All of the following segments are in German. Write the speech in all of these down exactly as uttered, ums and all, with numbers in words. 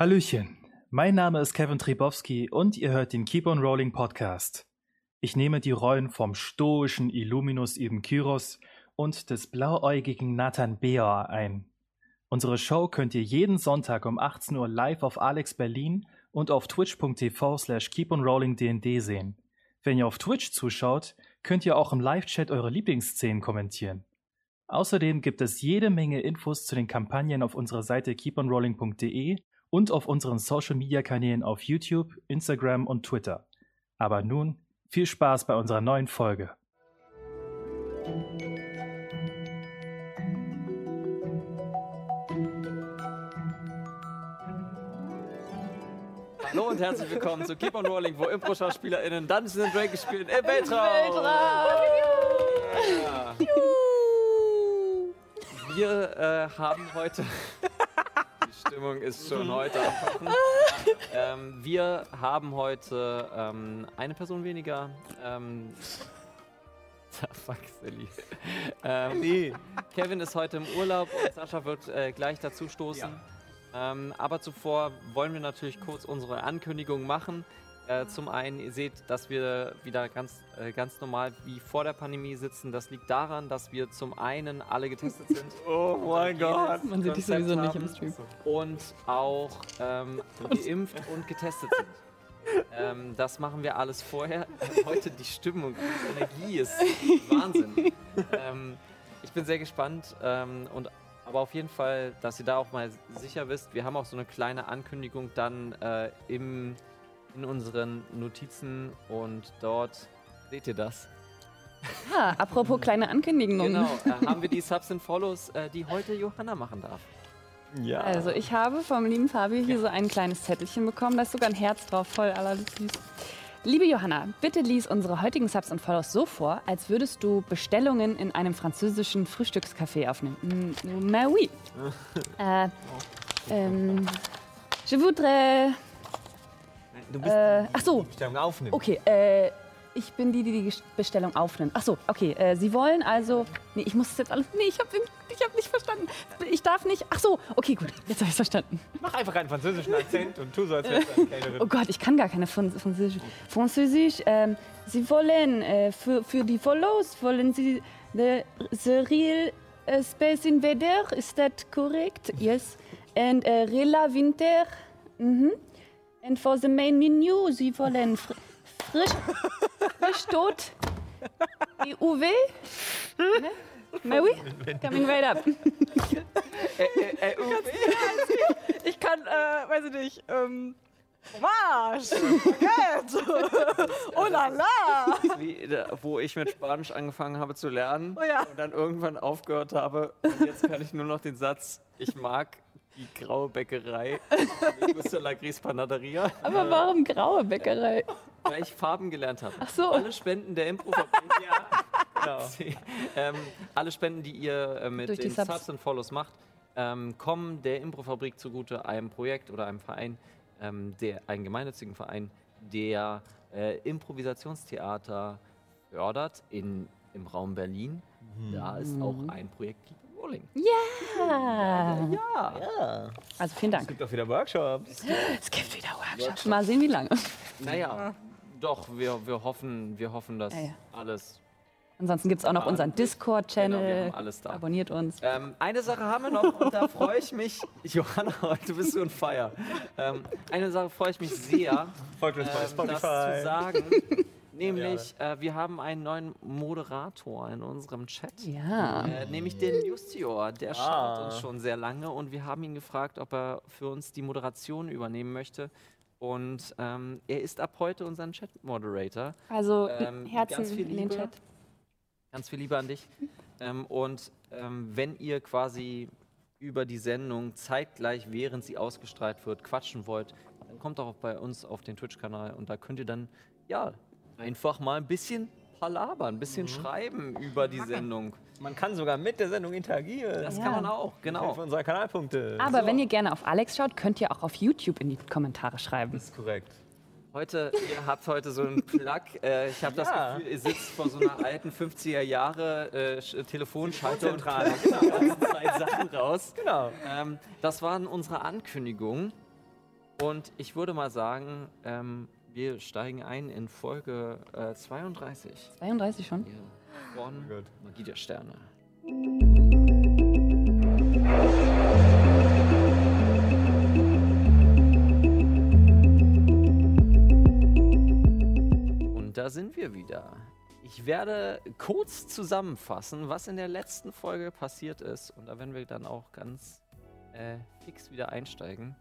Hallöchen, mein Name ist Kevin Tribowski und ihr hört den Keep on Rolling Podcast. Ich nehme die Rollen vom stoischen Illuminus Ibn Kyros und des blauäugigen Nathan Beor ein. Unsere Show könnt ihr jeden Sonntag um achtzehn Uhr live auf Alex Berlin und auf twitch.tv slash keeponrollingdnd sehen. Wenn ihr auf Twitch zuschaut, könnt ihr auch im Live-Chat eure Lieblingsszenen kommentieren. Außerdem gibt es jede Menge Infos zu den Kampagnen auf unserer Seite keeponrolling punkt de und auf unseren Social-Media-Kanälen auf YouTube, Instagram und Twitter. Aber nun viel Spaß bei unserer neuen Folge. Hallo und herzlich willkommen zu Keep on Rolling, wo Impro-SchauspielerInnen Dungeons and Dragons spielen im Weltraum. Ja. Wir äh, haben heute... Die Stimmung ist schon heute am Kochen. Ähm, wir haben heute ähm, eine Person weniger. Ähm, fuck, Silly. Ähm, nee. Kevin ist heute im Urlaub und Sascha wird äh, gleich dazu stoßen. Ja. Ähm, aber zuvor wollen wir natürlich kurz unsere Ankündigung machen. Äh, zum einen, ihr seht, dass wir wieder ganz, äh, ganz normal wie vor der Pandemie sitzen. Das liegt daran, dass wir zum einen alle getestet sind. Oh mein Gott. Man sieht dich sowieso nicht im Stream. Und auch ähm, geimpft und getestet sind. Ähm, das machen wir alles vorher. Heute die Stimmung, die Energie ist Wahnsinn. Ähm, ich bin sehr gespannt ähm, und aber auf jeden Fall, dass ihr da auch mal sicher wisst, wir haben auch so eine kleine Ankündigung dann äh, im, in unseren Notizen und dort seht ihr das. Ah, apropos kleine Ankündigungen. Genau, äh, haben wir die Subs and Follows, äh, die heute Johanna machen darf. Ja. Also ich habe vom lieben Fabio hier so ein kleines Zettelchen bekommen, da ist sogar ein Herz drauf, voll allerliebst. Liebe Johanna, bitte lies unsere heutigen Subs and Follows so vor, als würdest du Bestellungen in einem französischen Frühstückscafé aufnehmen. Mm, mais oui. äh, ähm, je voudrais... Du bist Äh, die, ach so. die Bestellung aufnimmt. Okay, äh, ich bin die, die die Bestellung aufnimmt. Ach so, okay, äh, Sie wollen also... Nee, ich muss es jetzt alles... Nee, ich habe ich hab nicht verstanden. Ich darf nicht... Ach so, okay, gut, jetzt habe ich es verstanden. Mach einfach einen französischen Akzent und tu so, als wärst du eine Kellnerin. Oh Gott, ich kann gar keine Franz Französisch. Französisch, ähm, Sie wollen äh, für, für die Follows, wollen Sie the, the real uh, Space Invader, ist das korrekt? Yes. And uh, Rela Winter, mhm. And for the main menu, Sie wollen fr frisch, frisch tot, die U W, ne? Mais oui, coming right up. Äh, äh, äh, U W? Ich kann, äh, weiß ich nicht, ähm, Marsch, Baguette, oh la la. Wie, äh, wo ich mit Spanisch angefangen habe zu lernen Oh ja. und dann irgendwann aufgehört habe. Und jetzt kann ich nur noch den Satz, ich mag die graue Bäckerei, me gusta la gris panaderia, Aber warum graue Bäckerei? weil ich Farben gelernt habe. Ach so. Alle Spenden der Improfabrik, ja, genau. ähm, alle Spenden, die ihr äh, mit Durch die den Subs. Subs und Follows macht, ähm, kommen der Improfabrik zugute, einem Projekt oder einem Verein, ähm, der, einen gemeinnützigen Verein, der äh, Improvisationstheater fördert in, im Raum Berlin. Da ist auch ein Projekt Keep on Rolling. Ja. Ja. Ja. Also vielen Es Dank. gibt auch wieder Workshops. Es gibt wieder Workshops. Mal sehen, wie lange. Naja, doch, wir, wir, hoffen, wir hoffen, dass Ja, ja. alles... Ansonsten gibt es auch noch unseren Genau, wir Discord-Channel. haben alles da. Abonniert uns. Ähm, eine Sache haben wir noch und da freue ich mich, Johanna, heute bist du on fire. Ähm, eine Sache freue ich mich sehr, Folgt uns bei ähm, Spotify. das zu sagen. Nämlich, äh, wir haben einen neuen Moderator in unserem Chat. Ja. Äh, nämlich den Justior, der schaut Ah. uns schon sehr lange und wir haben ihn gefragt, ob er für uns die Moderation übernehmen möchte. Und ähm, er ist ab heute unser Chat-Moderator. Also Ähm, Herzen ganz viel in den Liebe. Chat. Ganz viel Liebe an dich. Ähm, und ähm, wenn ihr quasi über die Sendung zeitgleich, während sie ausgestrahlt wird, quatschen wollt, dann kommt auch bei uns auf den Twitch-Kanal und da könnt ihr dann, ja, einfach mal ein bisschen palabern, ein bisschen schreiben über die Sendung. Man kann sogar mit der Sendung interagieren. Das Ja. kann man auch, genau. Für unsere Kanalpunkte. Aber So. wenn ihr gerne auf Alex schaut, könnt ihr auch auf YouTube in die Kommentare schreiben. Das ist korrekt. Heute, ihr habt heute so einen Plug. Äh, ich habe das Ja. Gefühl, ihr sitzt vor so einer alten fünfziger Jahre äh, Sch- Telefonschalter und Zentrale. pluggt die ganzen Zeit Sachen raus. Genau. Ähm, das waren unsere Ankündigungen. Und ich würde mal sagen, ähm, wir steigen ein in Folge äh, zweiunddreißig. zweiunddreißig schon? Hier von Gut. Magie der Sterne. Und da sind wir wieder. Ich werde kurz zusammenfassen, was in der letzten Folge passiert ist. Und da werden wir dann auch ganz äh, fix wieder einsteigen.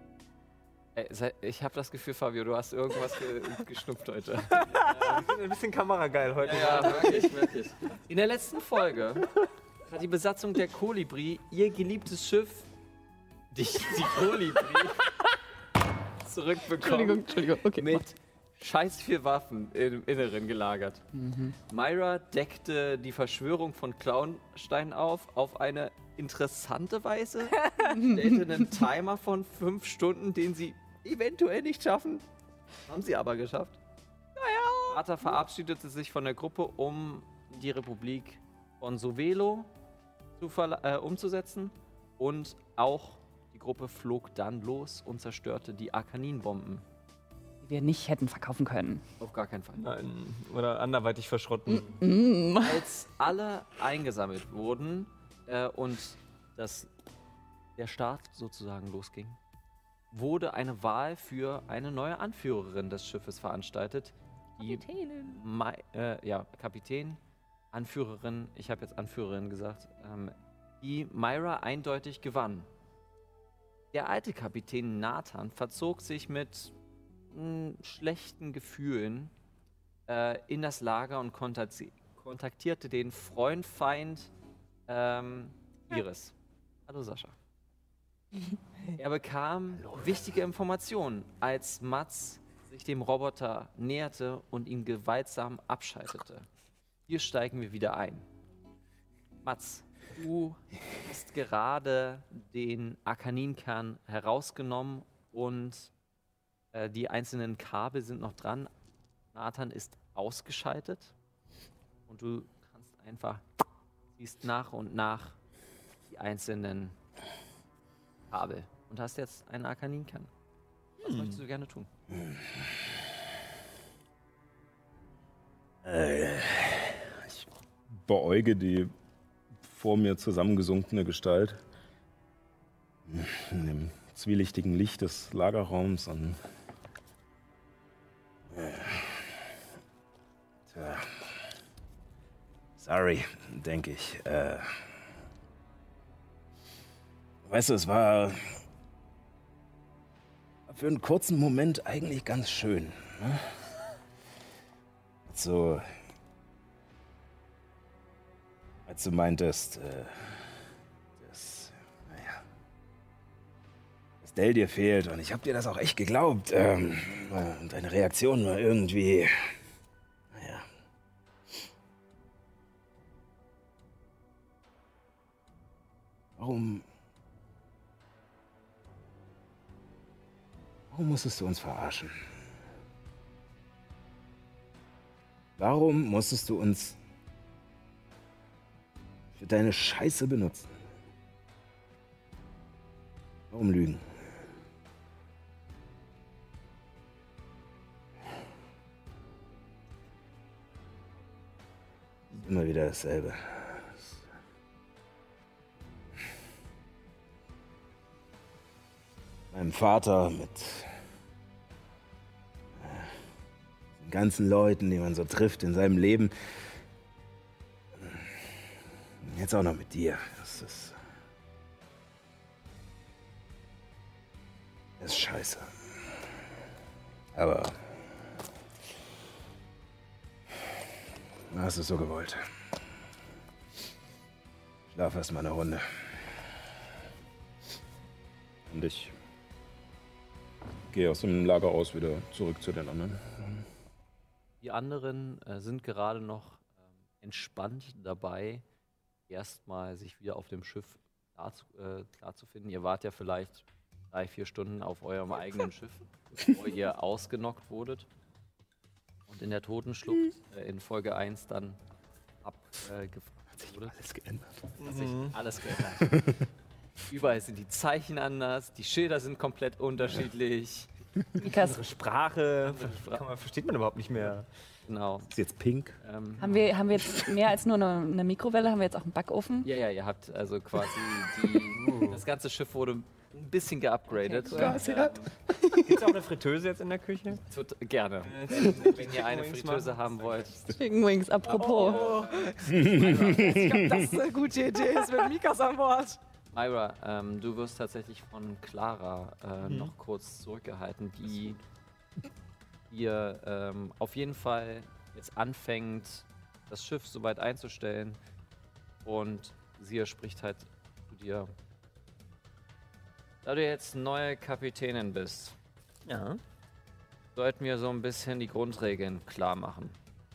Äh, sei- ich habe das Gefühl, Fabio, du hast irgendwas ge geschnupft heute. Wir sind ein bisschen kamerageil heute. Ja, wirklich, wirklich. In der letzten Folge hat die Besatzung der Kolibri ihr geliebtes Schiff, die, die Kolibri, zurückbekommen. Entschuldigung, okay. Mit scheiß vier Waffen im Inneren gelagert. Myra deckte die Verschwörung von Clownstein auf, auf eine interessante Weise, stellte einen Timer von fünf Stunden, den sie eventuell nicht schaffen. Haben sie aber geschafft. Naja. Arthur verabschiedete sich von der Gruppe, um die Republik von Sovelo zu verla- äh, umzusetzen. Und auch die Gruppe flog dann los und zerstörte die Arkaninbomben. Die wir nicht hätten verkaufen können. Auf gar keinen Fall. Nein, oder anderweitig verschrotten. Mm. Als alle eingesammelt wurden äh, und das, der Start sozusagen losging, wurde eine Wahl für eine neue Anführerin des Schiffes veranstaltet. Die Mai, äh, ja, Kapitän, Anführerin, ich habe jetzt Anführerin gesagt, ähm, die Myra eindeutig gewann. Der alte Kapitän Nathan verzog sich mit mh, schlechten Gefühlen äh, in das Lager und kontakti kontaktierte den Freund, Feind ähm, Iris. Hallo Sascha. Er bekam wichtige Informationen, als Mats sich dem Roboter näherte und ihn gewaltsam abschaltete. Hier steigen wir wieder ein. Mats, du hast gerade den Arkaninkern herausgenommen und äh, die einzelnen Kabel sind noch dran. Nathan ist ausgeschaltet und du kannst einfach, siehst nach und nach die einzelnen Kabel und hast jetzt einen Arkaninkern. Was Hm. möchtest du gerne tun? Ich beäuge die vor mir zusammengesunkene Gestalt in dem zwielichtigen Licht des Lagerraums und tja, sorry, denke ich. Äh, weißt du, es war für einen kurzen Moment eigentlich ganz schön. Ne? So, als du meintest, äh, dass, naja, dass Dell dir fehlt und ich hab dir das auch echt geglaubt. Ähm, und deine Reaktion war irgendwie, naja. Warum, warum musstest du uns verarschen? Warum musstest du uns für deine Scheiße benutzen? Warum lügen? Immer wieder dasselbe. Meinem Vater mit den ganzen Leuten, die man so trifft in seinem Leben. Jetzt auch noch mit dir. Das ist. Das ist scheiße. Aber. Du hast es so gewollt. Schlaf erst mal eine Runde. Und ich gehe aus dem Lager aus wieder zurück zu den anderen. Die anderen äh, sind gerade noch ähm, entspannt dabei, erstmal sich wieder auf dem Schiff klar zu, äh, klar zu finden. Ihr wart ja vielleicht drei, vier Stunden auf eurem eigenen Schiff, bevor ihr ausgenockt wurdet. Und in der Totenschlucht äh, in Folge eins dann abgefragt äh, wurde. Alles geändert. Hat sich alles geändert. Überall sind die Zeichen anders, die Schilder sind komplett unterschiedlich. Mikas, Unsere Sprache kann man, versteht man überhaupt nicht mehr. Genau. Ist jetzt pink? Ähm, haben wir, haben wir jetzt mehr als nur eine, eine Mikrowelle? Haben wir jetzt auch einen Backofen? ja, ja, ihr habt also quasi die, das ganze Schiff wurde ein bisschen geupgradet. Okay, cool. Gibt es auch eine Fritteuse jetzt in der Küche? Tut, gerne. Wenn ihr eine Fritteuse haben wollt. Chicken Wings, apropos. Oh. Ich glaube, das ist eine gute Idee. Ist mit Mikas an Bord. Myra, ähm, du wirst tatsächlich von Clara äh, mhm. noch kurz zurückgehalten, die ihr ähm, auf jeden Fall jetzt anfängt, das Schiff soweit einzustellen. Und sie spricht halt zu dir. Da du jetzt neue Kapitänin bist, Ja. sollten wir so ein bisschen die Grundregeln klar machen.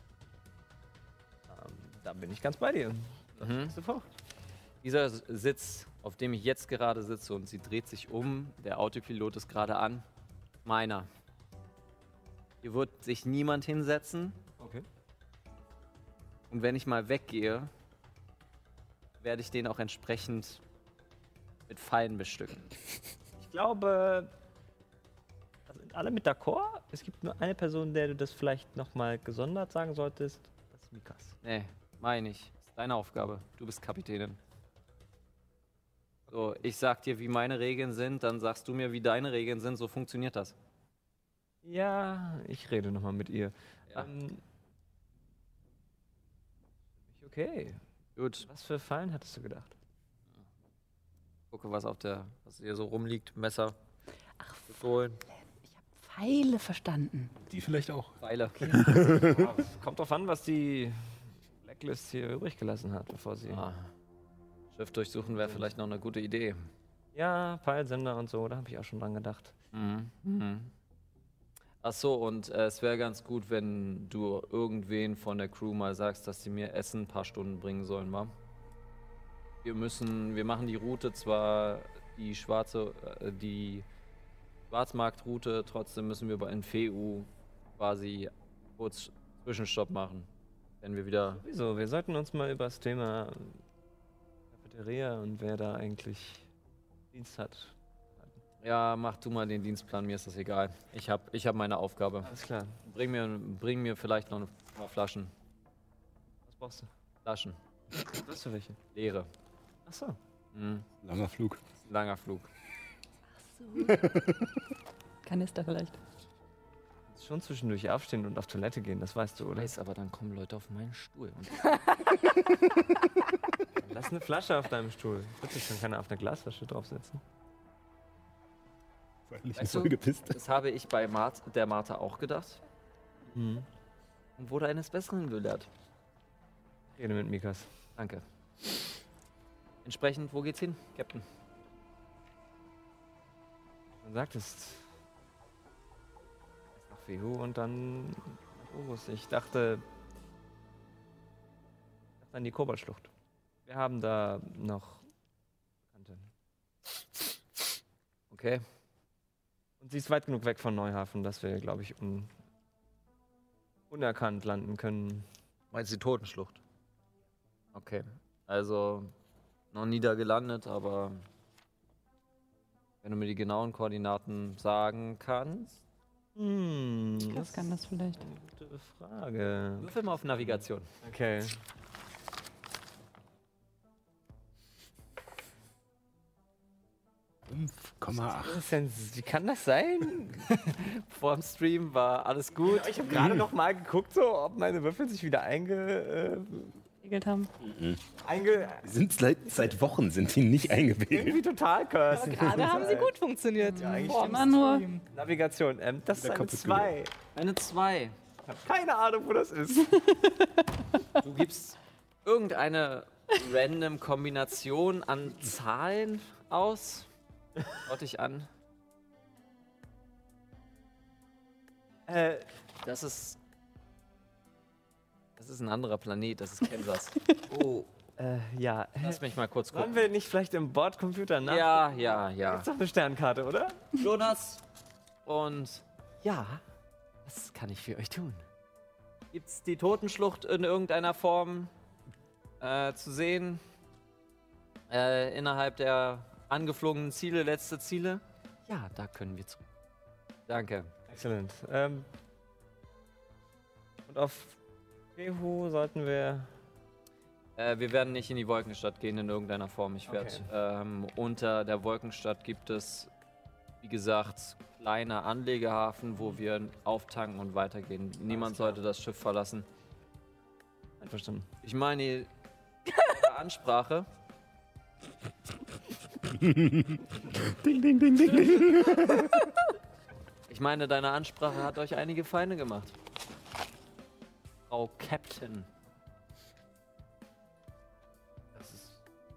Ähm, da bin ich ganz bei dir. Mhm. Sofort. Dieser Sitz, auf dem ich jetzt gerade sitze, und sie dreht sich um, der Autopilot ist gerade an, meiner. Hier wird sich niemand hinsetzen. Okay. Und wenn ich mal weggehe, werde ich den auch entsprechend mit Pfeilen bestücken. Ich glaube, da sind alle mit d'accord. Es gibt nur eine Person, der du das vielleicht nochmal gesondert sagen solltest. Das ist Mikas. Nee, meine ich. Das ist deine Aufgabe. Du bist Kapitänin. So, ich sag dir, wie meine Regeln sind, dann sagst du mir, wie deine Regeln sind. So funktioniert das. Ja, ich rede nochmal mit ihr. Ja. Ähm, okay. Gut. Was für Fallen hattest du gedacht? Gucke, was auf der, was hier so rumliegt. Messer. Ach, Pistolen. Ich habe Pfeile verstanden. Die vielleicht auch. Pfeile. Ja, es kommt drauf an, was die Blacklist hier übrig gelassen hat, bevor sie... Ah. Schiff durchsuchen wäre vielleicht noch eine gute Idee. Ja, Pfeilsender und so, da habe ich auch schon dran gedacht. Mhm. Mhm. Ach so, und äh, es wäre ganz gut, wenn du irgendwen von der Crew mal sagst, dass sie mir Essen ein paar Stunden bringen sollen, wa? Wir müssen, wir machen die Route zwar die schwarze, äh, die Schwarzmarktroute, trotzdem müssen wir bei Infeu quasi kurz Zwischenstopp machen, wenn wir wieder. Wieso? Wir sollten uns mal über das Thema Cafeteria und wer da eigentlich Dienst hat. Ja, mach du mal den Dienstplan, mir ist das egal. Ich hab, ich hab meine Aufgabe. Alles klar. Bring mir, bring mir vielleicht noch ein paar Flaschen. Was brauchst du? Flaschen. Was für welche? Leere. Achso. Mhm. Langer Flug. Langer Flug. Kanister vielleicht. Schon zwischendurch aufstehen und auf Toilette gehen, das weißt du, oder? Weiß, aber dann kommen Leute auf meinen Stuhl. Und Lass eine Flasche auf deinem Stuhl. Wird sich schon keiner auf eine Glasflasche draufsetzen. Nicht Weißt du, voll gepisst. das habe ich bei Mart, der Martha auch gedacht Mhm. und wurde eines Besseren belehrt. Rede mit Mikas. Danke. Entsprechend, wo geht's hin, Captain? Man sagtest. Erst nach Fehu und dann nach Urus. Ich dachte. Ich dachte an die Koboldschlucht. Wir haben da noch Bekannte. Okay. Und sie ist weit genug weg von Neuhafen, dass wir, glaube ich, un unerkannt landen können. Meinst du die Totenschlucht? Okay. Also, noch nie da gelandet, aber wenn du mir die genauen Koordinaten sagen kannst. Hm, Was kann das vielleicht? eine gute Frage. Würfel mal auf Navigation. Okay. fünf Komma acht. Was ist denn, wie kann das sein? Vor dem Stream war alles gut. Ich habe gerade noch mal geguckt, so, ob meine Würfel sich wieder einge, äh, Regelt haben. einge Die sind seit, seit Wochen sind die nicht eingewählt. irgendwie total cursed. Gerade haben sie gut funktioniert. Ja, eigentlich Vor stimmt. Immer nur. Navigation, ähm, das ist Der eine Kopf ist zwei. Eine zwei. Ich habe keine Ahnung, wo das ist. Du gibst irgendeine random Kombination an Zahlen aus. Schau dich an. äh, Das ist. Das ist ein anderer Planet, das ist Kansas. Oh. äh, ja. Lass mich mal kurz Sollen gucken. wir nicht vielleicht im Bordcomputer nach? Ja, ja, ja. Ist doch eine Sternkarte, oder? Jonas und. Ja, was kann ich für euch tun? Gibt's die Totenschlucht in irgendeiner Form äh, zu sehen? Äh, innerhalb der angeflogenen Ziele, letzte Ziele? Ja, da können wir zurück. Danke. Exzellent. Ähm, und auf Pehu sollten wir... Äh, wir werden nicht in die Wolkenstadt gehen in irgendeiner Form. Ich werde Okay. ähm, unter der Wolkenstadt gibt es, wie gesagt, kleine Anlegehafen, wo wir auftanken und weitergehen. Niemand klar. sollte das Schiff verlassen. Einverstanden. Ich meine, Ihre Ansprache. Ding, ding, ding, ding, ding. Ich meine, deine Ansprache hat euch einige Feinde gemacht. Frau Captain. Das ist...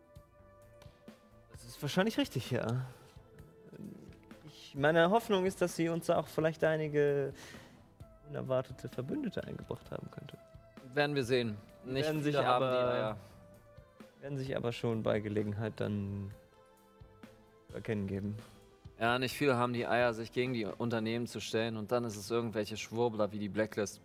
Das ist wahrscheinlich richtig, ja. Ich, meine Hoffnung ist, dass sie uns auch vielleicht einige unerwartete Verbündete eingebracht haben könnte. Werden wir sehen. Nicht Werden sich viele haben die aber- Eier. Werden sich aber schon bei Gelegenheit dann zu erkennen geben. Ja, nicht viele haben die Eier, sich gegen die Unternehmen zu stellen und dann ist es irgendwelche Schwurbler wie die Blacklist.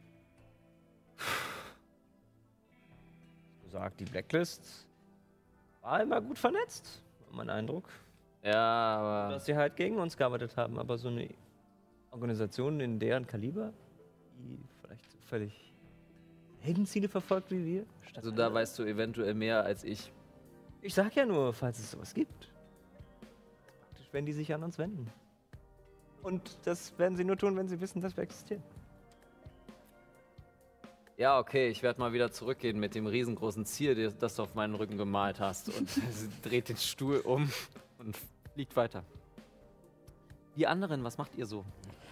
So sagt die Blacklist. War immer gut vernetzt, war mein Eindruck. Ja, aber Dass sie halt gegen uns gearbeitet haben, aber so eine Organisation in deren Kaliber, die vielleicht so völlig Heldenziele verfolgt wie wir. statt also da anderer. weißt du eventuell mehr als ich. Ich sag ja nur, falls es sowas gibt. Praktisch, wenn die sich an uns wenden. Und das werden sie nur tun, wenn sie wissen, dass wir existieren. Ja, okay, ich werde mal wieder zurückgehen mit dem riesengroßen Ziel, das- das du auf meinen Rücken gemalt hast. Und sie dreht den Stuhl um und fliegt weiter. Die anderen, was macht ihr so?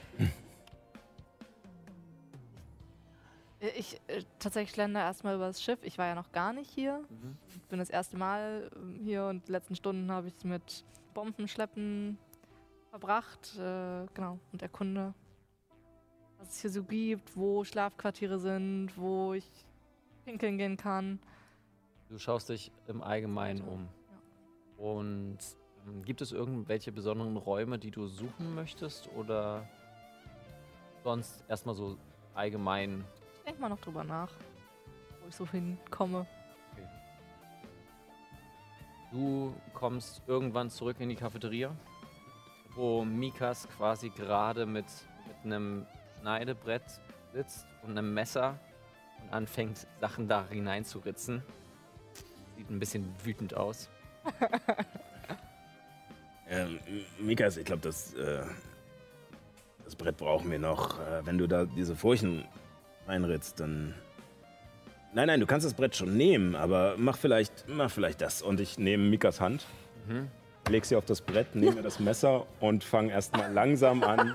Ich äh, tatsächlich schlender erstmal über das Schiff. Ich war ja noch gar nicht hier. Mhm. Ich bin das erste Mal ähm, hier und die letzten Stunden habe ich mit Bombenschleppen verbracht. Äh, genau, und erkunde, was es hier so gibt, wo Schlafquartiere sind, wo ich pinkeln gehen kann. Du schaust dich im Allgemeinen um. Und ähm, gibt es irgendwelche besonderen Räume, die du suchen möchtest? Oder sonst erstmal so allgemein? Ich denke mal noch drüber nach, wo ich so hinkomme. Du kommst irgendwann zurück in die Cafeteria, wo Mikas quasi gerade mit, mit einem Schneidebrett sitzt und einem Messer und anfängt, Sachen da hineinzuritzen. Sieht ein bisschen wütend aus. Ähm, Mikas, ich glaube, das, äh, das Brett brauchen wir noch. Äh, wenn du da diese Furchen reinritzt, dann... Nein, nein, du kannst das Brett schon nehmen, aber mach vielleicht, mach vielleicht das. Und ich nehme Mikas Hand, Mhm. leg sie auf das Brett, nehme mir das Messer und fange erstmal langsam an.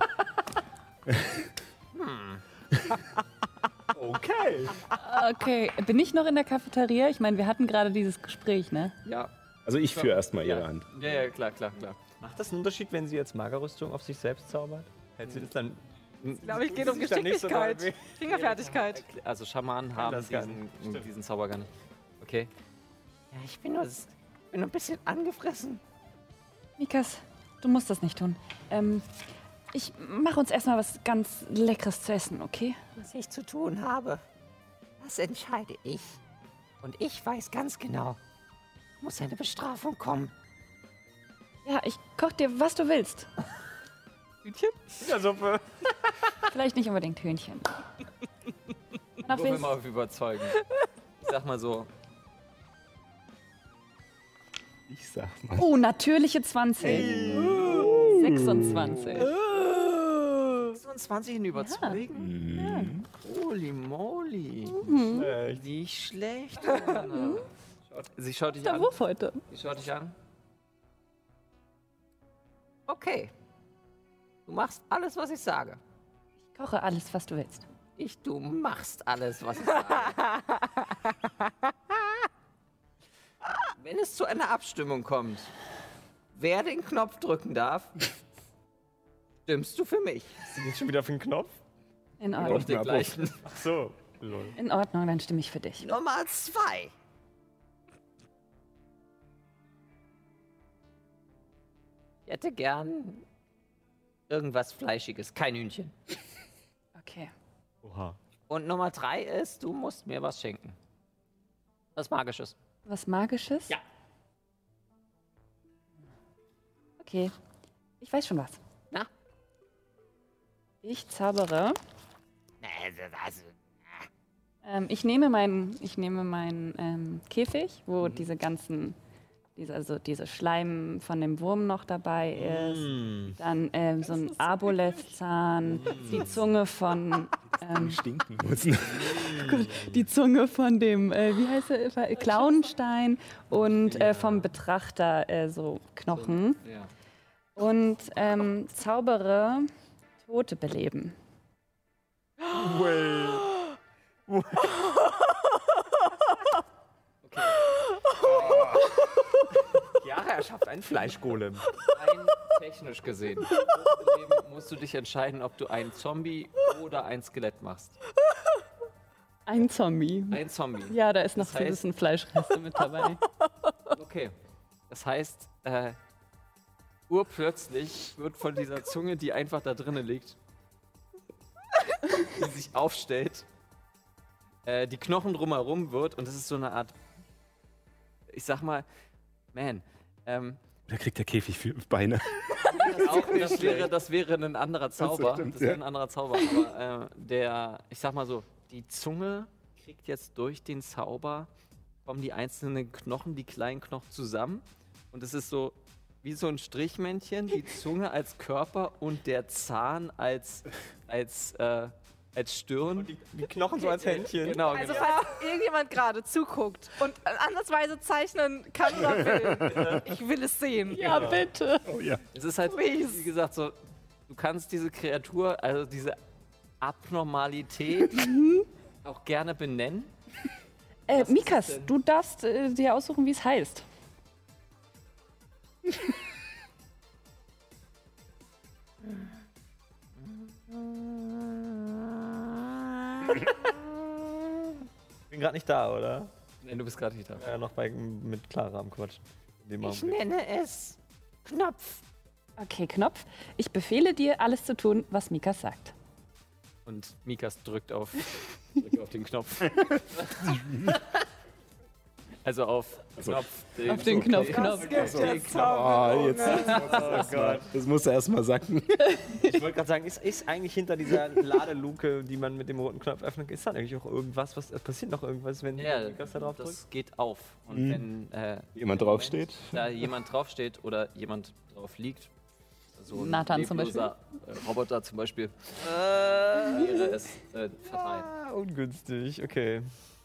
Okay. Okay, bin ich noch in der Cafeteria? Ich meine, wir hatten gerade dieses Gespräch, ne? Ja. Also ich führe erstmal ihre Ja. Hand. Ja, ja, klar, klar, klar. Macht das einen Unterschied, wenn sie jetzt Magerrüstung auf sich selbst zaubert? Hält sie das dann... Ich glaube, ich geht um sich dann nicht so doll Geschicklichkeit. Fingerfertigkeit. Also Schamanen haben das gar diesen, nicht. Stimmt. diesen Zauber gar nicht. Okay. Ja, ich bin nur, bin nur ein bisschen angefressen. Mikas, du musst das nicht tun. Ähm, ich mache uns erstmal was ganz Leckeres zu essen, okay? Was ich zu tun habe, das entscheide ich. Und ich weiß ganz genau, muss eine Bestrafung kommen. Ja, ich koch dir, was du willst. Hühnchen? Hühnersuppe. Vielleicht nicht unbedingt Hühnchen. Und auf Würfel jeden mal auf Überzeugen. Ich sag mal so, Ich sag mal. Oh, natürliche zwanzig. sechsundzwanzig. sechsundzwanzig in Überzeugen? Mhm. Holy moly. Echt. Nicht schlecht. Johanna. Schaut- Sie schaut dich Der an. Wurf heute. Sie schaut dich an. Okay. Du machst alles, was ich sage. Ich koche alles, was du willst. Ich, du machst alles, was ich sage. Wenn es zu einer Abstimmung kommt, wer den Knopf drücken darf, stimmst du für mich. Sie geht schon wieder auf den Knopf? In Auf Ordnung. den gleichen. Ach so. Lol. In Ordnung, dann stimme ich für dich. Nummer zwei. Ich hätte gern irgendwas Fleischiges, kein Hühnchen. Okay. Oha. Und Nummer drei ist, du musst mir was schenken. Was Magisches. Was Magisches? Ja. Okay, ich weiß schon was. Na? Ich zaubere. Na, also, also, Ähm, ich nehme meinen ich nehme meinen ähm, Käfig, wo diese ganzen, diese, also diese Schleim von dem Wurm noch dabei ist. Mm. Dann ähm, so ein Aboleth-Zahn, die Zunge von ähm, Stinken müssen. die Zunge von dem, äh, wie heißt er, Klauenstein und äh, vom Betrachter äh, so Knochen. Ja. Und ähm, zaubere Tote beleben. Chiara erschafft einen Fleischgolem. Rein technisch gesehen musst du dich entscheiden, ob du einen Zombie oder ein Skelett machst. Ein Zombie. Ein Zombie. Ja, da ist noch Das so ein heißt- bisschen Fleischreste mit dabei. Okay. Das heißt, äh, urplötzlich wird von dieser Zunge, die einfach da drinnen liegt, die sich aufstellt, äh, die Knochen drumherum wird und das ist so eine Art, ich sag mal, man, ähm, Da kriegt der Käfig fünf Beine. das, auch, das, wäre, das wäre ein anderer Zauber. stimmt, Das wäre ja. ein anderer Zauber. Aber äh, der, ich sag mal so, die Zunge kriegt jetzt durch den Zauber, kommen die einzelnen Knochen, die kleinen Knochen zusammen. Und es ist so wie so ein Strichmännchen, die Zunge als Körper und der Zahn als, als, äh, als Stirn. Die Knochen so als Händchen. Genau, Also genau. falls irgendjemand gerade zuguckt und ansatzweise zeichnen kann oder will, ich will es sehen. Ja, bitte. Oh ja. Es ist halt, Please. wie gesagt, so, du kannst diese Kreatur, also diese Abnormalität auch gerne benennen. Äh, Was ist Mikas, das denn? du darfst äh, dir aussuchen, wie es heißt. Ich bin gerade nicht da, oder? Nein, du bist gerade nicht da. Ja, noch bei, mit Clara am Quatschen. In dem ich Augenblick. nenne es Knopf. Okay, Knopf. Ich befehle dir, alles zu tun, was Mikas sagt. Und Mikas drückt auf, drückt auf den Knopf. Also auf Knopf. Auf den Knopf, Knopf. Okay, Oh, jetzt. Oh Gott. Das muss er erstmal sacken. Ich wollte gerade sagen, ist, ist eigentlich hinter dieser Ladeluke, die man mit dem roten Knopf öffnet, ist da eigentlich auch irgendwas, was passiert noch irgendwas, wenn Ja, Mikas da drauf drückt? das geht auf. Und Mhm. wenn äh, Jemand draufsteht. da jemand draufsteht oder jemand drauf liegt, so ein Nathan zum lebloser, äh, Roboter zum Beispiel, wäre es äh, fatal. Ah, ungünstig, okay.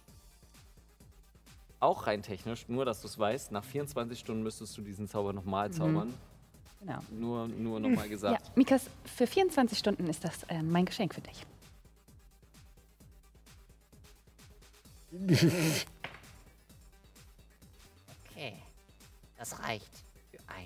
Auch rein technisch, nur dass du es weißt, nach vierundzwanzig Stunden müsstest du diesen Zauber nochmal zaubern. Genau. Nur, nur nochmal Ja, gesagt. Mikas, für vierundzwanzig Stunden ist das äh, mein Geschenk für dich. Okay, das reicht für einen.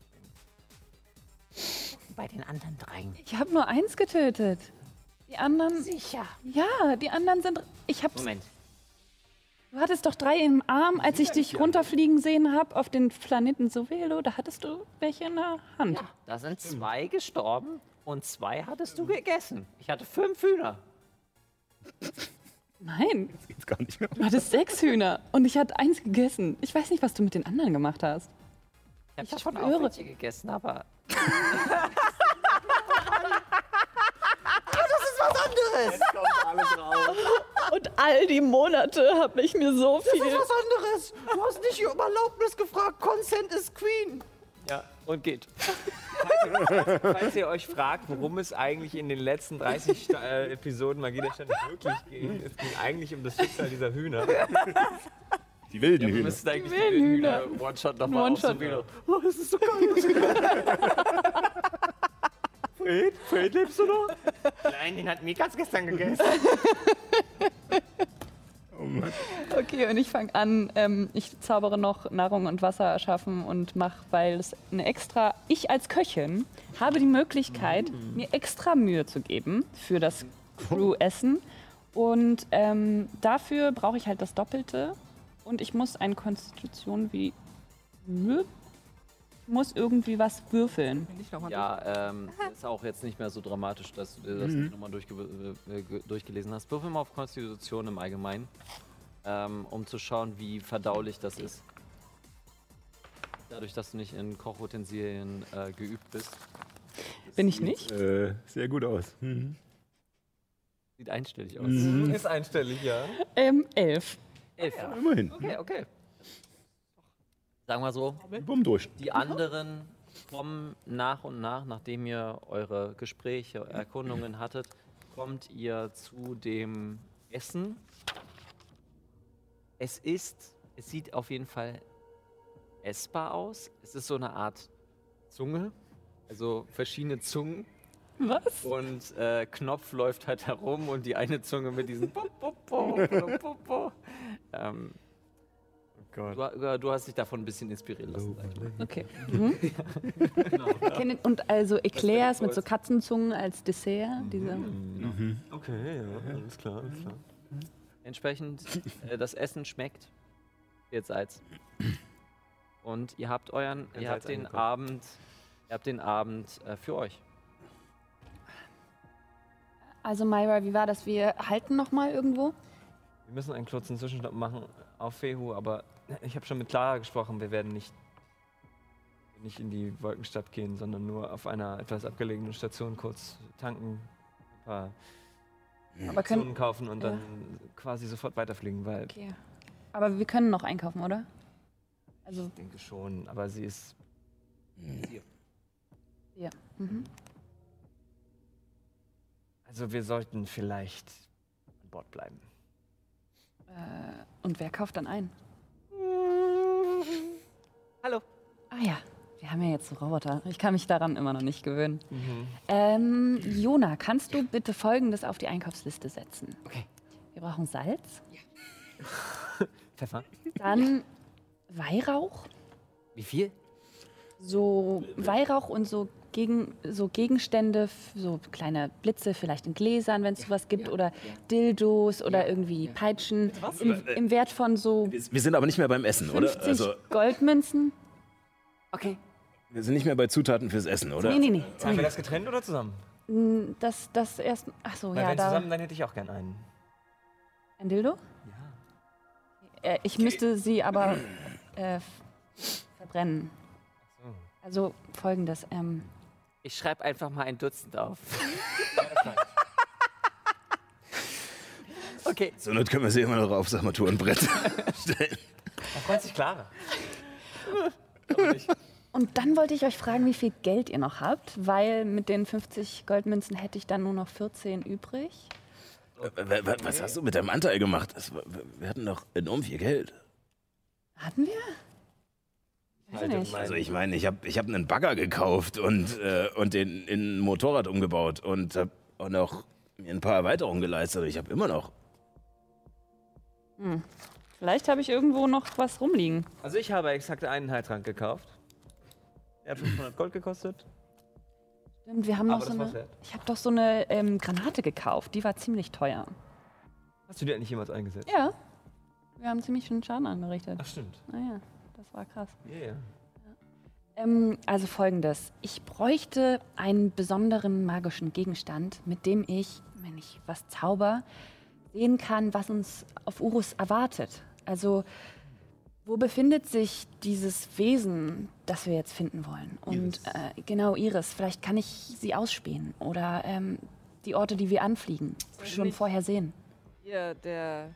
Bei den anderen dreien. Ich habe nur eins getötet. Die anderen, Sicher. ja, die anderen sind. Ich hab's. Moment. Du hattest doch drei im Arm, als ich dich runterfliegen sehen habe auf den Planeten Sovelo. Da hattest du welche in der Hand. Ja, da sind zwei gestorben und zwei hattest du gegessen. Ich hatte fünf Hühner. Nein, Das geht's gar nicht mehr. du hattest sechs Hühner und ich hatte eins gegessen. Ich weiß nicht, was du mit den anderen gemacht hast. Ich habe Ich davon schwöre. auch welche gegessen, aber... Und all die Monate habe ich mir so viel. was anderes. Du hast nicht um Erlaubnis gefragt. Consent is Queen. Ja, und geht. falls, ihr, falls ihr euch fragt, worum es eigentlich in den letzten dreißig Sta äh, Episoden Magie der Sterne wirklich ging, es ging eigentlich um das Schicksal dieser Hühner. Die wilden Ja, wir Hühner. müssen eigentlich wilden den Hühner. Hühner One-Shot nochmal One-Shot. aufsuchen. Oh, das ist so geil. Fred, Fred, lebst du noch? Nein, den hat Mikas gestern gegessen. Oh Mann. Okay, und ich fange an, ähm, ich zaubere noch Nahrung und Wasser erschaffen und mache, weil es eine extra, ich als Köchin habe die Möglichkeit, mir extra Mühe zu geben für das Crew-Essen. Und ähm, dafür brauche ich halt das Doppelte. Und ich muss eine Konstitution wie. Ich muss irgendwie was würfeln. Nicht noch mal Ja, ähm, ist auch jetzt nicht mehr so dramatisch, dass du das nicht nochmal durchge äh, ge- durchgelesen hast. Würfel mal auf Konstitution im Allgemeinen, ähm, um zu schauen, wie verdaulich das ist. dadurch, dass du nicht in Kochutensilien äh, geübt bist. Bin ich nicht? Äh, sehr gut aus. Mhm. Sieht einstellig aus. Mhm. Ist einstellig, ja. Ähm, elf. Elf. Ja, immerhin. Okay, okay. Sagen wir so, Bumm durch. die anderen kommen nach und nach, nachdem ihr eure Gespräche, Erkundungen hattet, kommt ihr zu dem Essen. Es ist, es sieht auf jeden Fall essbar aus. Es ist so eine Art Zunge, also verschiedene Zungen. Was? Und äh, Knopf läuft halt herum und die eine Zunge mit diesem Pop, Pop, Pop, Pop, Pop, Pop. Ähm, Gott. du, du hast dich davon ein bisschen inspirieren lassen. sag ich mal. Okay. Mhm. Kennen- Und also Eclairs mit so Katzenzungen als Dessert. Diese. Mhm. Okay, ja, alles klar, alles klar. Entsprechend, äh, das Essen schmeckt. Jetzt seid's. Und ihr habt euren, Ein ihr habt Salz den angekommen. Abend, ihr habt den Abend äh, für euch. Also Myra, wie war das? Wir halten noch mal irgendwo? Wir müssen einen kurzen Zwischenstopp machen auf Fehu, aber ich habe schon mit Clara gesprochen, wir werden nicht, nicht in die Wolkenstadt gehen, sondern nur auf einer etwas abgelegenen Station kurz tanken, ein paar Aber können, Zonen kaufen und ja. dann quasi sofort weiterfliegen, weil okay. Aber wir können noch einkaufen, oder? Also, ich denke schon, aber sie ist ja. Mhm. Also wir sollten vielleicht an Bord bleiben. Äh, und wer kauft dann ein? Hallo. Ah ja, wir haben ja jetzt so Roboter. Ich kann mich daran immer noch nicht gewöhnen. Ähm, Jona, kannst du bitte Folgendes auf die Einkaufsliste setzen? Okay. Wir brauchen Salz, Pfeffer. dann Weihrauch, Wie viel? so Weihrauch und so, gegen, so Gegenstände, f- so kleine Blitze, vielleicht in Gläsern, wenn es sowas gibt, oder Dildos oder irgendwie Peitschen im, im Wert von so Wir, wir sind aber nicht mehr beim Essen, oder? fünfzig Also, Goldmünzen. Okay. wir sind nicht mehr bei Zutaten fürs Essen, oder? Nee, nee, nee. Haben wir das getrennt oder zusammen? Mm, Das, das erst. Ach so, Weil ja, wenn da. zusammen, dann hätte ich auch gern einen. Ein Dildo? Ja. Äh, ich müsste sie aber äh, f- verbrennen. So. Also folgendes. Ähm, Ich schreibe einfach mal ein Dutzend auf. Okay. So Not können wir sie immer noch aufs Armaturenbrett stellen. Da freut sich Clara. und dann wollte ich euch fragen, wie viel Geld ihr noch habt, weil mit den fünfzig Goldmünzen hätte ich dann nur noch vierzehn übrig. W- w- Was hast du mit deinem Anteil gemacht? Das war- Wir hatten doch enorm viel Geld. Hatten wir? Weiß ich nicht. Also ich meine, ich habe ich hab einen Bagger gekauft und, äh, und den in ein Motorrad umgebaut und habe auch noch mir ein paar Erweiterungen geleistet. Ich habe immer noch. Hm. Vielleicht habe ich irgendwo noch was rumliegen. Also ich habe exakt einen Heiltrank gekauft. Er hat fünfhundert Gold gekostet. Stimmt, wir haben noch Aber so das war's eine. wert. Ich habe doch so eine ähm, Granate gekauft. Die war ziemlich teuer. Hast du die eigentlich jemals eingesetzt? Ja. Wir haben ziemlich schön Schaden angerichtet. Ach stimmt. Naja, das war krass. Ja, ja. Ähm, also folgendes. Ich bräuchte einen besonderen magischen Gegenstand, mit dem ich, wenn ich was zauber, sehen kann, was uns auf Urus erwartet. Also, wo befindet sich dieses Wesen, das wir jetzt finden wollen? Und äh, genau, Iris. Vielleicht kann ich sie ausspähen oder ähm, die Orte, die wir anfliegen, schon nicht. vorher sehen. Hier, der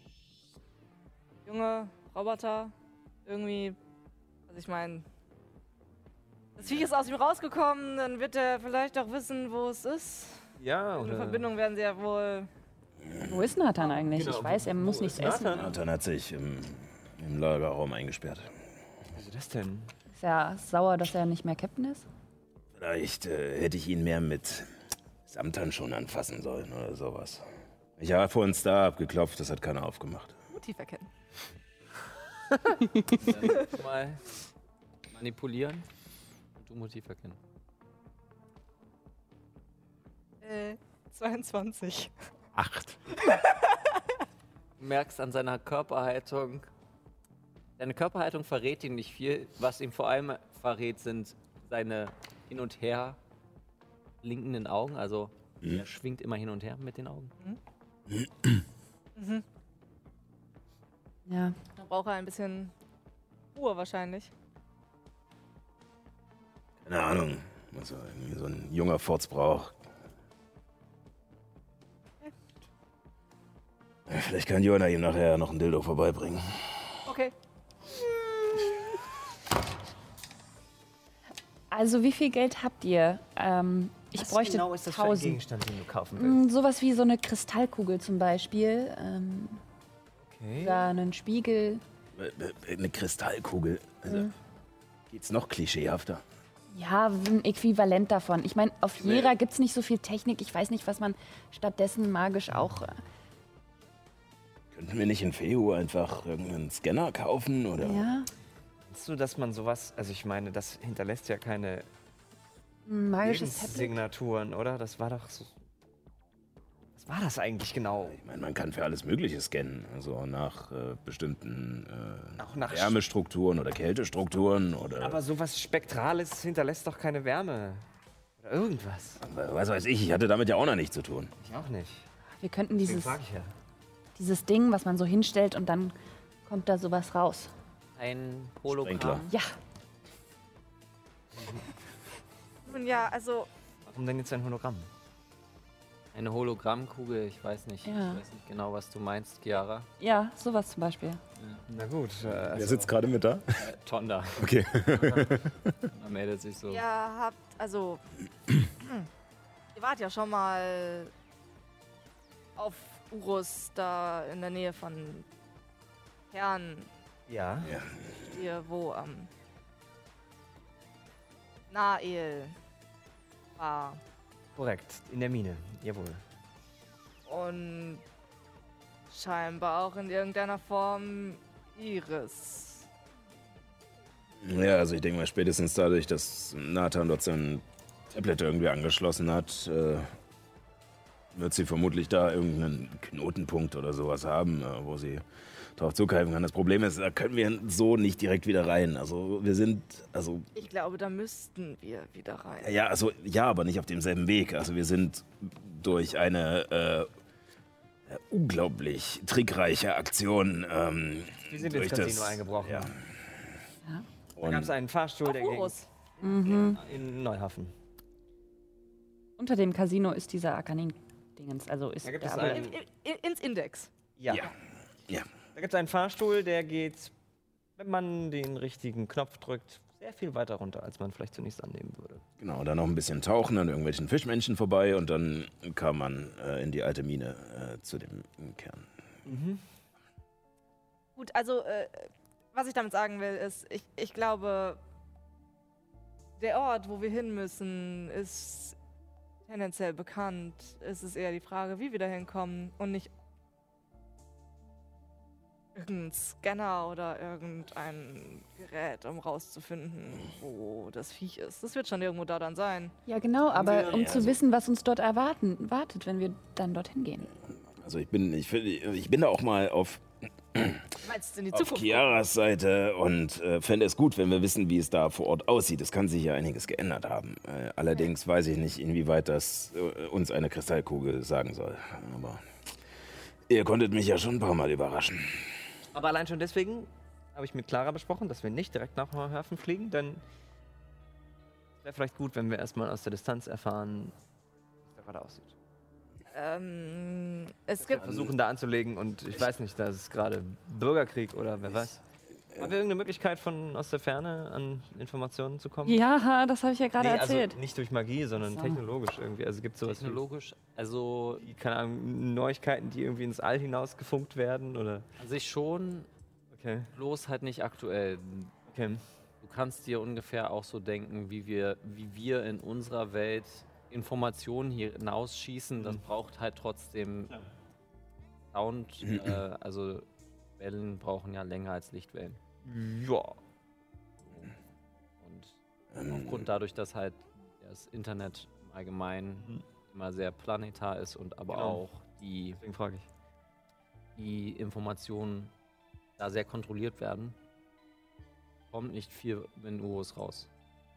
junge Roboter, irgendwie, also ich meine, das Viech ist aus ihm rausgekommen, dann wird er vielleicht auch wissen, wo es ist. Ja, Eine oder? Verbindung werden sie ja wohl. Wo ist Nathan eigentlich? Genau, Ich weiß, er wo- muss wo nichts ist essen. Nathan? Nathan hat sich im, im Lagerraum eingesperrt. Wieso das denn? Ist ja sauer, dass er nicht mehr Captain ist. Vielleicht äh, hätte ich ihn mehr mit Samtern schon anfassen sollen oder sowas. Ich war vor uns da, hab geklopft, das hat keiner aufgemacht. Motiv erkennen. Dann mal manipulieren und du Motiv erkennen. Äh, zweiundzwanzig. Acht. Du merkst an seiner Körperhaltung, seine Körperhaltung verrät ihm nicht viel. Was ihm vor allem verrät, sind seine hin und her blinkenden Augen. Also er schwingt immer hin und her mit den Augen. Ja. Da braucht er ein bisschen Ruhe wahrscheinlich. Keine Ahnung, also irgendwie so ein junger Furz braucht. Ja, vielleicht kann Jona ihm nachher noch ein Dildo vorbeibringen. Okay. Also wie viel Geld habt ihr? Ähm, ich Was bräuchte genau ist das für ein tausend. Gegenstand, den du kaufen willst? Mm, sowas wie so eine Kristallkugel zum Beispiel. Ähm, Okay. oder einen Spiegel. Äh, Eine Kristallkugel. Also, Mhm. geht's noch klischeehafter? Ja, ein Äquivalent davon. Ich meine, auf Jera gibt es nicht so viel Technik. Ich weiß nicht, was man stattdessen magisch auch... Äh, Könnten wir nicht in Fehu einfach irgendeinen Scanner kaufen? Oder? ja, Meinst du, dass man sowas, also ich meine, das hinterlässt ja keine ein magisches Tablet. Signaturen, oder? Das war doch so. Was war das eigentlich genau? Ich meine, man kann für alles Mögliche scannen. Also nach äh, bestimmten äh, Auch nach Wärmestrukturen oder Kältestrukturen oder Aber sowas Spektrales hinterlässt doch keine Wärme. Oder irgendwas. was weiß ich. Ich hatte damit ja auch noch nichts zu tun. Ich auch nicht. Wir könnten Deswegen dieses, frag ich ja. dieses Ding, was man so hinstellt und dann kommt da sowas raus. Ein Sprinkler. Hologramm. Ja, Nun ja, also Warum denn jetzt ein Hologramm? Eine Hologrammkugel, ich weiß nicht. Ja. Ich weiß nicht genau, was du meinst, Chiara. ja, sowas zum Beispiel. Na gut. Äh, also, Wer sitzt gerade mit da? Äh, Tonda. Okay. Da meldet sich so. ihr habt, also ihr wart ja schon mal auf Urus da in der Nähe von Kern, ja. hier wo ähm, Nael war. Korrekt. In der Mine. Jawohl. Und scheinbar auch in irgendeiner Form Iris. Ja, also ich denke mal, spätestens dadurch, dass Nathan dort sein Tablet irgendwie angeschlossen hat, äh, wird sie vermutlich da irgendeinen Knotenpunkt oder sowas haben, äh, wo sie drauf zugreifen kann. Das Problem ist, da können wir so nicht direkt wieder rein. Also wir sind, also Ich glaube, da müssten wir wieder rein. ja, also ja, aber nicht auf demselben Weg. Also wir sind durch eine äh, unglaublich trickreiche Aktion. Ähm, Wir sind durch ins Casino das- eingebrochen. Ja. Da gab es einen Fahrstuhl, Auf der ging Urus. Mhm. in Neuhafen. Unter dem Casino ist dieser Arkanin-Dingens, also ist Da gibt der es aber- einen- In, in, ins Index. Ja. Ja. Ja. Da gibt es einen Fahrstuhl, der geht, wenn man den richtigen Knopf drückt, sehr viel weiter runter, als man vielleicht zunächst annehmen würde. Genau, dann noch ein bisschen tauchen an irgendwelchen Fischmenschen vorbei und dann kam man äh, in die alte Mine äh, zu dem Kern. Gut, also äh, was ich damit sagen will, ist, ich, ich glaube, der Ort, wo wir hin müssen, ist tendenziell bekannt. Es ist eher die Frage, wie wir da hinkommen und nicht irgendein Scanner oder irgendein Gerät, um rauszufinden, wo das Viech ist. Das wird schon irgendwo da dann sein. Ja, genau, aber um Ja, zu also- wissen, was uns dort erwarten, wartet, wenn wir dann dorthin gehen. Also ich bin, ich, find- ich bin da auch mal auf, Meinst du in die auf Zukunft? Chiaras Seite und äh, fände es gut, wenn wir wissen, wie es da vor Ort aussieht. Es kann sich ja einiges geändert haben. Äh, allerdings weiß ich nicht, inwieweit das äh, uns eine Kristallkugel sagen soll. Aber ihr konntet mich ja schon ein paar Mal überraschen. Aber allein schon deswegen habe ich mit Clara besprochen, dass wir nicht direkt nach Neuhafen fliegen, denn es wäre vielleicht gut, wenn wir erstmal aus der Distanz erfahren, wie es da gerade aussieht. Ähm, es Wir gibt versuchen da anzulegen und ich weiß nicht, da ist gerade Bürgerkrieg oder wer weiß. Haben wir irgendeine Möglichkeit, von aus der Ferne an Informationen zu kommen? Ja, das habe ich ja gerade Nee, erzählt. also nicht durch Magie, sondern So. technologisch irgendwie. Also gibt es sowas Technologisch, also wie, keine Ahnung, Neuigkeiten, die irgendwie ins All hinaus gefunkt werden oder? an sich schon, Okay. bloß halt nicht aktuell. Okay. Du kannst dir ungefähr auch so denken, wie wir, wie wir in unserer Welt Informationen hier hinausschießen. Das Mhm. braucht halt trotzdem Sound, äh, also Wellen brauchen ja länger als Lichtwellen. Ja. Und aufgrund dadurch, dass halt das Internet im Allgemeinen Mhm. immer sehr planetar ist und aber Genau. auch die, Deswegen frage ich. die Informationen da sehr kontrolliert werden, kommt nicht viel in U Os raus.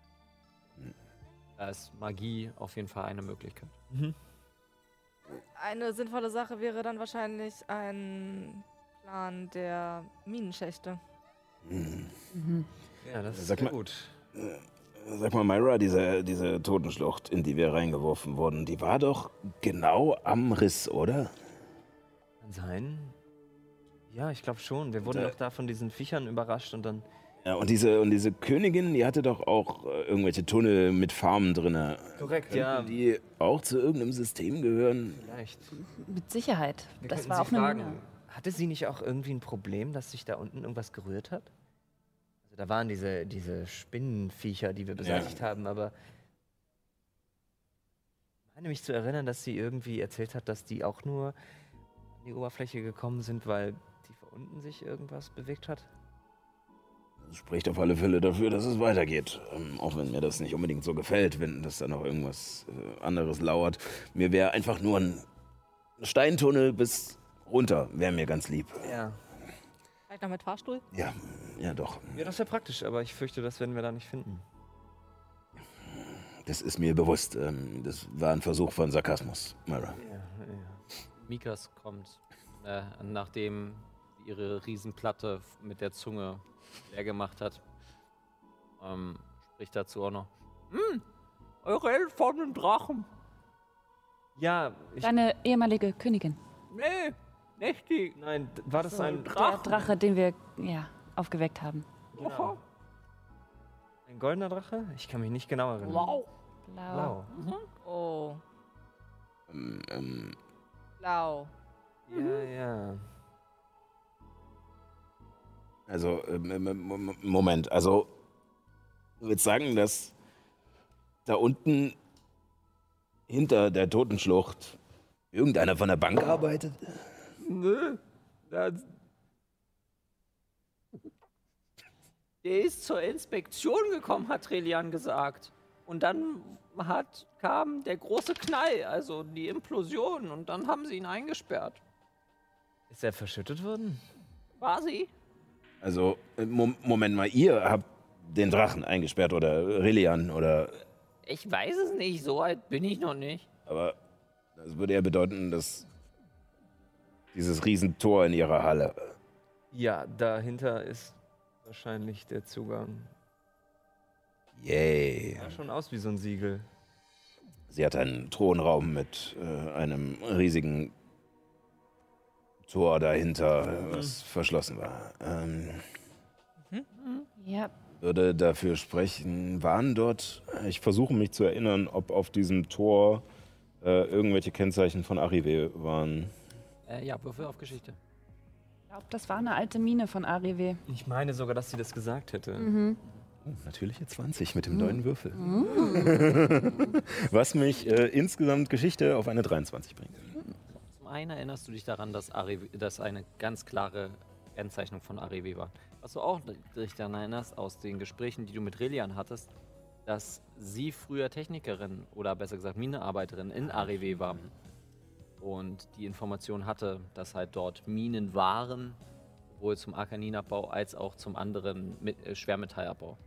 Da ist Magie auf jeden Fall eine Möglichkeit. Mhm. eine sinnvolle Sache wäre dann wahrscheinlich ein Plan der Minenschächte. Hm. Mhm. Ja, das Sag ist mal- gut. Sag mal, Myra, diese, diese Totenschlucht, in die wir reingeworfen wurden, die war doch genau am Riss, oder? Kann sein. Ja, ich glaube schon. Wir wurden Da- doch da von diesen Viechern überrascht und dann... Ja, und diese, und diese Königin, die hatte doch auch äh, irgendwelche Tunnel mit Farmen drin. Korrekt, Könnten ja. die auch zu irgendeinem System gehören? Vielleicht. Mit Sicherheit. Wir das könnten war sie auch eine fragen, Mine. hatte sie nicht auch irgendwie ein Problem, dass sich da unten irgendwas gerührt hat? Also da waren diese, diese Spinnenviecher, die wir beseitigt haben, aber ich meine mich zu erinnern, dass sie irgendwie erzählt hat, dass die auch nur an die Oberfläche gekommen sind, weil tiefer unten sich irgendwas bewegt hat. Das spricht auf alle Fälle dafür, dass es weitergeht. Ähm, auch wenn mir das nicht unbedingt so gefällt, wenn das da noch irgendwas äh, anderes lauert. Mir wäre einfach nur ein Steintunnel bis runter, wäre mir ganz lieb. Ja. Vielleicht noch mit Fahrstuhl? Ja, ja doch. Ja, das wäre praktisch, aber ich fürchte, das werden wir da nicht finden. Das ist mir bewusst. Ähm, das war ein Versuch von Sarkasmus, Myra. Ja, ja. Mikas kommt, äh, nachdem sie ihre Riesenplatte f- mit der Zunge leer gemacht hat. Ähm, spricht dazu auch noch. Hm, eure elfenen Drachen. Ja, ich, Deine ehemalige Königin. Nee, nicht die. nein, d- war das ein, Der Drache, den wir ja, aufgeweckt haben. genau. ein goldener Drache? Ich kann mich nicht genau erinnern. Wow. Blau. Blau. Oh, Ähm, ähm, blau. Ja, ja. also, ähm, ähm, ähm, Moment. Also, du willst sagen, dass da unten hinter der Totenschlucht irgendeiner von der Bank arbeitet? Nö. Das der ist zur Inspektion gekommen, hat Relian gesagt. Und dann hat, kam der große Knall, also die Implosion. Und dann haben sie ihn eingesperrt. Ist er verschüttet worden? War sie? Also, äh, Mom Moment mal, ihr habt den Drachen eingesperrt oder Relian oder... Ich weiß es nicht, so alt bin ich noch nicht. Aber das würde ja bedeuten, dass dieses Riesentor in ihrer Halle... Ja, dahinter ist wahrscheinlich der Zugang. Yay. Sah schon aus wie so ein Siegel. Sie hat einen Thronraum mit äh, einem riesigen Tor dahinter, was verschlossen war. Ähm, Ja, würde dafür sprechen, waren dort, ich versuche mich zu erinnern, ob auf diesem Tor äh, irgendwelche Kennzeichen von Arrivé waren. Äh, ja, Würfel auf Geschichte. ich glaube, das war eine alte Mine von Arive. Ich meine sogar, dass sie das gesagt hätte. Mhm. Oh, natürliche zwanzig mit dem neuen Würfel. Was mich äh, insgesamt Geschichte auf eine dreiundzwanzig bringt. Zum einen erinnerst du dich daran, dass, Arrivé, dass eine ganz klare Kennzeichnung von Arrivé war. Was du auch dich daran erinnerst, aus den Gesprächen, die du mit Relian hattest, dass sie früher Technikerin oder besser gesagt Minenarbeiterin in Arrivé war. Und die Information hatte, dass halt dort Minen waren, sowohl zum Arkaninabbau als auch zum anderen mit, äh, Schwermetallabbau.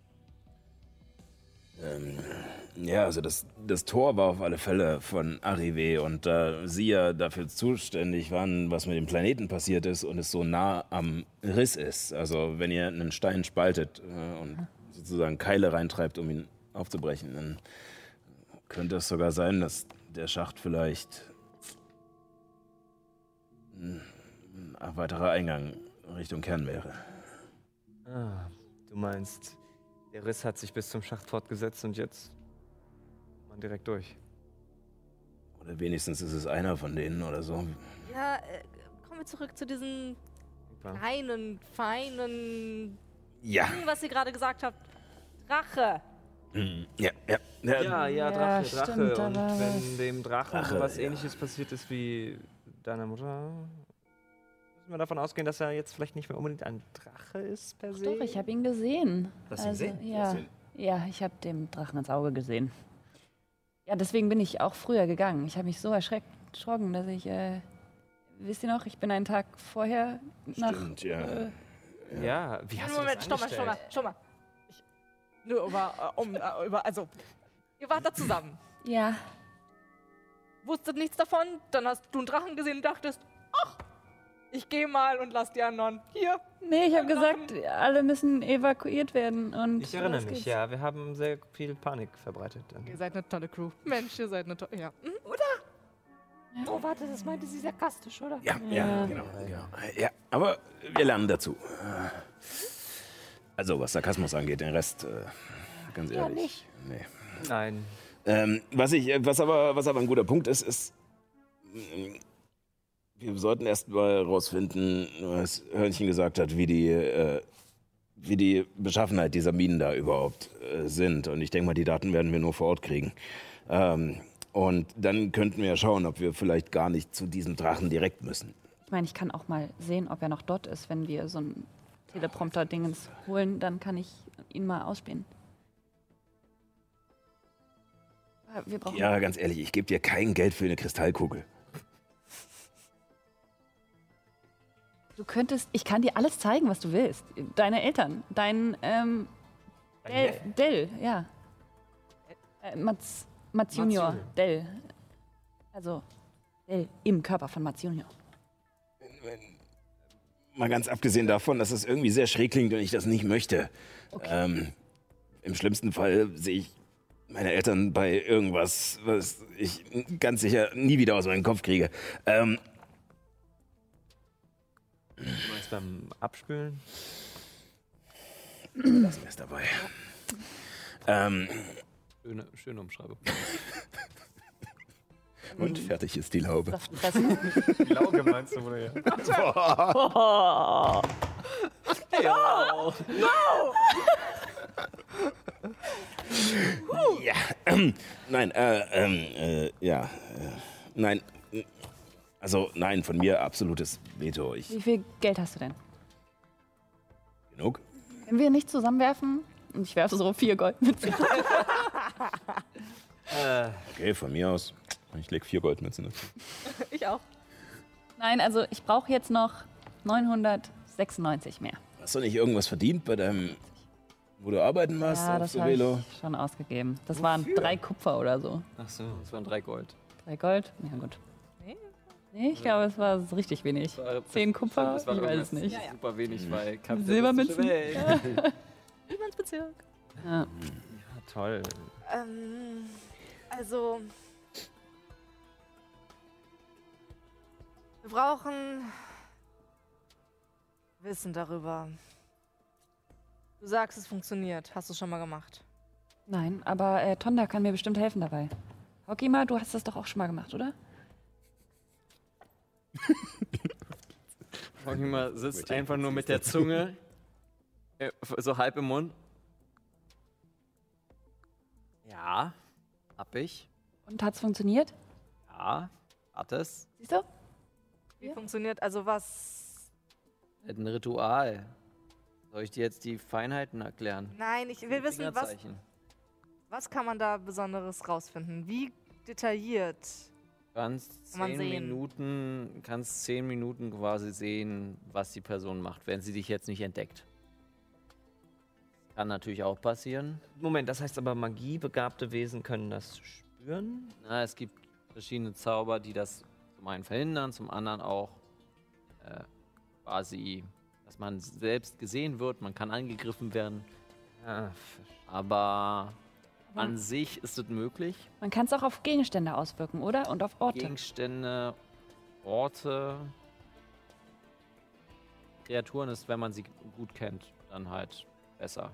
Ähm, ja, also das, das Tor war auf alle Fälle von Arrivé und da sie ja dafür zuständig waren, was mit dem Planeten passiert ist und es so nah am Riss ist. Also wenn ihr einen Stein spaltet äh, und sozusagen Keile reintreibt, um ihn aufzubrechen, dann könnte es sogar sein, dass der Schacht vielleicht ein, ein weiterer Eingang Richtung Kern wäre. Ah, du meinst, der Riss hat sich bis zum Schacht fortgesetzt und jetzt man direkt durch. Oder wenigstens ist es einer von denen oder so. Ja, äh, kommen wir zurück zu diesen Klar. kleinen, feinen Ja. Dingen, was ihr gerade gesagt habt. Drache. Hm, Ja, ja. ja. Ja, ja, Ja, Drache, Drache. stimmt, da und war wenn was. dem Drachen Drache, sowas ja. ähnliches passiert ist wie deiner Mutter, müssen wir davon ausgehen, dass er jetzt vielleicht nicht mehr unbedingt ein Drache ist per se? Doch, ich habe ihn gesehen. Hast du ihn gesehen? Ja, ja, ich habe dem Drachen ins Auge gesehen. Ja, deswegen bin ich auch früher gegangen. Ich habe mich so erschreckt, erschrocken, dass ich, äh, wisst ihr noch, ich bin einen Tag vorher nach... Stimmt, ja. Äh, Ja, wie hast Moment, du stopp das mal, stopp mal, angestellt? stopp mal. Ich, nur über, äh, um, äh, über, also, ihr wart da zusammen. Ich gehe mal und lass die anderen hier. Nee, ich habe gesagt, alle müssen evakuiert werden. Und Ich erinnere los mich, geht's. ja. Wir haben sehr viel Panik verbreitet. Dann. Ihr seid eine tolle Crew. Mensch, ihr seid eine tolle. Ja. Mhm. Oh, warte, das meinte sie sarkastisch, oder? Ja, ja, Ja. genau, genau. Ja, aber wir lernen dazu. Also, was Sarkasmus angeht, den Rest, äh, ganz Ja, ehrlich. nicht. Nee. Nein. Ähm, was, ich, was, aber, was aber ein guter Punkt ist, ist, mm, wir sollten erst mal rausfinden, was Hörnchen gesagt hat, wie die, äh, wie die Beschaffenheit dieser Minen da überhaupt äh, sind. Und ich denke mal, die Daten werden wir nur vor Ort kriegen. Ähm, und dann könnten wir ja schauen, ob wir vielleicht gar nicht zu diesem Drachen direkt müssen. Ich meine, ich kann auch mal sehen, ob er noch dort ist. Wenn wir so ein Teleprompter-Dingens holen, dann kann ich ihn mal ausspielen. Äh, Wir brauchen. Ja, ganz ehrlich, ich gebe dir kein Geld für eine Kristallkugel. Du könntest, ich kann dir alles zeigen, was du willst. Deine Eltern, dein ähm, Dell, Dell, ja. Äh, Mats, Mats Junior, Junior. Dell. Also Dell im Körper von Mats Junior. Mal ganz abgesehen davon, dass es irgendwie sehr schräg klingt und ich das nicht möchte. Ähm, Im schlimmsten Fall sehe ich meine Eltern bei irgendwas, was ich ganz sicher nie wieder aus meinem Kopf kriege. Ähm, Du meinst beim Abspülen? lass mir es dabei. Ähm, Schöne, schöne Umschreibung. und fertig ist die Laube. Saft fressen. Die Lauge meinst du, oder ja? Ja, ähm, nein, äh, ähm, äh, ja, äh, nein, äh, also nein, von mir absolutes Veto. Ich, Wie viel Geld hast du denn? genug? Wenn wir nicht zusammenwerfen, und ich werfe so vier Goldmünzen. Äh, Okay, von mir aus. Ich leg vier Goldmünzen dazu. Ich auch. Nein, also ich brauche jetzt noch neunhundertsechsundneunzig mehr. Hast du nicht irgendwas verdient bei deinem, wo du arbeiten warst? Ja, auf das der habe Velo? ich schon ausgegeben. Das waren drei Kupfer oder so. ach so. Das waren drei Gold. Drei Gold? Ja, gut. Nee? Nee, ich glaube, es war so richtig wenig. Das war- Zehn Kupfer? das war Ich weiß es irgendwas nicht. Super wenig, weil Silbermünzen? Welt. Niemandsbezirk. Ja. Ja, toll. Ähm, also. Wir brauchen Wissen darüber. Du sagst, es funktioniert. Hast du schon mal gemacht? Nein, aber äh, Tonda kann mir bestimmt helfen dabei. Hokima, du hast das doch auch schon mal gemacht, oder? Hokima sitzt einfach nur mit der Zunge äh, so halb im Mund. Ja, hab ich. Und hat's funktioniert? Ja, hat es. Siehst du? Wie funktioniert, also was? Ein Ritual. Soll ich dir jetzt die Feinheiten erklären? Nein, ich will wissen, was, Fingerzeichen. was kann man da Besonderes rausfinden? Wie detailliert? Du kannst Kann man zehn sehen. Minuten, kannst zehn Minuten quasi sehen, was die Person macht, wenn sie dich jetzt nicht entdeckt. Kann natürlich auch passieren. Moment, das heißt aber, magiebegabte Wesen können das spüren? Na, es gibt verschiedene Zauber, die das zum einen verhindern, zum anderen auch äh, quasi, dass man selbst gesehen wird, man kann angegriffen werden, Ja, aber an sich ist es möglich. Man kann es auch auf Gegenstände auswirken, oder? Und auf Orte. Gegenstände, Orte, Kreaturen ist, wenn man sie gut kennt, dann halt besser.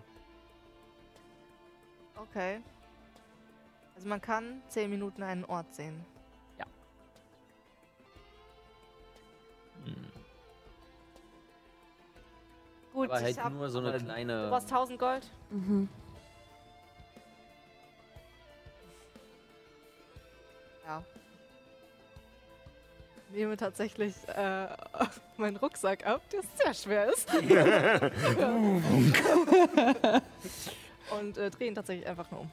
Okay. Also man kann zehn Minuten einen Ort sehen. Hm. Gut, Aber halt ich hab, nur so eine du kleine. brauchst tausend Gold. Mhm. Ja. Ich nehme tatsächlich äh, meinen Rucksack ab, der sehr schwer ist. Und äh, drehe ihn tatsächlich einfach nur um.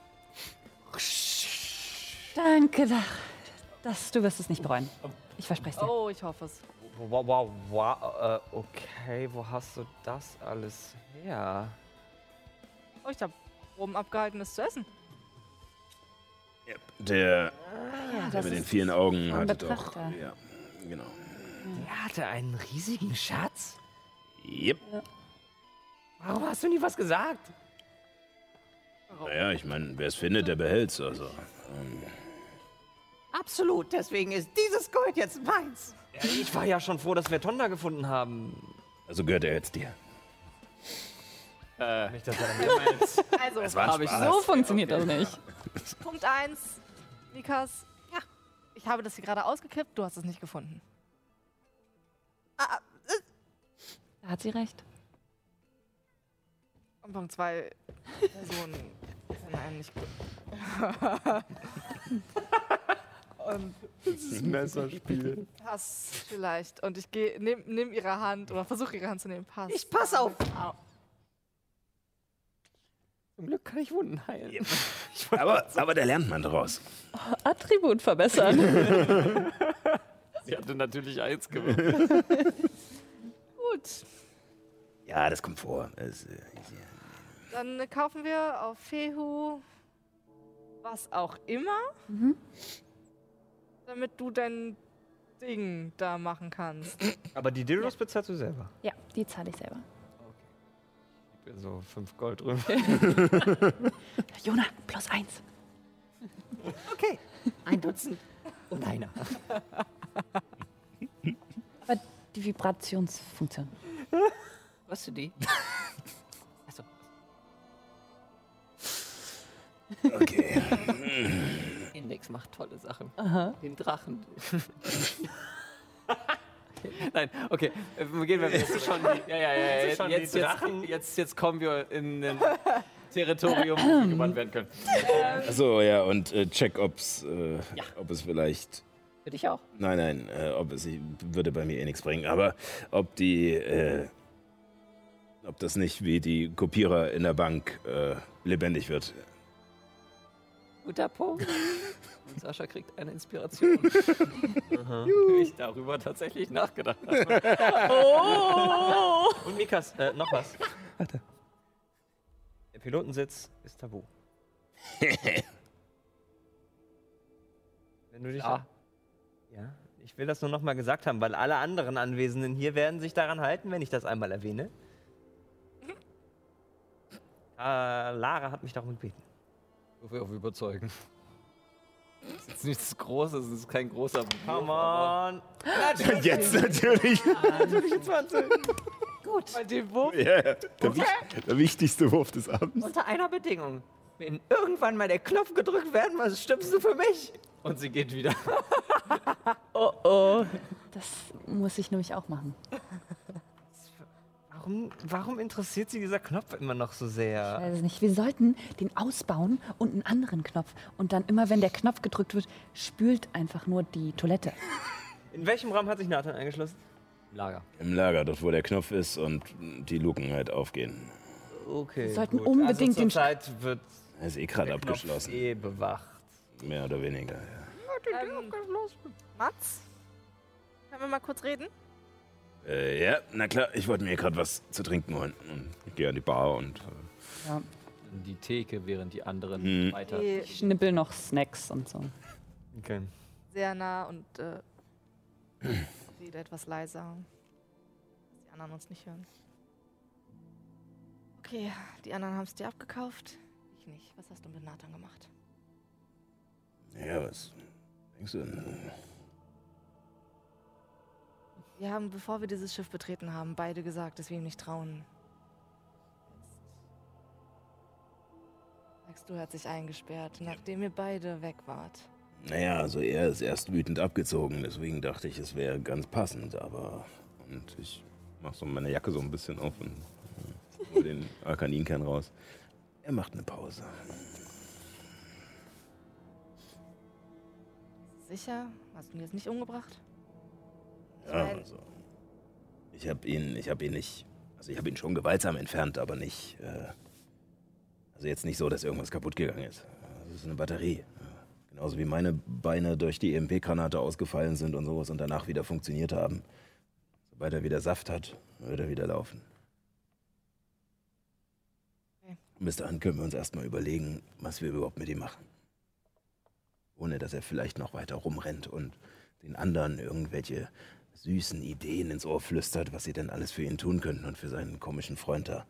Danke, da- das, du wirst es nicht bereuen. Ich verspreche dir. Oh, ich hoffe es. wow, wow, wow. Äh, okay, wo hast du das alles her? Oh, ich habe oben abgehalten, es zu essen. Der, Ja, der das mit den ist vielen Augen ein hatte doch. Betrachter. Ja, genau. Er hatte einen riesigen Schatz? Yep. Warum hast du nie was gesagt? Naja, ich meine, wer es findet, der behält's. Also, ähm, Absolut, deswegen ist dieses Gold jetzt meins. Ja, ich war ja schon froh, dass wir Tonda gefunden haben. also gehört er jetzt dir. Äh, Nicht, dass er dann meint. Also, Es war ein Hab ich Spaß. So funktioniert das nicht. Punkt eins. Mikas. Ja. Ich habe das hier gerade ausgekippt, du hast es nicht gefunden. Ah, Da hat sie recht. Und Punkt zwei. Personen können einem nicht gut. Und Das Messerspiel. Pass vielleicht. Und ich gehe, nimm, nimm ihre Hand oder versuche ihre Hand zu nehmen. Pass. ich pass auf. Au. Zum Glück kann ich Wunden heilen. Aber, aber da lernt man draus. Attribut verbessern. sie hatte natürlich eins gewonnen. Gut. Ja, das kommt vor. Es, äh, Dann äh, kaufen wir auf Fehu was auch immer, Mhm. damit du dein Ding da machen kannst. Aber die Dildos bezahlst du selber. Ja, die zahle ich selber. Ich bin so fünf Gold drüber. Jona, plus eins. Okay, ein Dutzend und einer. Aber die Vibrationsfunktion. Was du die? Achso. okay. Index macht tolle Sachen. Aha. Den Drachen. Nein, okay. äh, Gehen wir jetzt schon die, ja, ja, ja, Jetzt jetzt, schon jetzt, die jetzt, Drachen. jetzt, jetzt kommen wir in ein Territorium, wo wir gebannt werden können. Achso, ja, und äh, check, ob's, äh, ob es vielleicht. Für dich auch. Nein, nein, äh, ob es würde bei mir eh nichts bringen, aber ob die, äh, ob das nicht wie die Kopierer in der Bank äh, lebendig wird. Guter Punkt. Und Sascha kriegt eine Inspiration. Wie ich darüber tatsächlich nachgedacht habe. Oh! Und Mikas, äh, noch was. Warte. Der Pilotensitz ist tabu. Wenn du dich Ja. Ja, ich will das nur noch mal gesagt haben, weil alle anderen Anwesenden hier werden sich daran halten, wenn ich das einmal erwähne. Äh, Lara hat mich darum gebeten. So viel auf überzeugen. Das ist jetzt nichts Großes, es ist kein großer Come on! Jetzt natürlich. Natürliche zwanzig! Gut, Bei dem Wurf. Ja, der, wich- der wichtigste Wurf des Abends. unter einer Bedingung. Wenn irgendwann mal der Knopf gedrückt werden muss, stimmst du für mich. Und sie geht wieder. Oh oh. Das muss ich nämlich auch machen. Warum, warum interessiert sie dieser Knopf immer noch so Ich sehr? weiß es nicht. Wir sollten den ausbauen und einen anderen Knopf. Und dann immer, wenn der Knopf gedrückt wird, spült einfach nur die Toilette. In welchem Raum hat sich Nathan eingeschlossen? Lager. Im Lager, dort wo der Knopf ist und die Luken halt aufgehen. Okay. Wir sollten gut. unbedingt also den zur Zeit wird Er ist eh gerade der Knopf abgeschlossen. eh bewacht. Mehr oder weniger, ja. Ähm, Mats? Können wir mal kurz reden? Äh, ja, na klar, ich wollte mir gerade was zu trinken holen. Und ich gehe an die Bar und. Äh, Ja. In die Theke, während die anderen Hm. weiter. Die Ich schnippel noch Snacks und so. Okay. sehr nah und äh, rede etwas leiser, dass die anderen uns nicht hören. Okay, die anderen haben es dir abgekauft. Ich nicht. Was hast du mit Nathan gemacht? ja, was denkst du denn? Wir haben, bevor wir dieses Schiff betreten haben, beide gesagt, dass wir ihm nicht trauen. Jetzt sagst du, er hat sich eingesperrt, nachdem ihr beide weg wart. Naja, also er ist erst wütend abgezogen, deswegen dachte ich, es wäre ganz passend, aber. Und ich mach so meine Jacke so ein bisschen auf und äh, hol den Arkaninkern raus. Er macht eine Pause. Sicher? Hast du ihn jetzt nicht umgebracht? Ja, Weil- also. Ich habe ihn, ich habe ihn nicht. Also ich habe ihn schon gewaltsam entfernt, aber nicht. Äh, also jetzt nicht so, dass irgendwas kaputt gegangen ist. Das ist eine Batterie. Genauso wie meine Beine durch die E M P-Granate ausgefallen sind und sowas und danach wieder funktioniert haben. Sobald er wieder Saft hat, wird er wieder laufen. Okay. Und bis dahin können wir uns erstmal überlegen, was wir überhaupt mit ihm machen. Ohne dass er vielleicht noch weiter rumrennt und den anderen irgendwelche süßen Ideen ins Ohr flüstert, was sie denn alles für ihn tun könnten und für seinen komischen Freund da.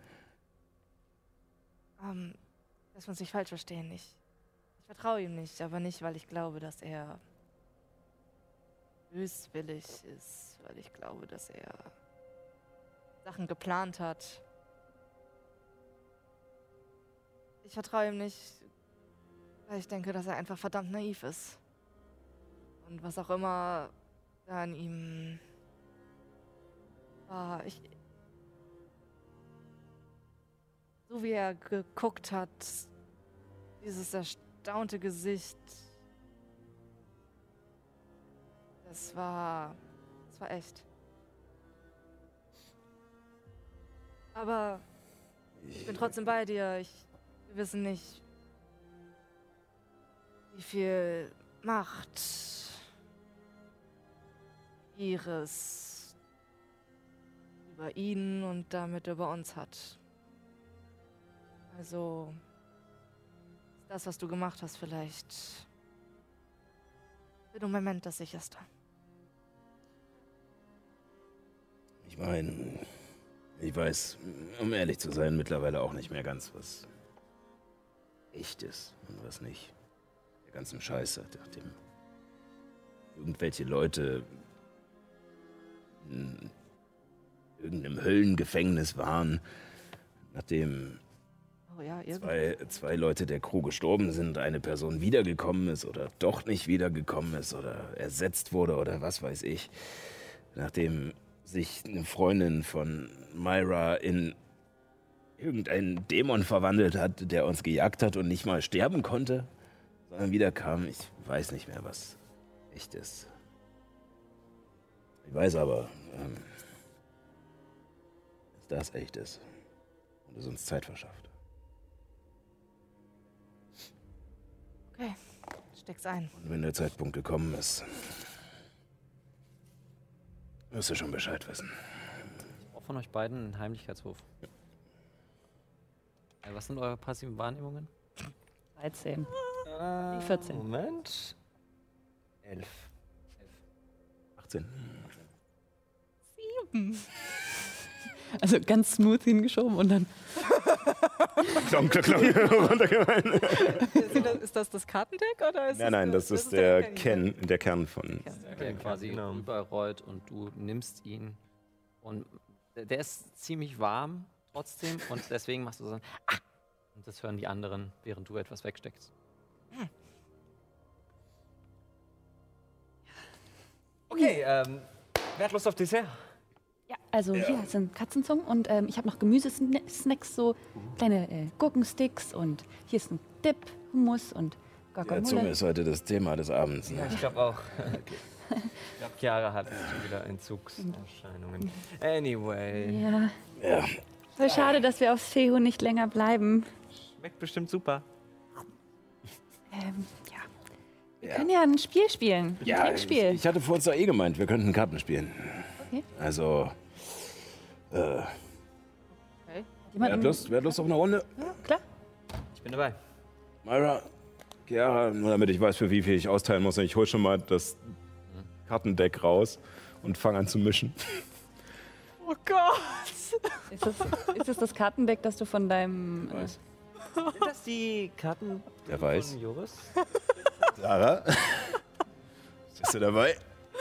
Ähm, dass wir uns nicht falsch verstehen. Ich, ich vertraue ihm nicht, aber nicht, weil ich glaube, dass er böswillig ist, weil ich glaube, dass er Sachen geplant hat. Ich vertraue ihm nicht, weil ich denke, dass er einfach verdammt naiv ist. Und was auch immer da an ihm war, ich... So wie er geguckt hat, dieses erstaunte Gesicht, das war, das war echt. Aber ich bin trotzdem bei dir. Ich, wir wissen nicht, wie viel Macht Iris über ihn und damit über uns hat. Also, ist das, was du gemacht hast, vielleicht für den Moment das sicherste. Ich meine, ich weiß, um ehrlich zu sein, mittlerweile auch nicht mehr ganz, was echt ist und was nicht. Der ganzen Scheiße, nachdem irgendwelche Leute in irgendeinem Höllengefängnis waren, nachdem Oh ja, zwei, zwei Leute der Crew gestorben sind, eine Person wiedergekommen ist oder doch nicht wiedergekommen ist oder ersetzt wurde oder was weiß ich. Nachdem sich eine Freundin von Myra in irgendeinen Dämon verwandelt hat, der uns gejagt hat und nicht mal sterben konnte, sondern wieder kam. Ich weiß nicht mehr, was echt ist. Ich weiß aber, ähm, dass das echt ist und es uns Zeit verschafft. Okay, steck's ein. Und wenn der Zeitpunkt gekommen ist, wirst du schon Bescheid wissen. Ich brauche von euch beiden einen Heimlichkeitswurf. Ja, was sind eure passiven Wahrnehmungen? dreizehn. Äh, vierzehn. Moment. elf. achtzehn. Also ganz smooth hingeschoben und dann. Klong, klong, klong, runtergefallen. Ist das, ist das das Kartendeck oder ist Nein, nein, das ist der Kern, der Kern von... Der quasi genau. überrollt und du nimmst ihn. Und der der ist ziemlich warm trotzdem und deswegen machst du so ein Ah! Und das hören die anderen, während du etwas wegsteckst. Okay, ähm, wer hat Lust auf Dessert? Ja, also hier sind Katzenzungen und ähm, ich habe noch Gemüsesnacks, so kleine äh, Gurkensticks und hier ist ein Dip, Hummus und Der Zunge Guacamole. ist heute das Thema des Abends. Ja, Ne? ich glaube auch. Ich glaube, Chiara hat schon wieder Entzugserscheinungen. Anyway, Ja, Ja, voll schade, dass wir aufs Fehu nicht länger bleiben. schmeckt bestimmt super. Ähm, ja. Wir Ja. können ja ein Spiel spielen. Ein ja ich, Trinkspiel. ich hatte vor uns doch eh gemeint, wir könnten Karten spielen. Okay. Also, äh, wer Jemand hat, im- Lust, wer hat Lust auf eine Runde? Ja, klar. Ich bin dabei. Myra, Chiara, nur damit ich weiß, für wie viel ich austeilen muss. Ich hol schon mal das Kartendeck raus und fange an zu mischen. Oh Gott! Ist das, ist das das Kartendeck, das du von deinem... Äh, Weiß. Sind das die Karten Wer weiß. von Joris? Sarah? Bist du dabei?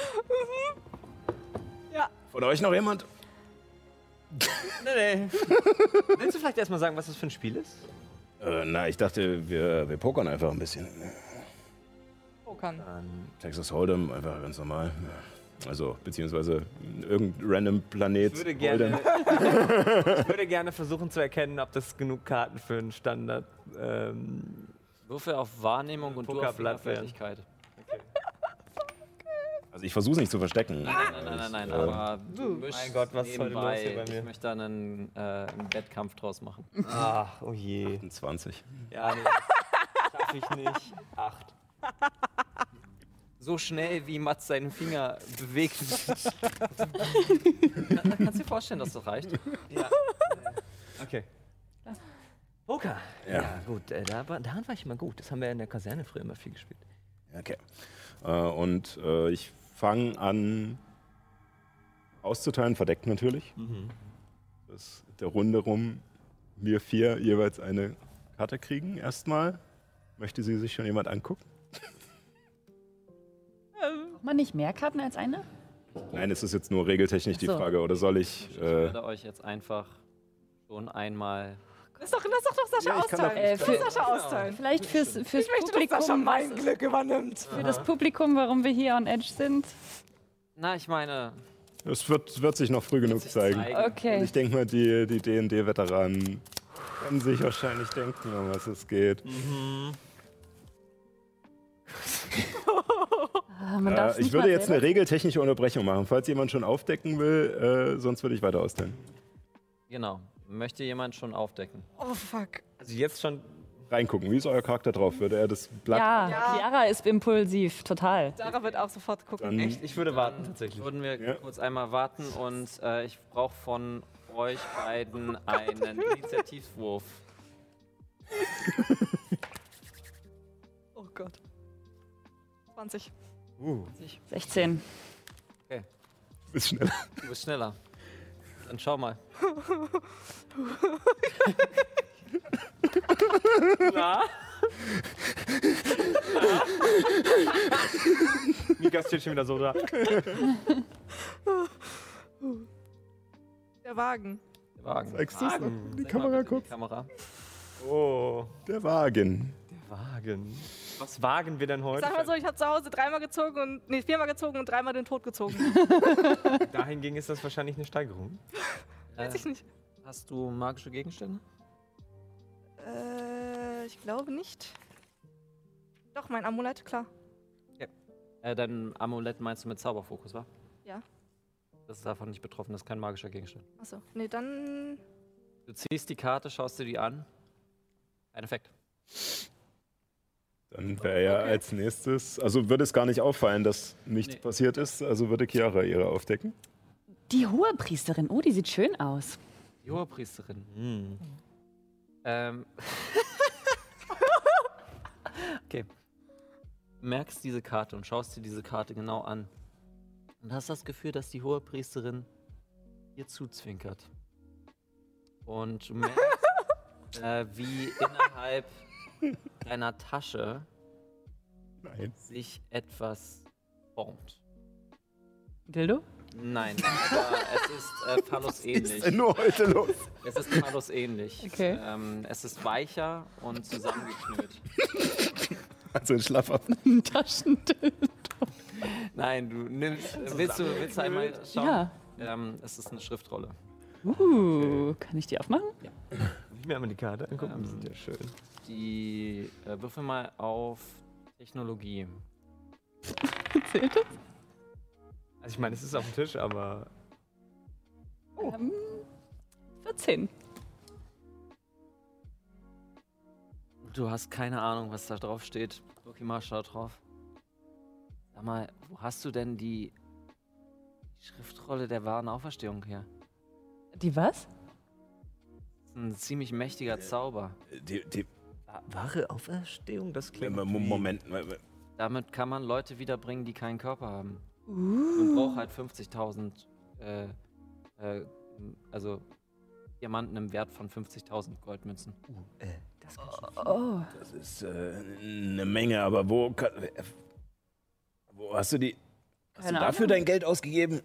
Ja. Von euch noch jemand? Nee, nee. Willst du vielleicht erstmal sagen, was das für ein Spiel ist? Äh, na, ich dachte, wir, wir pokern einfach ein bisschen. Pokern. Dann Texas Hold'em, einfach ganz normal. Also, beziehungsweise irgendein random Planet. Ich würde gerne, ich würde gerne versuchen zu erkennen, ob das genug Karten für einen Standard. Ähm, Würfel auf Wahrnehmung und du auf Pokerblatt Fingerfertigkeit. Also, ich versuche es nicht zu verstecken. Nein, nein, nein, nein, Äh, aber du mischst mein Gott, was ist heute nebenbei. los hier bei mir? Ich möchte da einen, äh, einen Wettkampf draus machen. ach, oh je. achtundzwanzig. Ja, nee. Schaff ich nicht. Acht. So schnell, wie Mats seinen Finger bewegt. Kannst du dir vorstellen, dass das reicht? Ja. Okay. Poker. Ja. Ja, gut. Äh, da war, daran war ich immer gut. Das haben wir in der Kaserne früher immer viel gespielt. Okay. Äh, und äh, ich fange an auszuteilen, verdeckt natürlich. Mhm. Dass der Runde rum wir vier jeweils eine Karte kriegen erstmal. Möchte sie sich schon jemand angucken? Braucht man nicht mehr Karten als eine? Nein, es ist jetzt nur regeltechnisch die Ach so. Frage. Oder soll ich... Ich Äh, würde euch jetzt einfach schon einmal. Lass doch, lass doch, doch Sascha Ja, ich kann austeilen. doch- Lass Äh, Sascha austeilen. Vielleicht fürs, fürs Ich möchte, dass Publikum. Sascha mein was- Glück übernimmt. Für das Publikum, warum wir hier on Edge sind. Na, ich meine. es wird, wird sich noch früh genug sich zeigen. zeigen. Und Okay. ich denke mal, die, die D und D-Veteranen können sich wahrscheinlich denken, um was es geht. Ah, man darf's Äh, ich nicht würde mal jetzt eine selber- regeltechnische Unterbrechung machen, falls jemand schon aufdecken will, äh, sonst würde ich weiter austeilen. Genau. Möchte jemand schon aufdecken? Oh, fuck. Also jetzt schon. Reingucken, wie ist euer Charakter drauf? Würde er das Blatt... Ja, Ja. Chiara ist impulsiv, total. Sarah wird auch sofort gucken. Dann- Echt? Ich würde warten tatsächlich. Würden wir Ja. kurz einmal warten und äh, ich brauche von euch beiden einen Initiativwurf. Oh Gott. zwanzig. Uh, sechzehn. ist schneller. Du bist schneller. Dann schau mal. Na? Mika steht schon wieder so da. Der Wagen. Der Wagen. Zeigst du's noch? Wagen. Die Zeig Kamera mal bitte kurz. Die Kamera. Oh, Der Wagen. der Wagen. Was wagen wir denn heute? Sag mal so, ich habe zu Hause dreimal gezogen und. Nee, viermal gezogen und dreimal den Tod gezogen. Dahingegen ist das wahrscheinlich eine Steigerung. Weiß Äh, ich nicht. hast du magische Gegenstände? Äh, ich glaube nicht. Doch, mein Amulett, klar. Äh, dein Amulett meinst du mit Zauberfokus, wa? Ja. Das ist davon nicht betroffen, das ist kein magischer Gegenstand. Achso. Nee, dann. Du ziehst die Karte, schaust dir die an. Ein Effekt. Dann wäre ja als nächstes... Also würde es gar nicht auffallen, dass nichts Nee. passiert ist. Also würde Chiara ihre aufdecken. Die Hohepriesterin, oh, die sieht schön aus. Die Hohepriesterin. Hm. Ähm. Okay. Du merkst diese Karte und schaust dir diese Karte genau an. Und hast das Gefühl, dass die Hohepriesterin dir zuzwinkert. Und du merkst, äh, wie innerhalb deiner Tasche Nein. sich etwas formt. Dildo? Nein, aber es ist äh, Phallus Was ist ähnlich. denn nur heute los? Es ist Phallus ähnlich. Okay. Ähm, es ist weicher und zusammengeknüllt. Also ein Schlaffer. Ein Taschendildo. Nein, du nimmst. Willst du, willst du einmal schauen? Ja. Ähm, es ist eine Schriftrolle. Uh, kann ich die aufmachen? Ich mir einmal die Karte angucken, die sind ja schön. Die äh, würfel mal auf Technologie. Zählt das? Also ich meine, es ist auf dem Tisch, aber Ähm, vierzehn. Du hast keine Ahnung, was da drauf steht. Dokimar schaut drauf. Sag mal, wo hast du denn die Schriftrolle der wahren Auferstehung her? Die was? Das ist ein ziemlich mächtiger Zauber. Die, die, wahre Auferstehung, das klingt Mo- wie- Moment. Damit kann man Leute wiederbringen, die keinen Körper haben. Uh. Man braucht halt fünfzigtausend, äh, äh, also Diamanten im Wert von fünfzigtausend Goldmünzen. Äh, das kann ich nicht. Oh. Das ist äh, eine Menge, aber wo, kann, wo hast du die... Hast Keine du dafür Ahnung. dein Geld ausgegeben?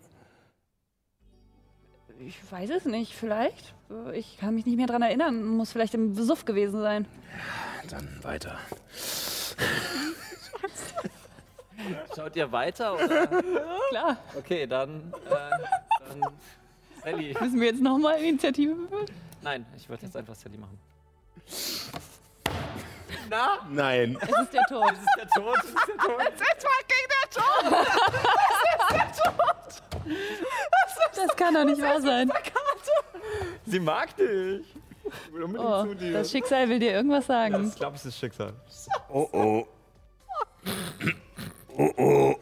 Ich weiß es nicht, vielleicht. Ich kann mich nicht mehr dran erinnern. Muss vielleicht im Besuff gewesen sein. Dann weiter. Schaut ihr weiter oder? Klar. Okay, dann, äh, dann Sally. Müssen wir jetzt nochmal Initiative würfeln? Nein, ich würde jetzt einfach Sally machen. Nein. Es ist der Tod. Der Tod, das ist der Tod. Das kann doch nicht wahr sein. Sie mag dich. Ich will unbedingt Oh, zu dir. das Schicksal will dir irgendwas sagen. Ich glaube, es ist Schicksal. Oh oh. Oh oh.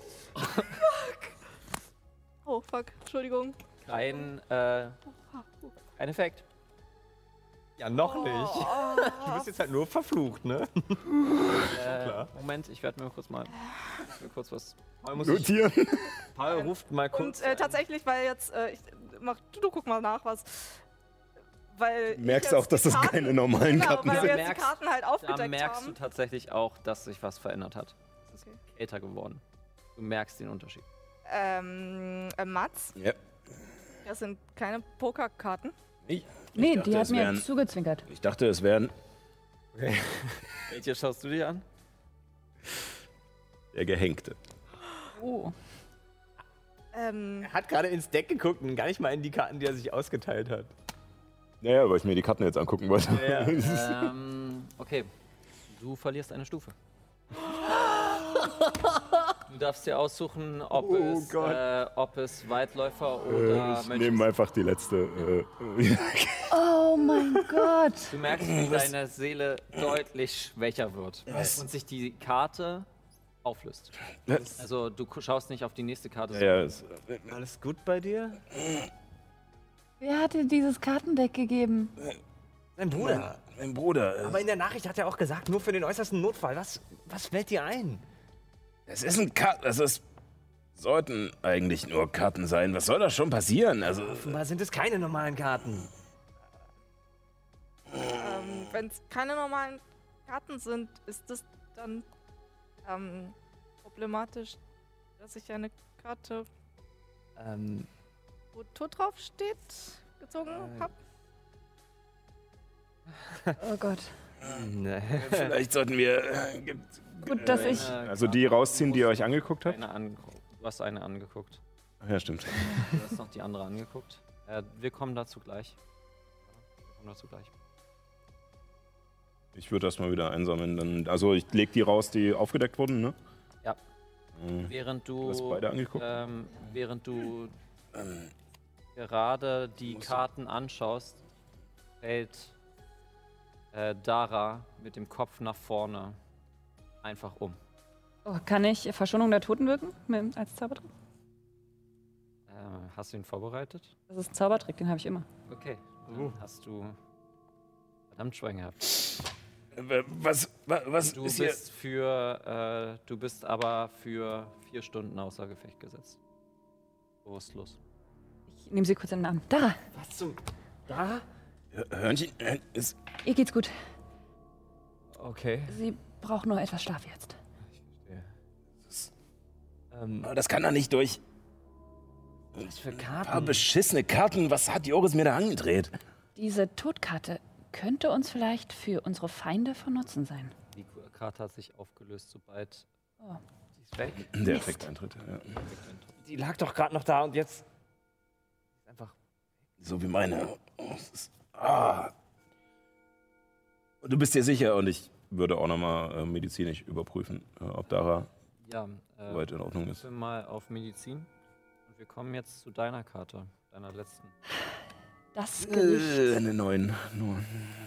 Oh, fuck. Entschuldigung. Kein, äh, ein Effekt. Ja, noch nicht. Du bist jetzt halt nur verflucht, ne? Äh, Moment, ich werde mir kurz mal mir kurz was. Paul, muss ich, Notieren. Paul ruft mal kurz. Und äh, tatsächlich, weil jetzt, äh, ich, mach, du, du guck mal nach, was. Weil Du merkst ich jetzt auch, dass die das Karten- keine normalen Genau, Karten weil sind. wir sind. jetzt die Merkst- Karten halt Da aufgedeckt merkst du haben. tatsächlich auch, dass sich was verändert hat. Es ist Okay. älter geworden. Du merkst den Unterschied. Ähm, äh, Mats, Ja. das sind keine Pokerkarten. Ich, Nee, dachte, die hat es mir wären- zugezwinkert. ich dachte, es wären Welche schaust du dir an? der Gehängte. Oh. Ähm, Er hat gerade ins Deck geguckt und gar nicht mal in die Karten, die er sich ausgeteilt hat. Naja, weil ich mir die Karten jetzt angucken wollte. ähm, okay. Du verlierst eine Stufe. Du darfst dir aussuchen, ob, Oh es, Gott. äh, ob es Weitläufer Äh, oder ich Mönche nehme sind. einfach die letzte. Äh, Oh mein Gott. Du merkst, wie deine Seele deutlich schwächer wird und sich die Karte auflöst. Also du ku- schaust nicht auf die nächste Karte. ja, ja, es, Alles gut bei dir? Wer hat dir dieses Kartendeck gegeben? Sein Bruder. mein Bruder. Aber in der Nachricht hat er auch gesagt, nur für den äußersten Notfall. Was, was fällt dir ein? Es ist ein Karten. Das ist. Sollten eigentlich nur Karten sein. Was soll da schon passieren? Also. Offenbar sind es keine normalen Karten. ähm, wenn es keine normalen Karten sind, ist das dann ähm, problematisch, dass ich eine Karte, Ähm, wo Tod drauf steht, gezogen Äh, habe? Oh Gott. ne. Vielleicht sollten wir. Äh, gibt- Gut, dass ich. Also die rausziehen, die ihr euch angeguckt habt? Eine ange du hast eine angeguckt. Ach ja, stimmt. Du hast noch die andere angeguckt. Äh, wir kommen dazu gleich. Wir kommen dazu gleich. Ich würde das mal wieder einsammeln. Dann, also ich leg die raus, die aufgedeckt wurden, ne? Ja. Äh, Während Du hast du, beide angeguckt? ähm, während du Ähm, gerade die Muss- Karten anschaust, fällt äh, Dara mit dem Kopf nach vorne einfach um. Oh, kann ich Verschonung der Toten wirken mit, als Zaubertrick? Äh, hast du ihn vorbereitet? Das ist ein Zaubertrick, den habe ich immer. Okay. Dann hast du verdammt schwer gehabt. äh, was was, was Du ist hier? bist für, äh, du bist aber für vier Stunden außer Gefecht gesetzt. Bewusstlos. Ich nehme sie kurz in den Arm. Dara, Was zum... Da? Hörnchen? Äh, Ist, ihr geht's gut. Okay. Sie braucht nur etwas Schlaf jetzt. Ähm, aber das kann doch nicht durch. was für Ein paar Karten? beschissene Karten. Was hat Joris mir da angedreht? Diese Todkarte könnte uns vielleicht für unsere Feinde von Nutzen sein. Die Karte hat sich aufgelöst, sobald Oh. die ist weg. Der Mist. Effekt eintritt. Ja. Die lag doch gerade noch da und jetzt... Ist einfach... So wie meine. Oh, es ist, ah. Du bist dir sicher und ich würde auch nochmal äh, medizinisch überprüfen, äh, ob Dara Ja, äh, soweit in Ordnung ist. würfel mal auf Medizin. Und wir kommen jetzt zu deiner Karte, deiner letzten. Das Äh, Gericht. eine neun. Nur.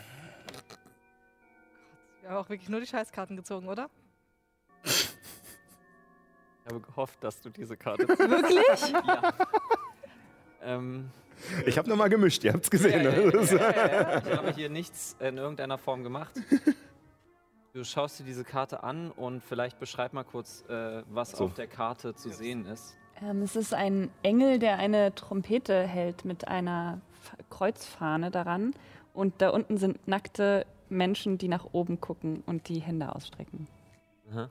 Wir haben auch wirklich nur die Scheißkarten gezogen, oder? Ich habe gehofft, dass du diese Karte Wirklich? Ja. ähm, Ich habe nochmal gemischt, ihr habt's gesehen. ja, ne? ja, Das- ja, ja, ja. Ich habe hier nichts in irgendeiner Form gemacht. Du schaust dir diese Karte an und vielleicht beschreib mal kurz, äh, was So. auf der Karte zu sehen ist. Ähm, es ist ein Engel, der eine Trompete hält mit einer F- Kreuzfahne daran. Und da unten sind nackte Menschen, die nach oben gucken und die Hände ausstrecken. Aha.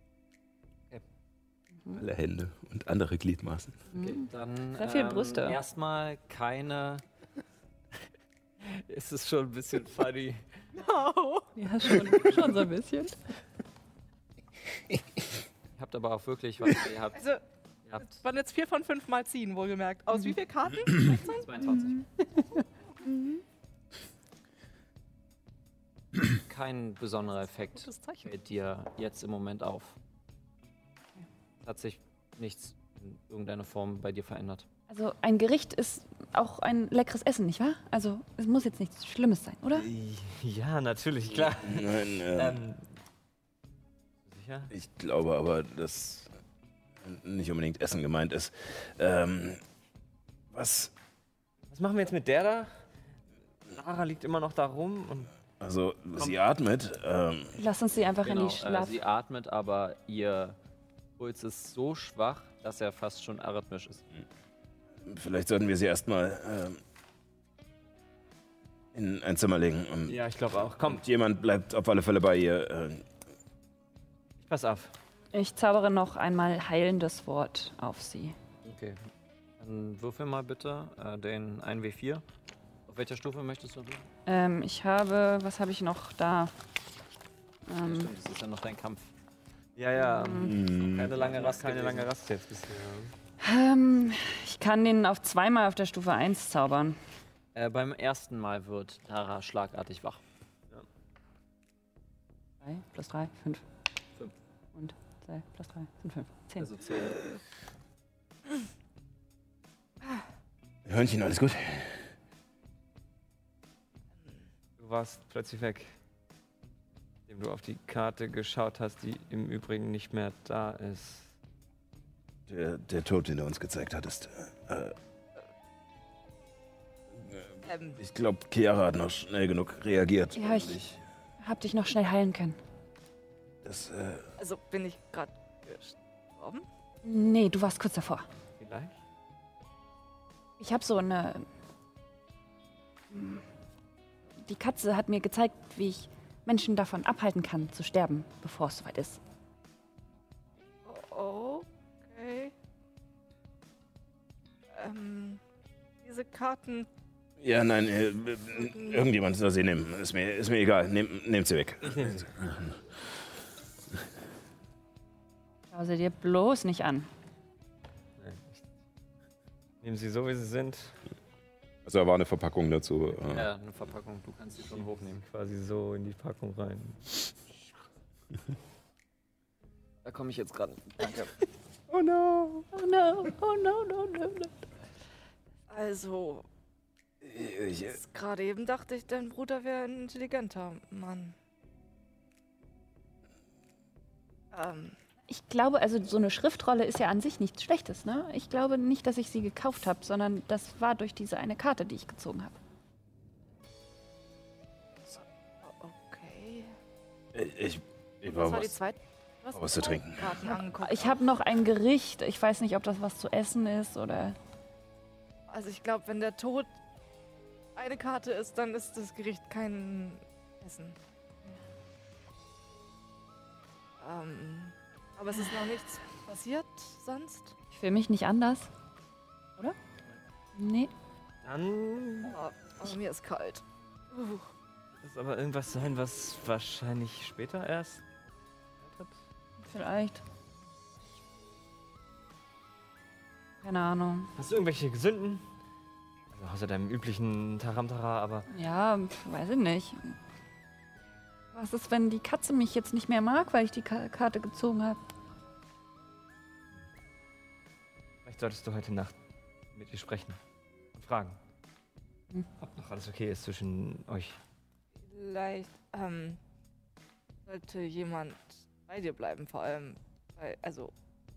Alle Hände und andere Gliedmaßen. Okay, dann Sehr viel ähm, Brüste. erstmal keine. Es ist schon ein bisschen funny. No. Ja, schon, schon so ein bisschen. Ihr habt aber auch wirklich was. Ihr habt, Also, ihr habt es waren jetzt vier von fünf Mal ziehen, wohlgemerkt. Aus wie vielen Karten? zweiundzwanzig. Kein besonderer Effekt Gutes Zeichen. fällt dir jetzt im Moment auf. Es hat sich nichts in irgendeiner Form bei dir verändert. Also ein Gericht ist auch ein leckeres Essen, nicht wahr? Also es muss jetzt nichts Schlimmes sein, oder? Ja, natürlich, klar. Nein, äh, Ähm, Sicher? ich glaube aber, dass nicht unbedingt Essen gemeint ist. Ähm, was? was machen wir jetzt mit der da? Tara liegt immer noch da rum und... Also, sie atmet. Ähm, Lass uns sie einfach Genau, in die äh, Schlaf... sie atmet, aber ihr Puls ist so schwach, dass er fast schon arrhythmisch ist. vielleicht sollten wir sie erstmal ähm, in ein Zimmer legen. Und, Ja, ich glaube auch. Komm, und jemand bleibt auf alle Fälle bei ihr. Äh, ich pass auf. Ich zaubere noch einmal heilendes Wort auf sie. Okay. Dann würfel mal bitte äh, den eins W vier. Auf welcher Stufe möchtest du? Ähm, ich habe... Was habe ich noch da? Ähm, Stimmt, das ist ja noch dein Kampf. Ja, ja. Keine lange Rast. Keine gewesen. lange Rast jetzt bisher. ähm, ich kann den auf zweimal auf der Stufe eins zaubern. Äh, beim ersten Mal wird Tara schlagartig wach. drei plus drei, fünf. Fünf. Und zwei plus drei sind fünf. zehn. Also zehn. Hörnchen, alles gut? Du warst plötzlich weg. Indem du auf die Karte geschaut hast, die im Übrigen nicht mehr da ist. Der, der Tod, den du uns gezeigt hattest. Äh, Ähm, ich glaube, Chiara hat noch schnell genug reagiert. Ja, ich- Ich, Hab dich noch schnell heilen können. das, äh, also bin ich gerade gestorben? Nee, du warst kurz davor. Vielleicht? Ich habe so eine... Die Katze hat mir gezeigt, wie ich Menschen davon abhalten kann, zu sterben, bevor es soweit ist. Oh, okay. Ähm, diese Karten. ja, nein, äh, äh, irgendjemand soll sie nehmen. Ist mir, ist mir egal. Nehm, nehmt sie weg. Schau sie dir bloß nicht an. Nein. Ich nehme sie so, wie sie sind. Also, da war eine Verpackung dazu. äh. Ja, eine Verpackung. Du kannst sie schon hochnehmen. Quasi so in die Packung rein. Da komme ich jetzt gerade. Danke. Oh no, oh no, oh no, no, no, no. Also, Ich, äh, gerade eben dachte ich, dein Bruder wäre ein intelligenter Mann. Ähm, Ich glaube, also so eine Schriftrolle ist ja an sich nichts Schlechtes, ne? Ich glaube nicht, dass ich sie gekauft habe, sondern das war durch diese eine Karte, die ich gezogen habe. okay. ich, ich Was war war die was. zweite? Du hast was die zu trinken. Karten angeguckt. Ich habe noch ein Gericht. Ich weiß nicht, ob das was zu essen ist oder... Also ich glaube, wenn der Tod eine Karte ist, dann ist das Gericht kein Essen. Ähm, aber es ist noch nichts passiert sonst. Ich fühle mich nicht anders. Oder? Nee. Dann Oh, aber mir ist kalt. Uh. muss es aber irgendwas sein, was wahrscheinlich später erst hat. Vielleicht. Keine Ahnung. Hast du irgendwelche Sünden? Also außer deinem üblichen Taramtara, aber Ja, pf, weiß ich nicht. Was ist, wenn die Katze mich jetzt nicht mehr mag, weil ich die Ka Karte gezogen habe? vielleicht solltest du heute Nacht mit ihr sprechen und fragen, Hm. ob noch alles okay ist zwischen euch. Vielleicht ähm, sollte jemand bei dir bleiben, vor allem, weil, also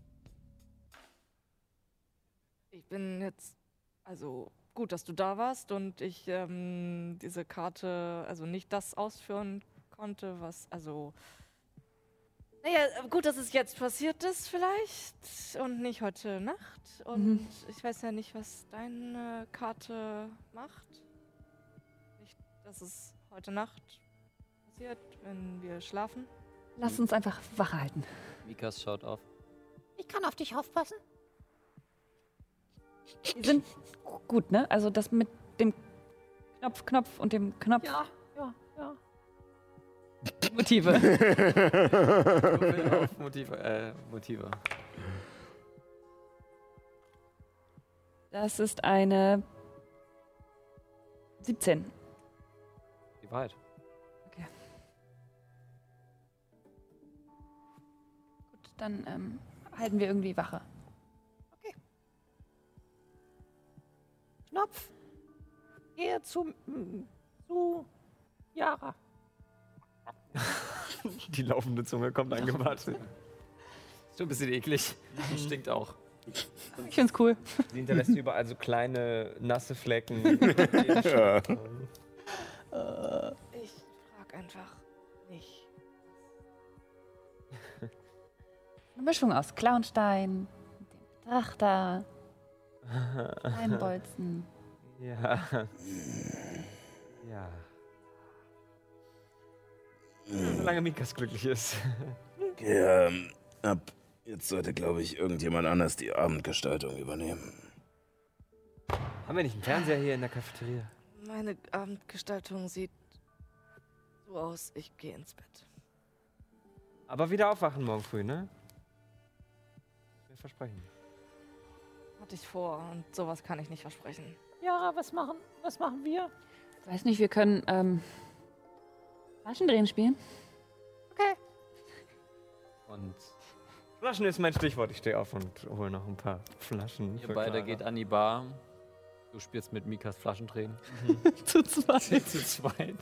ich bin jetzt, also gut, dass du da warst und ich ähm, diese Karte, also nicht das ausführen konnte, was, also naja, gut, dass es jetzt passiert ist vielleicht und nicht heute Nacht und Mhm. ich weiß ja nicht, was deine Karte macht. Nicht, dass es heute Nacht passiert, wenn wir schlafen. Lass uns einfach Wache halten. Mikas schaut auf. Ich kann auf dich aufpassen. Die sind gut, ne? Also das mit dem Knopf, Knopf und dem Knopf. Ja, ja, ja. Motive. Würfel auf Motive. Äh, Motive. Das ist eine siebzehn. Die Wahrheit. Gut, dann ähm, halten wir irgendwie Wache. Knopf. Gehe zu, mm, zu Yara. Die laufende Zunge kommt angewartet. Ist schon ein bisschen eklig. Stinkt auch. Ich find's cool. Sie hinterlässt überall so kleine, nasse Flecken. Ja. Ich frag einfach nicht. Eine Mischung aus Clownstein, dem Betrachter, Steinbolzen. Ja. Ja. Solange Mikas glücklich ist. Okay, ähm, ab jetzt sollte, glaube ich, irgendjemand anders die Abendgestaltung übernehmen. Haben wir nicht einen Fernseher hier in der Cafeteria? Meine Abendgestaltung sieht so aus, ich gehe ins Bett. Aber wieder aufwachen morgen früh, ne? Wir versprechen. Hatte ich vor und sowas kann ich nicht versprechen. Yara, was machen, was machen wir? Weiß nicht, wir können ähm, Flaschendrehen spielen. Okay. Und Flaschen ist mein Stichwort. Ich stehe auf und hole noch ein paar Flaschen. Ihr für beide Clara. geht an die Bar. Du spielst mit Mikas Flaschendrehen. Zu zweit. Zu zweit.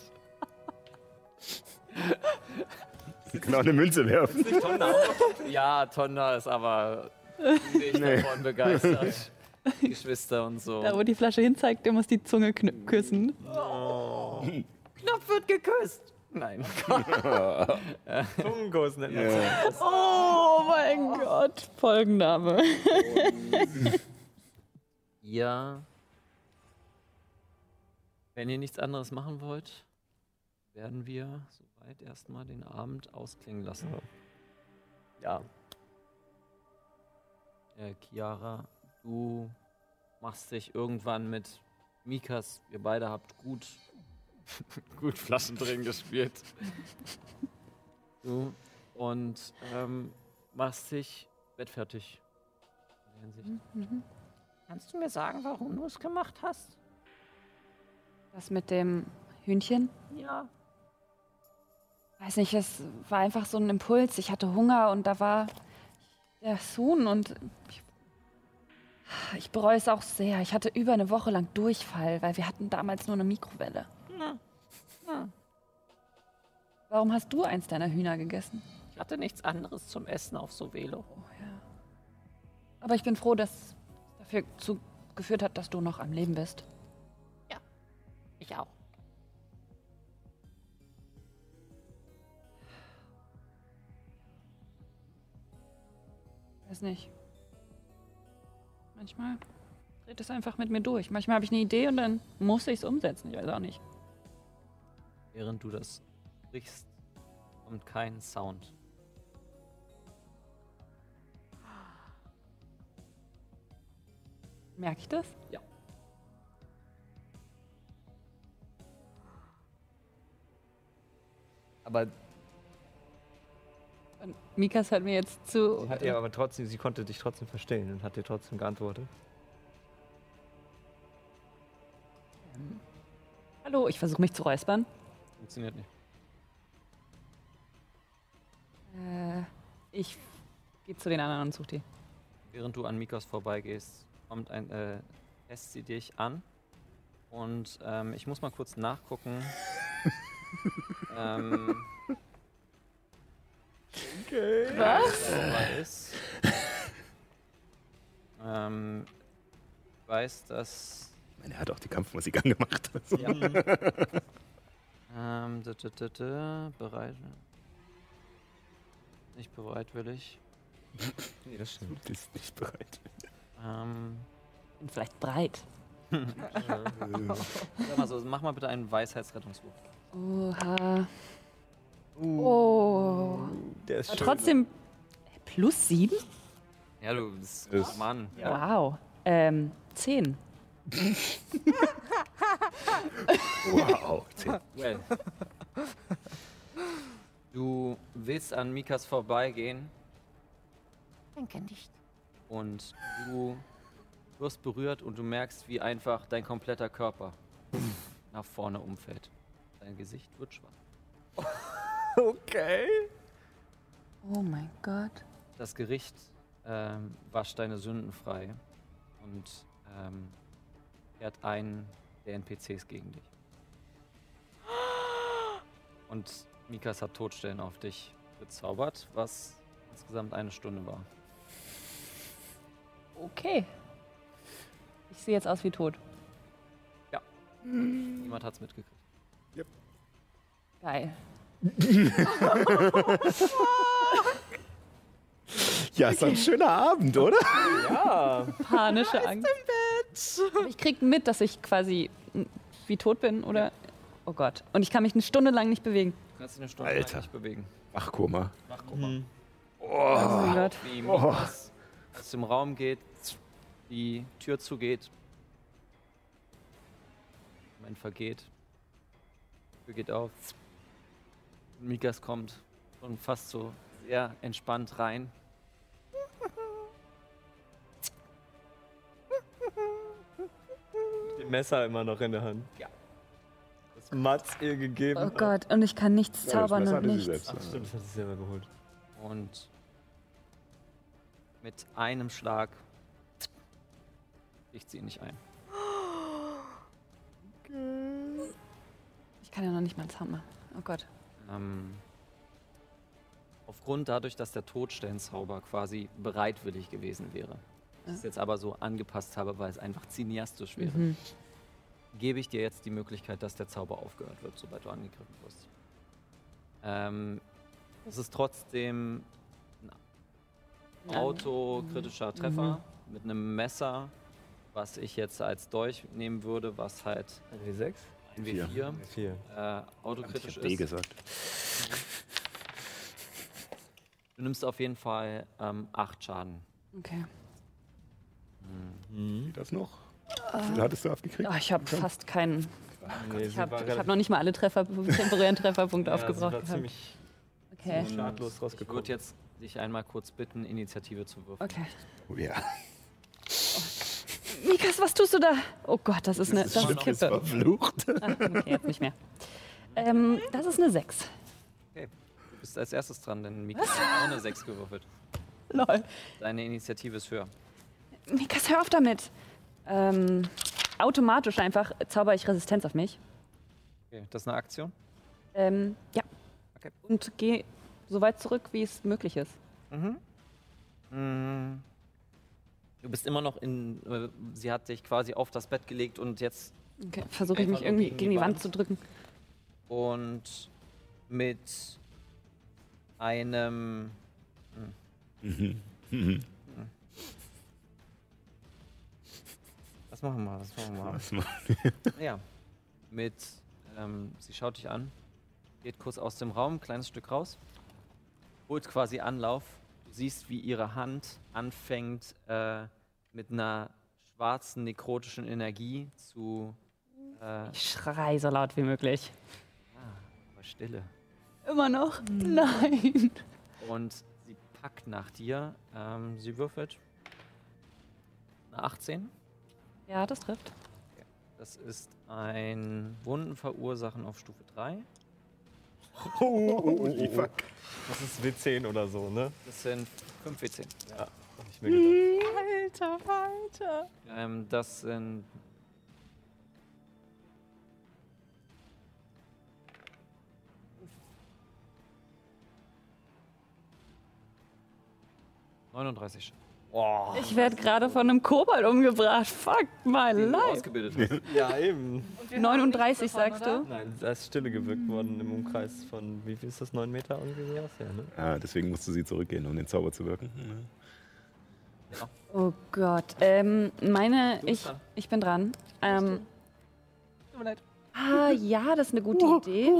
Sie können auch eine Münze werfen. Ja, Tonda ist aber nicht Nee. davon begeistert. Geschwister und so. Da, wo die Flasche hinzeigt, der muss die Zunge kn- küssen. Knopf wird geküsst. Nein. Zungenkuss nennt man das. Oh mein Gott. Folgenname. Ja. Wenn ihr nichts anderes machen wollt, werden wir soweit erstmal den Abend ausklingen lassen. Ja. Äh, Chiara, du machst dich irgendwann mit Mikas, ihr beide habt gut, gut Flaschendrehen gespielt. Du, und ähm, machst dich bettfertig. In der Hinsicht. Kannst du mir sagen, warum du es gemacht hast? Was mit dem Hühnchen? Ja. Weiß nicht, es war einfach so ein Impuls. Ich hatte Hunger und da war das Huhn und ich, ich bereue es auch sehr. Ich hatte über eine Woche lang Durchfall, weil wir hatten damals nur eine Mikrowelle. Na, na. Warum hast du eins deiner Hühner gegessen? Ich hatte nichts anderes zum Essen auf Sovelo. Oh ja. Aber ich bin froh, dass es dafür zu geführt hat, dass du noch am Leben bist. Ich auch. Weiß nicht. Manchmal dreht es einfach mit mir durch. Manchmal habe ich eine Idee und dann muss ich es umsetzen. Ich weiß auch nicht. Während du das sprichst, kommt kein Sound. Merke ich das? Ja. Aber Und Mikas hört mir jetzt zu. sie hat ihr aber trotzdem, sie konnte dich trotzdem verstehen und hat dir trotzdem geantwortet. Hallo, ich versuche mich zu räuspern. Funktioniert nicht. Äh, ich gehe zu den anderen und suche die. Während du an Mikas vorbeigehst, kommt ein, äh, lässt sie dich an. Und ähm, ich muss mal kurz nachgucken. ähm, Okay. Was? was ist. ähm, ich weiß, dass. Ich meine, er hat auch die Kampfmusik angemacht. Also. Ja. ähm, d -d -d -d bereit. Nicht bereitwillig. Nee, das stimmt. Du bist nicht bereit. Ähm, Bin vielleicht breit. sag mal so, mach mal bitte einen Weisheitsrettungswurf. Oha. Oh. Der ist Aber schön. trotzdem plus sieben? Ja, du bist. Ist- Mann. Wow. Ähm, zehn. Wow. Well. Du willst an Mikas vorbeigehen Denke nicht. und du wirst berührt und du merkst, wie einfach dein kompletter Körper nach vorne umfällt. Dein Gesicht wird schwarz. Okay. Oh mein Gott. Das Gericht ähm, wascht deine Sünden frei und ähm, kehrt einen der N P Cs gegen dich. Und Mikas hat Todstellen auf dich gezaubert, was insgesamt eine Stunde war. Okay. Ich sehe jetzt aus wie tot. Niemand hat's mitgekriegt. Geil. Ja, ist doch ein schöner Abend, oder? Ja. Panische Angst. Aber ich krieg mit, dass ich quasi m, wie tot bin, oder? Oh Gott. Und ich kann mich eine Stunde lang nicht bewegen. Du kannst dich eine Stunde Alter. lang nicht bewegen. Wachkoma. Mhm. Oh mein Gott. Wie Mikas aus dem Raum geht, die Tür zugeht. Moment vergeht. Die Tür geht auf. Mikas kommt und fast so sehr entspannt rein. Die Messer immer noch in der Hand. Ja. Das Mats ihr gegeben. Oh hat. Gott. Und ich kann nichts Ja, das zaubern Messer und hatte sie nichts. selbst. Ach stimmt, das hat sie selber geholt. Und mit einem Schlag kriegt sie ihn nicht ein. Ich kann ja noch nicht mal einen Sound machen. Oh Gott. Ähm, aufgrund dadurch, dass der Todstellenzauber quasi bereitwillig gewesen wäre, ich es jetzt aber so angepasst habe, weil es einfach cineastisch wäre, Mhm. gebe ich dir jetzt die Möglichkeit, dass der Zauber aufgehört wird, sobald du angegriffen wirst. Ähm, es ist trotzdem ein Ja. autokritischer Treffer mit einem Messer, was ich jetzt als Dolch nehmen würde, was halt ein W sechs? ein W vier Vier. äh, Ich autokritisch hab D ist. gesagt. Du nimmst auf jeden Fall ähm, acht Schaden. Okay. Geht das noch? Wie viel hattest du abgekriegt? Oh, ich habe fast keinen. Nee, Ich sie habe war ich hab noch nicht mal alle Treffer, temporären Trefferpunkte ja, sie aufgebraucht. war gehabt. ziemlich Okay. schadlos Ich rausgekommen. würde jetzt dich einmal kurz bitten, Initiative zu würfeln. Okay. Oh ja. Mikas, was tust du da? Oh Gott, das ist eine das ist Schiff ist Kippe. verflucht. Ah, okay, jetzt nicht mehr. Ähm, das ist eine sechs. Okay. Du bist als erstes dran, denn Mika hat auch eine sechs gewürfelt. Lol. Deine Initiative ist höher. Mikas, hör auf damit. Ähm, automatisch einfach zauber ich Resistenz auf mich. Okay, das ist eine Aktion. Ähm, ja. Okay. Und geh so weit zurück, wie es möglich ist. Mhm. Mm. Du bist immer noch in. Äh, sie hat dich quasi auf das Bett gelegt und jetzt. Okay, versuche ich mich Einfach irgendwie gegen gegen die die Wand Wand. zu drücken. Und mit einem. Mhm. Mhm. Was machen wir? Was machen wir? Was macht- Ja. Mit. Ähm, sie schaut dich an, geht kurz aus dem Raum, kleines Stück raus, holt quasi Anlauf. Du siehst, wie ihre Hand anfängt, äh, mit einer schwarzen nekrotischen Energie zu. Äh, Ich schrei so laut wie möglich. ah, aber Stille. Immer noch? Nein. Und sie packt nach dir. Ähm, sie würfelt eine achtzehn. Ja, das trifft. Das ist ein Wunden verursachen auf Stufe drei. Holy fuck. Das ist W zehn oder so, ne? Das sind fünf W zehn. Ja, hab ich mir gedacht. Alter, Alter. Ähm, das sind. neununddreißig. Boah. Ich werde gerade von einem Kobold umgebracht. Fuck my Den du life. ausgebildet hast. Ja, eben. neununddreißig sagst du? Nein, da ist Stille gewirkt worden im Umkreis von, wie viel ist das, neun Meter irgendwie sowas? Ja, ne? Ah, deswegen musste sie zurückgehen, um den Zauber zu wirken. Mhm. Oh Gott. Ähm, meine, Du bist ich, dran. ich bin dran. Ähm, ah, ja, das ist eine gute Idee.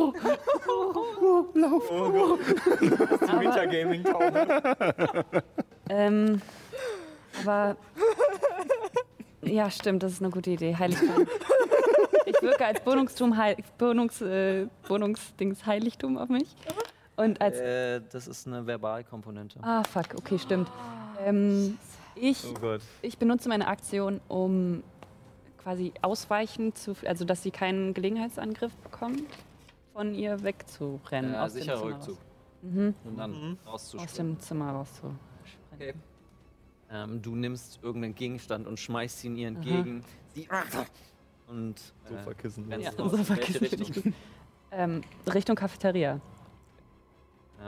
Die Metagaming-Taube. Ähm, aber. Ja, stimmt, das ist eine gute Idee. Heiligtum. Ich wirke als Bonungstum, Heil, Bonungs, äh, Bonungsdings Heiligtum auf mich. Und als. Äh, das ist eine Verbalkomponente. Ah, fuck, okay, stimmt. Ähm, ich, Oh Gott. ich benutze meine Aktion, um quasi ausweichen zu, also dass sie keinen Gelegenheitsangriff bekommen, von ihr wegzurennen. Äh, aus dem sicherer Zimmer Rückzug. raus. Mhm. Und dann Mhm. Aus rauszuspringen. dem Zimmer rauszurennen. Okay. Ähm, du nimmst irgendeinen Gegenstand und schmeißt ihn ihr entgegen. Sie und äh, Sofakissen. rennst Ja, raus. In Sofakissen welche finde ich Richtung? gut. Ähm, Richtung Cafeteria.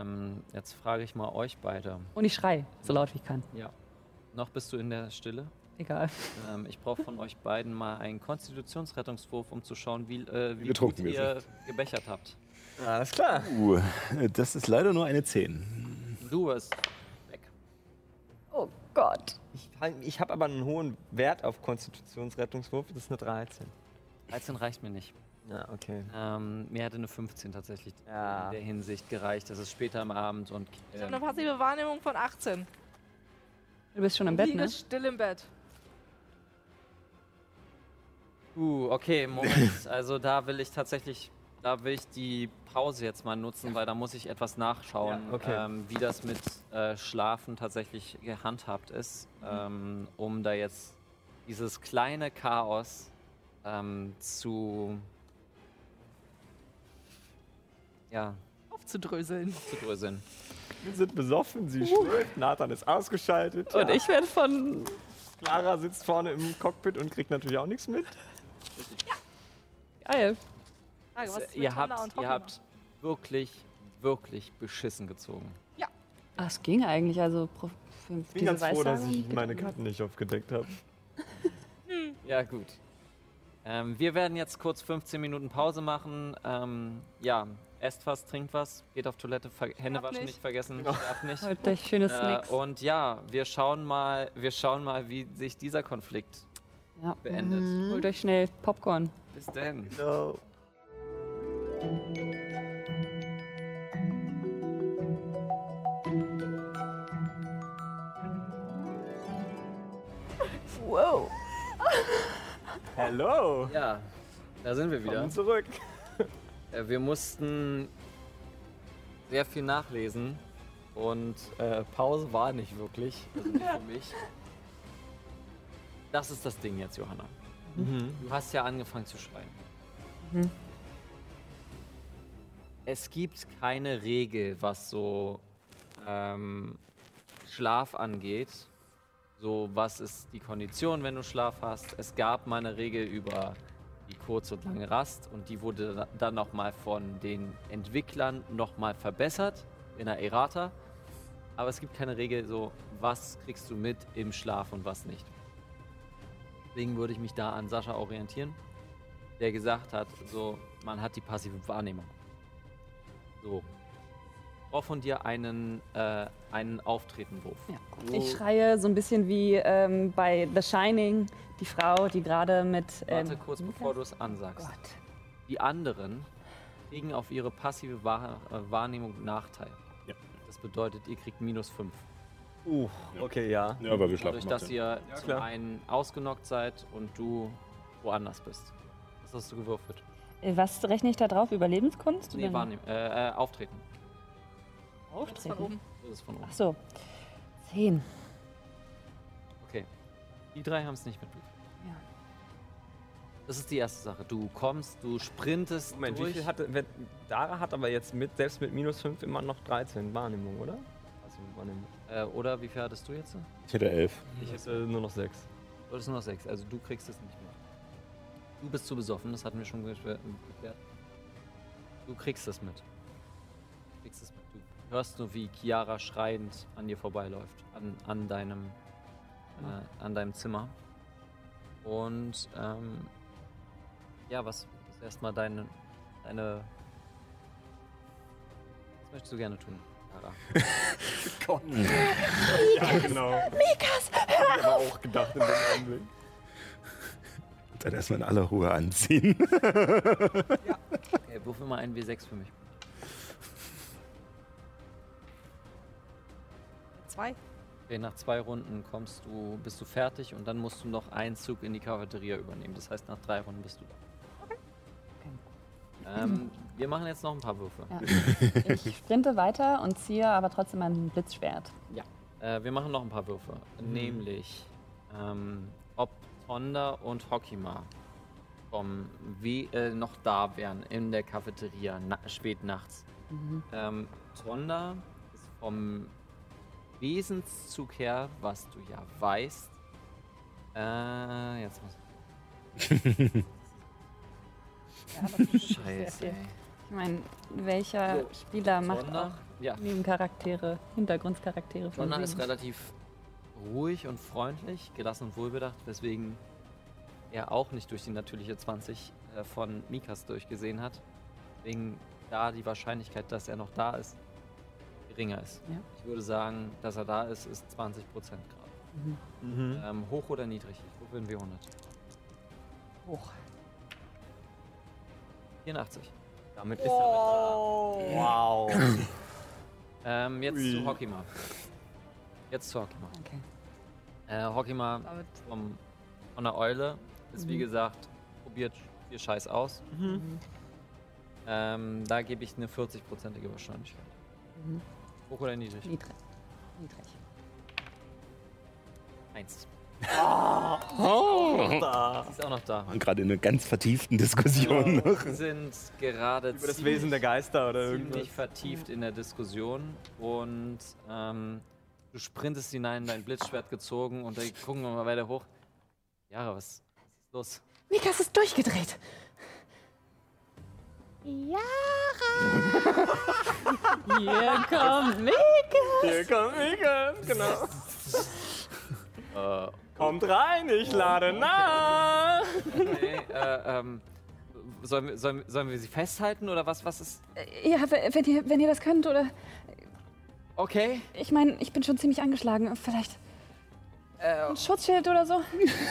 Ähm, jetzt frage ich mal euch beide. Und ich schrei, so laut wie ich kann. Ja. Noch bist du in der Stille? Egal. Ähm, ich brauche von euch beiden mal einen Konstitutionsrettungswurf, um zu schauen, wie, äh, wie gut betrunken wir ihr gebechert habt. Alles klar. Uh, das ist leider nur eine zehn. Du bist weg. Oh Gott. Ich, ich habe aber einen hohen Wert auf Konstitutionsrettungswurf. Das ist eine dreizehn. dreizehn reicht mir nicht. Ja, okay. Ähm, mir hätte eine fünfzehn tatsächlich Ja. in der Hinsicht gereicht. Das ist später am Abend und Ich habe ähm, eine passive Wahrnehmung von achtzehn. Du bist schon im Bett, Liege ne? still im Bett. Uh, okay, Moment. Also da will ich tatsächlich, da will ich die Pause jetzt mal nutzen, weil da muss ich etwas nachschauen, Ja, okay. ähm, wie das mit äh, Schlafen tatsächlich gehandhabt ist, ähm, um da jetzt dieses kleine Chaos ähm, zu, ja, Aufzudröseln. zu dröseln. Wir sind besoffen, sie schläft, Nathan ist ausgeschaltet. Und ja. ich werde von... Clara sitzt vorne im Cockpit und kriegt natürlich auch nichts mit. Geil. Frage, was ist mit ihr Tonda habt, und ihr Hoffmann? habt wirklich, wirklich beschissen gezogen. Ah, es ging eigentlich, also pro- für Ich bin diese ganz froh, dass Weissagung ich geht meine das. Karten nicht aufgedeckt habe. Ja, gut. Ähm, wir werden jetzt kurz fünfzehn Minuten Pause machen. Ähm, ja, esst was, trinkt was, geht auf Toilette, ver Hände Schlaft waschen nicht. nicht vergessen, schlaft nicht. Holt euch schöne Äh, Snacks. und ja, wir schauen mal, wir schauen mal, wie sich dieser Konflikt Ja. beendet. Holt euch schnell Popcorn. Bis denn. No. Wow. Hello. Ja, da sind wir wieder. Willkommen zurück. Äh, wir mussten sehr viel nachlesen und äh, Pause war nicht wirklich, also nicht für mich. Das ist das Ding jetzt, Johanna. Mhm. Du hast ja angefangen zu schreien. Mhm. Es gibt keine Regel, was so ähm, Schlaf angeht. So, was ist die Kondition, wenn du Schlaf hast? Es gab mal eine Regel über die kurze und lange Rast und die wurde da- dann nochmal von den Entwicklern nochmal verbessert in der Errata. Aber es gibt keine Regel, so, was kriegst du mit im Schlaf und was nicht. Deswegen würde ich mich da an Sascha orientieren, der gesagt hat, so, man hat die passive Wahrnehmung. So. Ich brauche von dir einen, äh, einen Auftretenwurf. Ja. Wo- Ich schreie so ein bisschen wie ähm, bei The Shining, die Frau, die gerade mit... Ähm, Warte kurz, bevor du es ansagst. Gott. Die anderen kriegen auf ihre passive Wahr äh, Wahrnehmung Nachteil. Ja. Das bedeutet, ihr kriegt minus fünf. Uh, okay, ja. Ja, aber wir schlafen. Dadurch, dass ihr Ja, zum klar. einen ausgenockt seid und du woanders bist. Was hast du gewürfelt? Äh, Was rechne ich da drauf? Überlebenskunst? Nee, Oder Wahrnehm äh, äh, Auftreten. Ganz von Auftreten? oben. Das ist von oben. Ach so. Zehn. Okay. Die drei haben es nicht mitgekriegt. Ja. Das ist die erste Sache. Du kommst, du sprintest Moment, durch. wie viel hatte. wer- Dara hat aber jetzt mit, selbst mit minus fünf immer noch dreizehn Wahrnehmung, oder? Also Wahrnehmung. Äh, oder wie viel hattest du jetzt? Ich hätte elf. Ich hätte nur noch sechs. Du hattest nur noch sechs. Also du kriegst es nicht mehr. Du bist zu besoffen, das hatten wir schon geklärt. Du kriegst es mit. Du kriegst es mit. Du hörst nur, wie Chiara schreiend an dir vorbeiläuft. An, an deinem äh, an deinem Zimmer. Und ähm, ja, was ist erstmal deine deine was möchtest du gerne tun, Chiara? Gott. Ja, genau. Mikas, hör ich aber auch gedacht in dem Augenblick. Dann erstmal in aller Ruhe anziehen. Okay, würfel mal ein W sechs für mich. Zwei. Okay, nach zwei Runden kommst du, bist du fertig und dann musst du noch einen Zug in die Cafeteria übernehmen. Das heißt, nach drei Runden bist du da. Okay. Ähm, wir machen jetzt noch ein paar Würfe. Ja. Ich sprinte weiter und ziehe aber trotzdem mein Blitzschwert. Äh, wir machen noch ein paar Würfe. Nämlich, ähm, ob Tonda und Hokima vom We äh, noch da wären in der Cafeteria na spät nachts. Mhm. Ähm, Tonda ist vom Wesenszug her, was du ja weißt. Äh, jetzt muss Ja, das ist sehr Scheiße. viel. ey. Ich meine, welcher So, Spieler macht Tonda, auch ja. Nebencharaktere, Hintergrundcharaktere von Tonda ist Wesen? relativ ruhig und freundlich, gelassen und wohlbedacht, weswegen er auch nicht durch die natürliche zwanzig äh, von Mikas durchgesehen hat. Deswegen da die Wahrscheinlichkeit, dass er noch da ist, geringer ist. Ja. Ich würde sagen, dass er da ist, ist zwanzig Prozent gerade. Mhm. Ähm, hoch oder niedrig? Ich rufe in W hundert. Hoch. vierundachtzig. Damit ist er da. Wow. Ähm, jetzt Ui. zu Hokima. Jetzt zu Hokima. Okay. Äh, Hokima Damit vom, von der Eule ist wie Mhm. gesagt, probiert viel Scheiß aus. Mhm. Ähm, da gebe ich eine vierzig-prozentige Wahrscheinlichkeit. Mhm. Hoch oder niedrig? Niedrig. Niedrig. Eins. Da. Sie ist auch noch da. Und gerade in einer ganz vertieften Diskussion noch. Wir sind gerade Über das ziemlich- Wesen der Geister oder ziemlich irgendwas. vertieft in der Diskussion und ähm, du sprintest hinein, dein Blitzschwert gezogen und dann gucken wir mal weiter hoch. Jara, was, was ist los? Mikas ist durchgedreht. Hier kommt Mikas. Hier kommt Mikas, genau. Äh, Kommt rein, ich lade nach. okay, äh, ähm, sollen wir, sollen, sollen wir sie festhalten oder was, was ist? Ja, w- wenn ihr, wenn ihr das könnt, oder... Okay. Ich meine, ich bin schon ziemlich angeschlagen. Vielleicht Äh, ein Schutzschild oder so?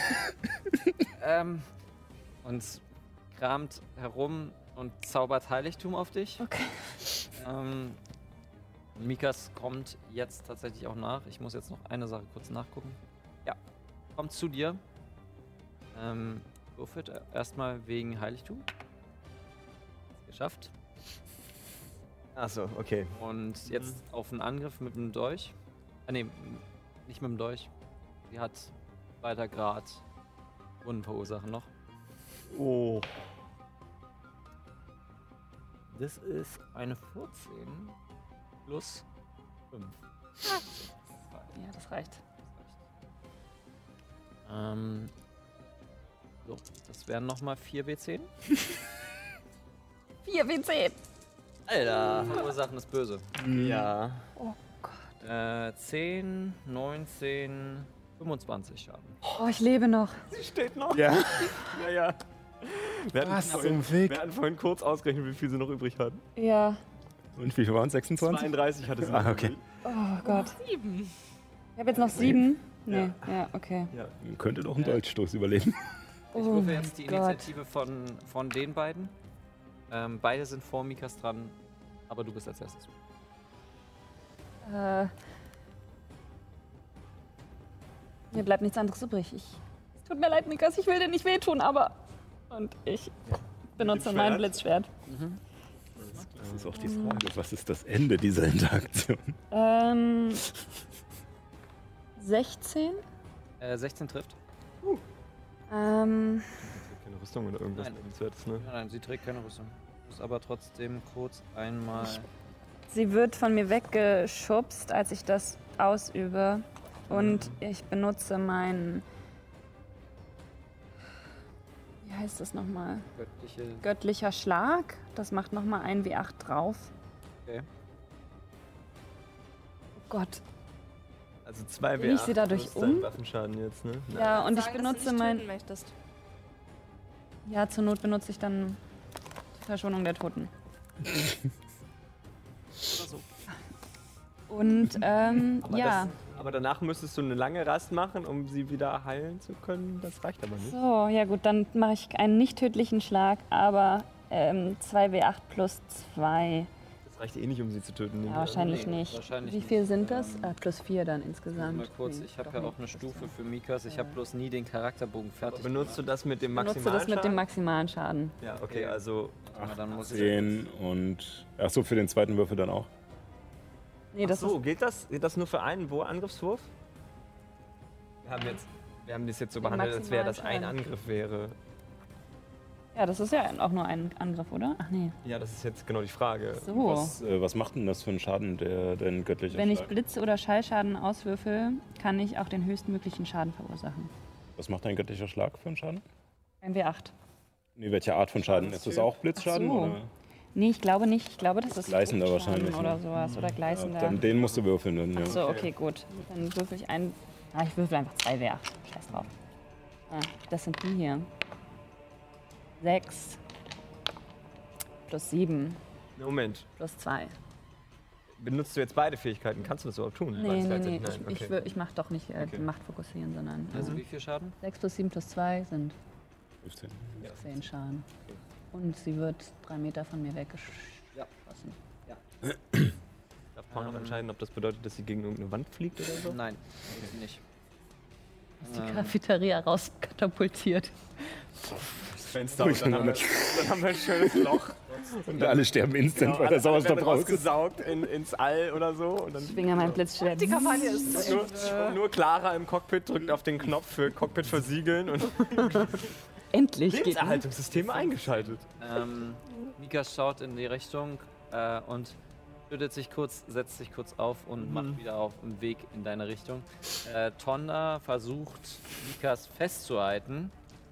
ähm, und kramt herum und zaubert Heiligtum auf dich. Okay. Ähm, Mikas kommt jetzt tatsächlich auch nach. Ich muss jetzt noch eine Sache kurz nachgucken. Ja, kommt zu dir. Ähm, würfelt erstmal wegen Heiligtum. Geschafft. Achso, okay. Und jetzt auf einen Angriff mit dem Dolch. Ah, nee, nicht mit dem Dolch. Sie hat weiter Grad Wunden verursachen noch. Oh. Das ist eine vierzehn plus fünf. Ja, das reicht. Ähm, so, das wären nochmal vier W zehn. vier W zehn. Alter, verursachen ist böse. Ja. Oh Gott. Äh, zehn, neunzehn, fünfundzwanzig Schaden. Oh, ich lebe noch. Sie steht noch. Ja. Ja, ja. Wir hatten, Was vorhin, zum Fick? wir hatten vorhin kurz ausgerechnet, wie viel sie noch übrig hat. Ja. Und wie viel waren es? sechsundzwanzig? zweiunddreißig hatte sie. Ah, noch okay. übrig. Oh Gott. sieben. Ich habe jetzt noch sieben. Nee, ja, okay. Ja. Könnte doch einen Dolchstoß überleben. Ich Oh rufe mein jetzt die Gott. Initiative von, von den beiden. Ähm, beide sind vor Mikas dran, aber du bist als erstes. Äh, mir bleibt nichts anderes übrig. Ich, es tut mir leid, Mikas, ich will dir nicht wehtun, aber... Und ich benutze dem mein Schwert? Blitzschwert. Das ist auch die Frage, was ist das Ende dieser Interaktion? Ähm, sechzehn? Äh, sechzehn trifft. Ähm, Keine Rüstung oder irgendwas Nein. Nennenswertes, ne? Nein, nein, sie trägt keine Rüstung. Muss aber trotzdem kurz einmal. sie wird von mir weggeschubst, als ich das ausübe. Und ich benutze meinen... Wie heißt das nochmal? Göttliche. Göttlicher Schlag. Das macht nochmal ein W acht drauf. Okay. Oh Gott. Also zwei Bring ich sie W acht dadurch plus dein um? Waffenschaden jetzt, ne? Ja, und ich Sagen, dass du benutze nicht mein... töten möchtest. Ja, zur Not benutze ich dann die Verschonung der Toten. Und ähm, Aber, ja, das, aber danach müsstest du eine lange Rast machen, um sie wieder heilen zu können. Das reicht aber nicht. so, ja gut, dann mache ich einen nicht tödlichen Schlag, aber ähm, zwei W acht plus zwei. Das reicht eh nicht, um sie zu töten. Ja, nehme ich an. wahrscheinlich Nee, nicht. wahrscheinlich Wie nicht. viel sind das? Ähm, Ah, plus vier dann insgesamt. Mal kurz, Nee, ich habe doch ja nicht. auch eine Stufe für Mikas. Ich habe bloß nie den Charakterbogen fertig. Benutzt du das mit dem Benutze maximalen das mit dem Schaden? maximalen Schaden. Ja, okay, also Aber dann muss ich. zehn und... Achso, für den zweiten Würfel dann auch. Nee, Ach das so, ist... gilt das, gilt das nur für einen Wo-Angriffswurf? Wir haben jetzt, wir haben das jetzt so Den behandelt, als wäre das maximalen ein Schaden. Angriff wäre. Ja, das ist ja auch nur ein Angriff, oder? Ach nee. Ja, das ist jetzt genau die Frage. So. Was, äh, was macht denn das für einen Schaden, der dein göttlicher Wenn ich Schlag? Blitz- oder Schallschaden auswürfel, kann ich auch den höchstmöglichen Schaden verursachen. Was macht dein göttlicher Schlag für einen Schaden? Ein W acht. Nee, welche Art von Schaden? Ist das auch Blitzschaden? Ach so. Oder? Nee, ich glaube nicht. Ich glaube, das ist Gleißender Fruchtschaden wahrscheinlich, oder ne? sowas. Oder Ja, gleißender. dann den musst du würfeln. Dann, ja. Ach so, okay, gut. Dann würfel ich ein Ah, ich würfel einfach zwei W acht. Scheiß drauf. Ah, das sind die hier. sechs. Plus sieben. Moment. Plus zwei. Benutzt du jetzt beide Fähigkeiten? Kannst du das überhaupt tun? Nee, nee, nee. Nein, Ich, ich, wür- ich mach doch nicht äh, Okay. die Macht fokussieren, sondern Also äh, wie viel Schaden? sechs plus sieben plus zwei sind fünfzehn. zehn Schaden. Und sie wird drei Meter von mir weggeschossen. Darf Paul noch entscheiden, ob das bedeutet, dass sie gegen irgendeine Wand fliegt oder so? Nein, nicht. Ist die Ähm. Cafeteria rauskatapultiert. Das Fenster und dann haben, wir, dann haben wir ein schönes Loch. Und alle sterben instant, weil der alle Sauerstoff werden raus ist. rausgesaugt in, ins All oder so. Und dann Ich schwinge mein Blitzschwert. Die Kampagne ist nur, und nur Clara im Cockpit drückt auf den Knopf für Cockpit versiegeln und Endlich geht Lebenserhaltungssystem eingeschaltet. Ähm, Mika schaut in die Richtung äh, und schüttelt sich kurz, setzt sich kurz auf und macht wieder auf den Weg in deine Richtung. Äh, Tonda versucht, Mikas festzuhalten.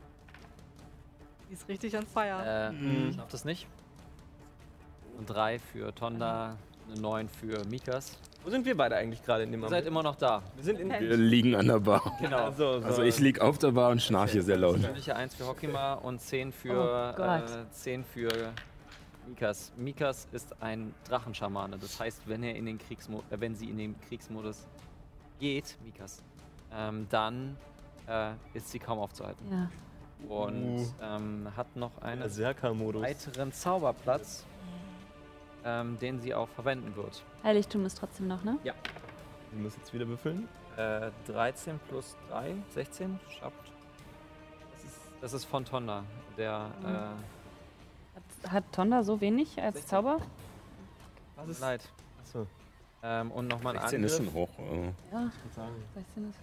Die ist richtig on fire. Äh, Mhm. Schafft es nicht. Und drei für Tonda, eine neun für Mikas. Wo sind wir beide eigentlich gerade in dem Ihr Moment? seid immer noch da. Wir sind in... Wir liegen an der Bar. Genau. So, so. Also ich lieg auf der Bar und schnarche sehr laut. Persönliche eins für Hokima und zehn für, Oh Gott. äh, zehn für Mikas. Mikas ist ein Drachenschamane. Das heißt, wenn er in den Kriegsmo äh, wenn sie in den Kriegsmodus geht, Mikas, ähm, dann äh, ist sie kaum aufzuhalten. Ja. Und ähm, hat noch einen Berserker-Modus. weiteren Zauberplatz, ähm, den sie auch verwenden wird. Heiligtum ist trotzdem noch, ne? Wir müssen jetzt wieder würfeln. Äh, dreizehn plus drei, sechzehn, schafft. Das ist, das ist von Tonda, der äh, Hat, hat Tonda so wenig als sechzehn. Zauber? Was ist leid. Achso. Ähm, und nochmal ein sechzehn ist Angriff. schon hoch. Also. Ja, sechzehn ist.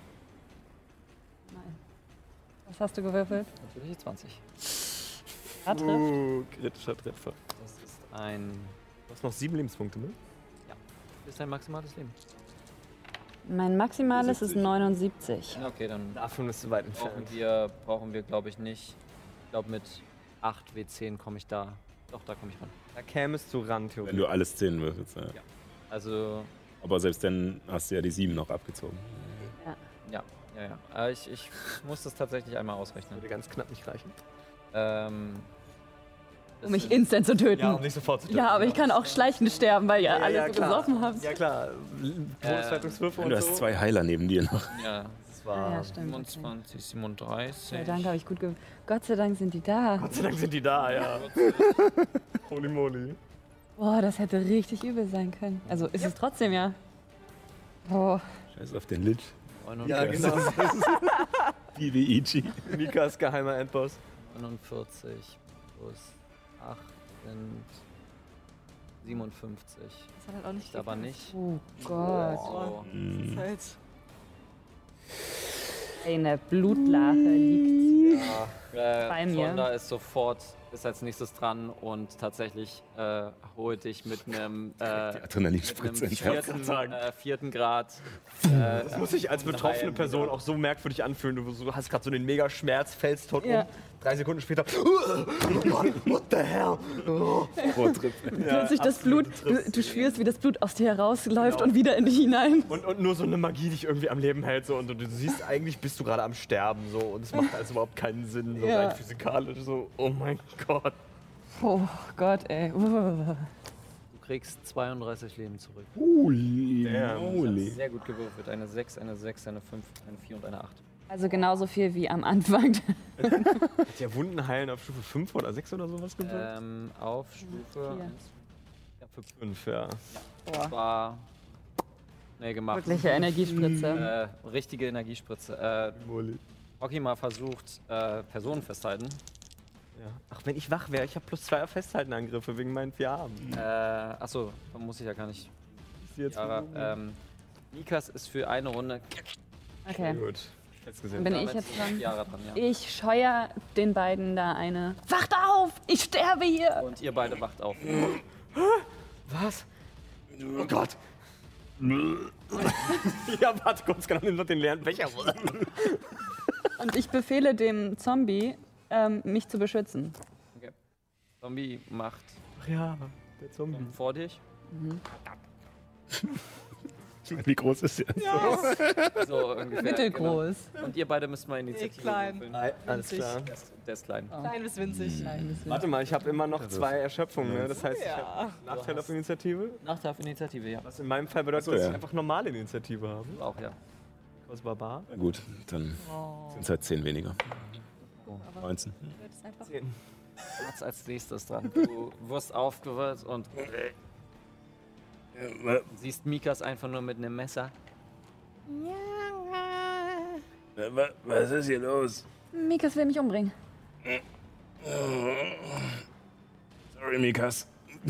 Nein. Was hast du gewürfelt? Natürlich zwanzig. Ja, trifft. Uh, kritischer Treffer. Das ist ein. Du hast noch sieben Lebenspunkte, ne? Das ist dein maximales Leben. Mein maximales ist siebzig. neunundsiebzig. Okay, dann Davon ist zu weit entfernt. brauchen wir, brauchen wir glaube ich, nicht. Ich glaube, mit acht W zehn komme ich da. Doch, da komme ich ran. Da kämest du ran, Wenn theoretisch. du alles zehn würfelst, ja. Also, Aber selbst dann hast du ja die sieben noch abgezogen. ja, ja, ja. Äh, ich, ich muss das tatsächlich einmal ausrechnen. Würde ganz knapp nicht reichen. Ähm, das Um mich sind- instant zu töten. Ja, um nicht sofort zu töten. Ja, aber ich kann auch schleichend sterben, weil ihr Ja, alle ja, so klar. gesoffen habt. Ja klar, Todesrettungswürfe und Du hast so. zwei Heiler neben dir noch. Ja, das war Ah, ja, stimmt, siebenundzwanzig, siebenunddreißig. Sei Dank habe ich gut ge Gott sei Dank sind die da. Gott sei Dank sind die da, ja. Holy moly. Boah, das hätte richtig übel sein können. Also ist es trotzdem ja. Boah. Scheiß auf den Lich. Ja, genau. Wie wie Ichi. Mikas geheimer Endboss. neunundvierzig plus acht sind siebenundfünfzig. Das hat halt auch nicht Ist aber gefallen. nicht. Oh Gott. So. Das ist halt Eine Blutlache liegt. Äh, Bei mir. Tonda ist sofort, ist als nächstes dran und tatsächlich äh, holt dich mit einem äh, Die mit einem Adrenalinspritze ins Herz. vierten, sagen. äh, vierten Grad. Äh, Das muss sich als betroffene Reihen Person wieder. auch so merkwürdig anfühlen. Du so- hast gerade so den mega Schmerz, fällst tot Ja. um. Drei Sekunden später. Oh Gott, what the hell? Oh. Vortritt. Plötzlich das Blut, du, du spürst, wie das Blut aus dir herausläuft Genau. und wieder in dich hinein. Und, und nur so eine Magie dich irgendwie am Leben hält. So, und du, du siehst, eigentlich bist du gerade am Sterben. So, und es macht also überhaupt keinen Sinn, so Ja. rein physikalisch. So, oh mein Gott. Oh Gott, ey. Uh. Du kriegst zweiunddreißig Leben zurück. Holy Damn. moly. Sehr gut gewürfelt. Eine sechs, eine sechs, eine fünf, eine vier und eine acht. Also genauso viel wie am Anfang. Hat der Wunden heilen auf Stufe fünf oder sechs oder sowas gewirkt? Ähm, auf Stufe Vier. eins. Ja, für fünf, ja. Boah. war schnell gemacht. Wirkliche Energiespritze. Äh, richtige Energiespritze. Äh, Moly. Hokima versucht, äh, Personen festhalten. Ja. Ach, wenn ich wach wäre, ich habe plus zwei auf Festhaltenangriffe wegen meinen vier Armen. Äh, achso, da muss ich ja gar nicht. Ist die jetzt Aber, ähm, Mikas ist für eine Runde. Okay. Gut. Jetzt gesehen. Dann bin ich damit jetzt dran. Chiara dran, ja. Ich scheuer den beiden da eine. Wacht auf! Ich sterbe hier! Und ihr beide wacht auf. Was? Oh Gott. Ja, warte kurz, genau, nimm doch den leeren Becher. Und ich befehle dem Zombie, ähm, mich zu beschützen. Zombie macht Ach ja, der Zombie. vor dich. Wie groß ist sie? So ungefähr. Mittelgroß. Genau. Und ihr beide müsst mal Initiative klein. würfeln. Nein, alles klar. Der ist, der ist klein. Klein bis winzig. Warte mal, ich habe immer noch zwei Erschöpfungen, ne? Das heißt, ich Ja. habe Nachteil auf Initiative. Nachteil auf Initiative, ja. Was in meinem Fall bedeutet, Ach so, dass ja. ich einfach normale Initiative habe. Auch, ja. Was Barbar? Na gut, dann sind es halt zehn weniger. neunzehn. Das ist einfach Zehn. Jetzt als nächstes dran. Du wirst aufgerührt und siehst Mikas einfach nur mit einem Messer. Was ist hier los? Mikas will mich umbringen. Sorry, Mikas.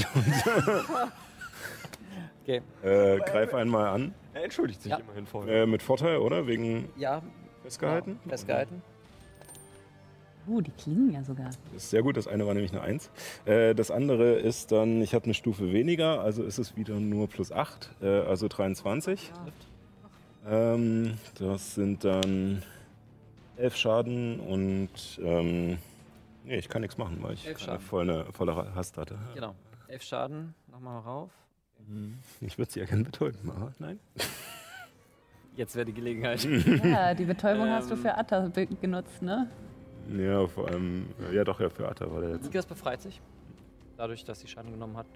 Okay. Äh, greif einmal an. Er entschuldigt sich Ja. immerhin vorher. Äh, mit Vorteil, oder? Wegen Ja, festgehalten? festgehalten. Uh, die klingen ja sogar. Das ist sehr gut, das eine war nämlich eine eins. Äh, das andere ist dann, ich habe eine Stufe weniger, also ist es wieder nur plus acht, äh, also dreiundzwanzig. Ähm, das sind dann elf Schaden und ähm, nee, ich kann nichts machen, weil ich Elf keine Schaden. volle, volle Hast hatte. Genau. Elf Schaden. Nochmal rauf. Ich würde sie ja gerne betäuben, aber nein. Jetzt wäre die Gelegenheit. Ja, die Betäubung Ähm. hast du für Atta be- genutzt, ne? Ja, vor allem, äh, ja doch, ja, für Atta war der jetzt. Mikas befreit sich. Dadurch, dass sie Schaden genommen hat.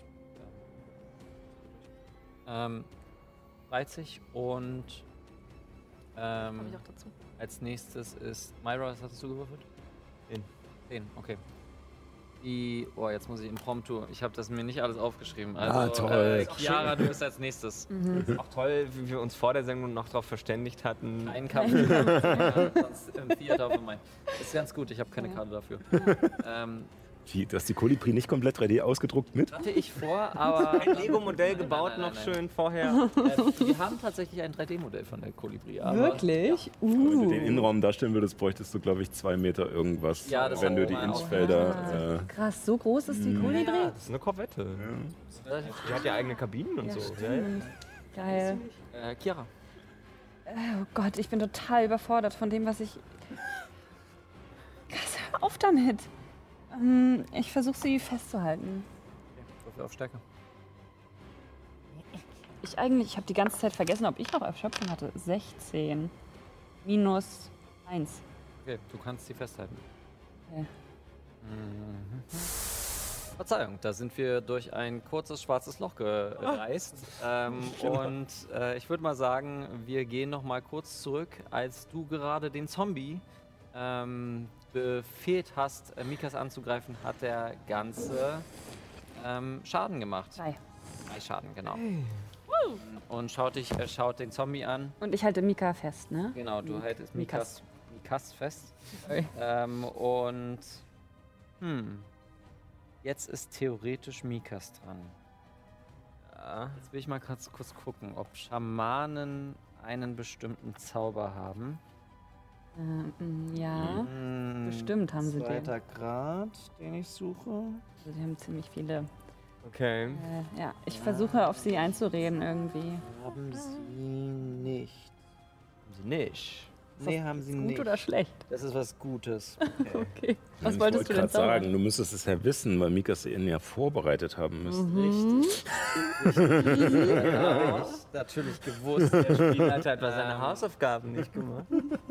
Ähm, befreit sich und ähm, Hab ich auch dazu. als nächstes ist Myra, was hattest du gewürfelt? Zehn. Zehn, okay. Die, oh, jetzt muss ich impromptu, ich habe das mir nicht alles aufgeschrieben. Also, Ah, toll. Äh, Chiara, du bist als nächstes. Auch toll, wie wir uns vor der Sendung noch darauf verständigt hatten. Ein Kampf, ja, sonst im Theater auf mein. Ist ganz gut, ich habe keine Karte dafür. ähm, Wie, dass die Kolibri nicht komplett drei D ausgedruckt mit? hatte ich vor, aber Ein Lego-Modell Nein, gebaut nein, nein, noch nein. schön vorher. äh, wir haben tatsächlich ein drei D-Modell von der Kolibri. Aber Wirklich? Wenn du Uh. den Innenraum darstellen würdest, bräuchtest du, glaube ich, zwei Meter irgendwas. Ja, das wenn hat du die man auch. Inchfelder. Äh, Krass, so groß ist die Kolibri? Das ist eine Korvette. Die hat ja eigene Kabinen und Ja, so. stimmt. Geil. Äh, Chiara. Oh Gott, ich bin total überfordert von dem, was ich... Krass, hör auf damit. Ähm, ich versuche sie festzuhalten. Würfel auf Stärke. Ich eigentlich, ich habe die ganze Zeit vergessen, ob ich noch Erschöpfung hatte. sechzehn. Minus eins. Okay, du kannst sie festhalten. Okay. Mhm. Verzeihung, da sind wir durch ein kurzes schwarzes Loch gereist. ähm, und äh, ich würde mal sagen, wir gehen noch mal kurz zurück, als du gerade den Zombie ähm, befehlt hast, äh, Mikas anzugreifen, hat der ganze ähm, Schaden gemacht. Drei. Drei Schaden, genau. Und schaut, dich, äh, schaut den Zombie an. Und ich halte Mika fest, ne? Genau, du hältst Mikas. Mikas, Mikas fest. Sorry. Ähm, und hm, jetzt ist theoretisch Mikas dran. Ja. Jetzt will ich mal kurz, kurz gucken, ob Schamanen einen bestimmten Zauber haben. Ähm, ja. Hm, bestimmt haben sie den. Zweiter Grad, den ich suche. Also, die haben ziemlich viele. Okay. Äh, ja, ich versuche auf sie einzureden irgendwie. Haben sie nicht. Haben sie nicht. Ist Nee, das haben sie gut nicht. oder schlecht? Das ist was Gutes. Okay. Was ich wolltest wollte du denn gerade zaubern? sagen, du müsstest es ja wissen, weil Mikas ihn ja vorbereitet haben müsste. Mhm. Ja, hab ich natürlich gewusst. Der Spielleiter hat bei seine Ähm. Hausaufgaben nicht gemacht.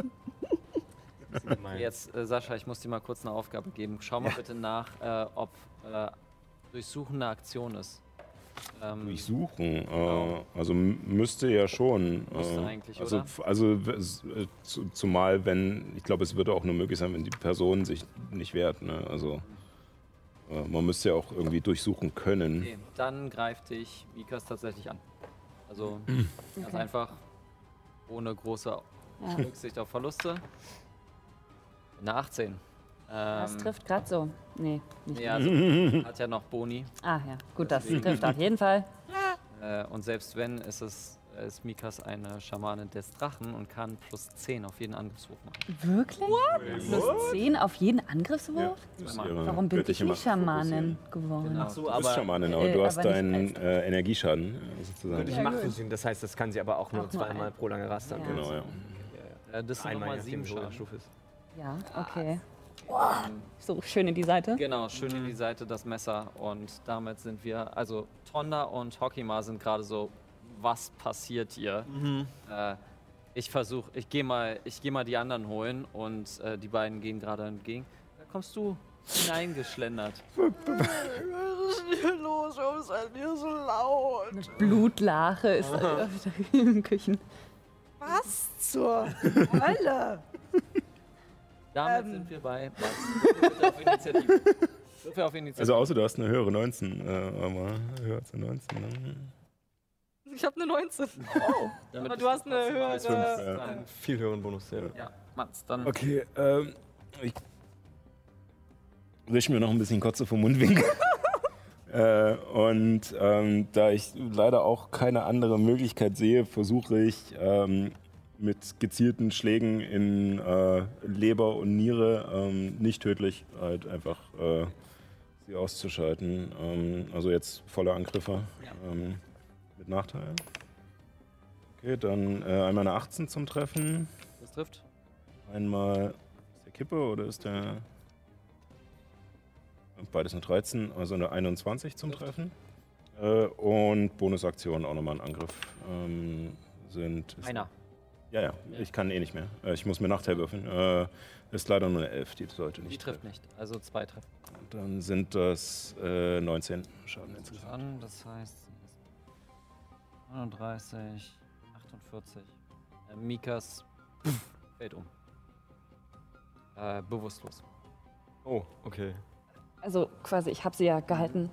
Jetzt, äh, Sascha, ich muss dir mal kurz eine Aufgabe geben. Schau mal bitte nach, äh, ob äh, Durchsuchen eine Aktion ist. Ähm, Durchsuchen, Genau. äh, also m- müsste ja schon. Müsste äh, eigentlich, also, oder? f- Also w- s- äh, zu, zumal, wenn, ich glaube, es würde auch nur möglich sein, wenn die Person sich nicht wehrt. Ne? Also äh, man müsste ja auch irgendwie durchsuchen können. okay, dann greift dich Mikas tatsächlich an. Also ganz Okay. einfach, ohne große Ja. Rücksicht auf Verluste. Eine achtzehn. Das Ähm, trifft gerade so. Nee, nicht. nee, also, hat ja noch Boni. Ah ja, gut, das Deswegen. trifft auf jeden Fall. Äh, und selbst wenn, ist es ist Mikas eine Schamanin des Drachen und kann plus zehn auf jeden Angriffswurf machen. Wirklich? Plus zehn auf jeden Angriffswurf? Das ist Zweimal. ihre Warum bin ich göttliche nicht Macht fokussieren. Schamanin geworden? Genau. So, Du bist aber Schamanin, aber äh, du hast aber nicht deinen als- äh, Energieschaden äh, sozusagen. göttliche Macht fusionieren. Das heißt, das kann sie aber auch nur Auch nur zweimal ein. pro lange rastern. Ja. Genau, ja. Äh, das sind Einmal, nochmal je sieben nachdem, wie hoch der Schaden. Stufe ist. Ja, okay. Ähm, So, schön in die Seite. Genau, schön in die Seite das Messer und damit sind wir, also Tonda und Hokima sind gerade so, was passiert hier. Mhm. Äh, ich versuche, ich gehe mal, ich gehe mal die anderen holen und äh, die beiden gehen gerade entgegen. Da kommst du hineingeschlendert. Was ist hier los? Warum seid ihr so laut? Eine Blutlache ist da in den Küchen. Was zur Hölle? Damit Ähm. sind wir bei. Bitte auf Initiative. Würfel auf Initiative. Also außer du hast eine höhere neunzehn, äh, aber höher als eine neunzehn. Ne? Ich habe eine neunzehn. Oh, damit Aber bist du hast eine trotzdem höhere- als Fünf, fünf ja. dran. Viel höheren Bonus, ja. Ja, Mats, dann. Okay, ähm, ich wisch mir noch ein bisschen Kotze vom Mundwinkel. äh, und ähm, da ich leider auch keine andere Möglichkeit sehe, versuche ich ähm, mit gezielten Schlägen in äh, Leber und Niere, ähm, nicht tödlich, halt einfach äh, sie auszuschalten. Ähm, also jetzt volle Angriffe ähm, mit Nachteil. Okay, dann äh, einmal eine achtzehn zum Treffen. Das trifft. Einmal, ist der Kippe oder ist der... Beides eine dreizehn, also eine einundzwanzig zum Treffen. Äh, und Bonusaktion auch nochmal ein Angriff. Ähm, sind... ist- Einer. Ja, ja, ich kann eh nicht mehr. Äh, ich muss mir Nachteil würfeln. Äh, ist leider nur eine elf, die sollte Die nicht trifft treffen. nicht. Also zwei treffen. Dann sind das äh, neunzehn Schaden insgesamt. An, das heißt neununddreißig, achtundvierzig. Äh, Mikas fällt um. Äh, bewusstlos. Oh, okay. Also quasi, ich habe sie ja gehalten.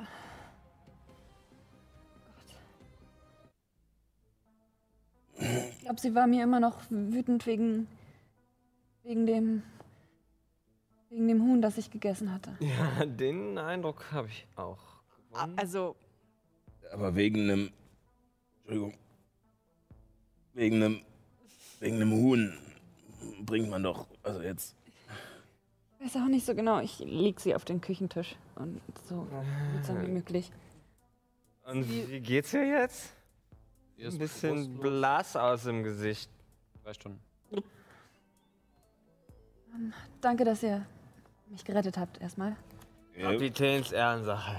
Ich glaube, sie war mir immer noch wütend wegen, wegen dem, wegen dem Huhn, das ich gegessen hatte. Ja, den Eindruck habe ich auch Ah, gewonnen. Also, Aber wegen einem... Entschuldigung. Wegen einem... Wegen einem Huhn bringt man doch... Also jetzt... Ich weiß auch nicht so genau. Ich leg sie auf den Küchentisch und so behutsam wie möglich. Und wie geht's dir jetzt? Die ist Ein bisschen bewusstlos. blass aus dem Gesicht. Zwei Stunden. Danke, dass ihr mich gerettet habt erstmal. Kapitäns Ehrensache.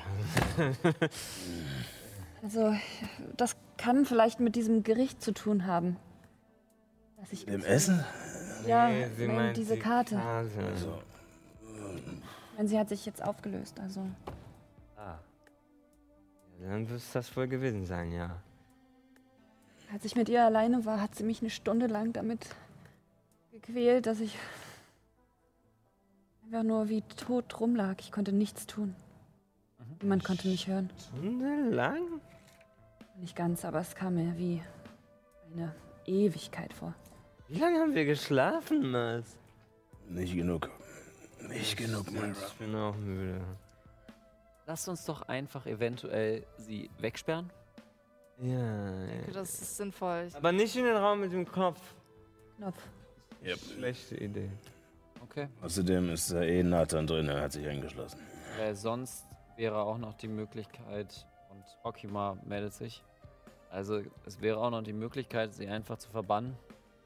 Also, das kann vielleicht mit diesem Gericht zu tun haben. Dass ich Im Essen? Ja, Nee, sie nein, meint diese die Karte. Karte. Also, Nein, sie hat sich jetzt aufgelöst, also. Ah. Ja, dann wird es das wohl gewesen sein, ja. Als ich mit ihr alleine war, hat sie mich eine Stunde lang damit gequält, dass ich einfach nur wie tot rumlag. Ich konnte nichts tun. Niemand konnte mich hören. Stunde lang? Nicht ganz, aber es kam mir wie eine Ewigkeit vor. Wie lange haben wir geschlafen, Mats? nicht genug. Nicht genug, Myra. Ich bin auch müde. Lasst uns doch einfach eventuell sie wegsperren. Ja, ich denke, ja. das ist sinnvoll. Ich, Aber nicht in den Raum mit dem Kopf. Knopf. Yep. Schlechte Idee. Okay. Außerdem ist da eh Nathan drin, er hat sich eingeschlossen. Weil sonst wäre auch noch die Möglichkeit, und Okima meldet sich. Also es wäre auch noch die Möglichkeit, sie einfach zu verbannen.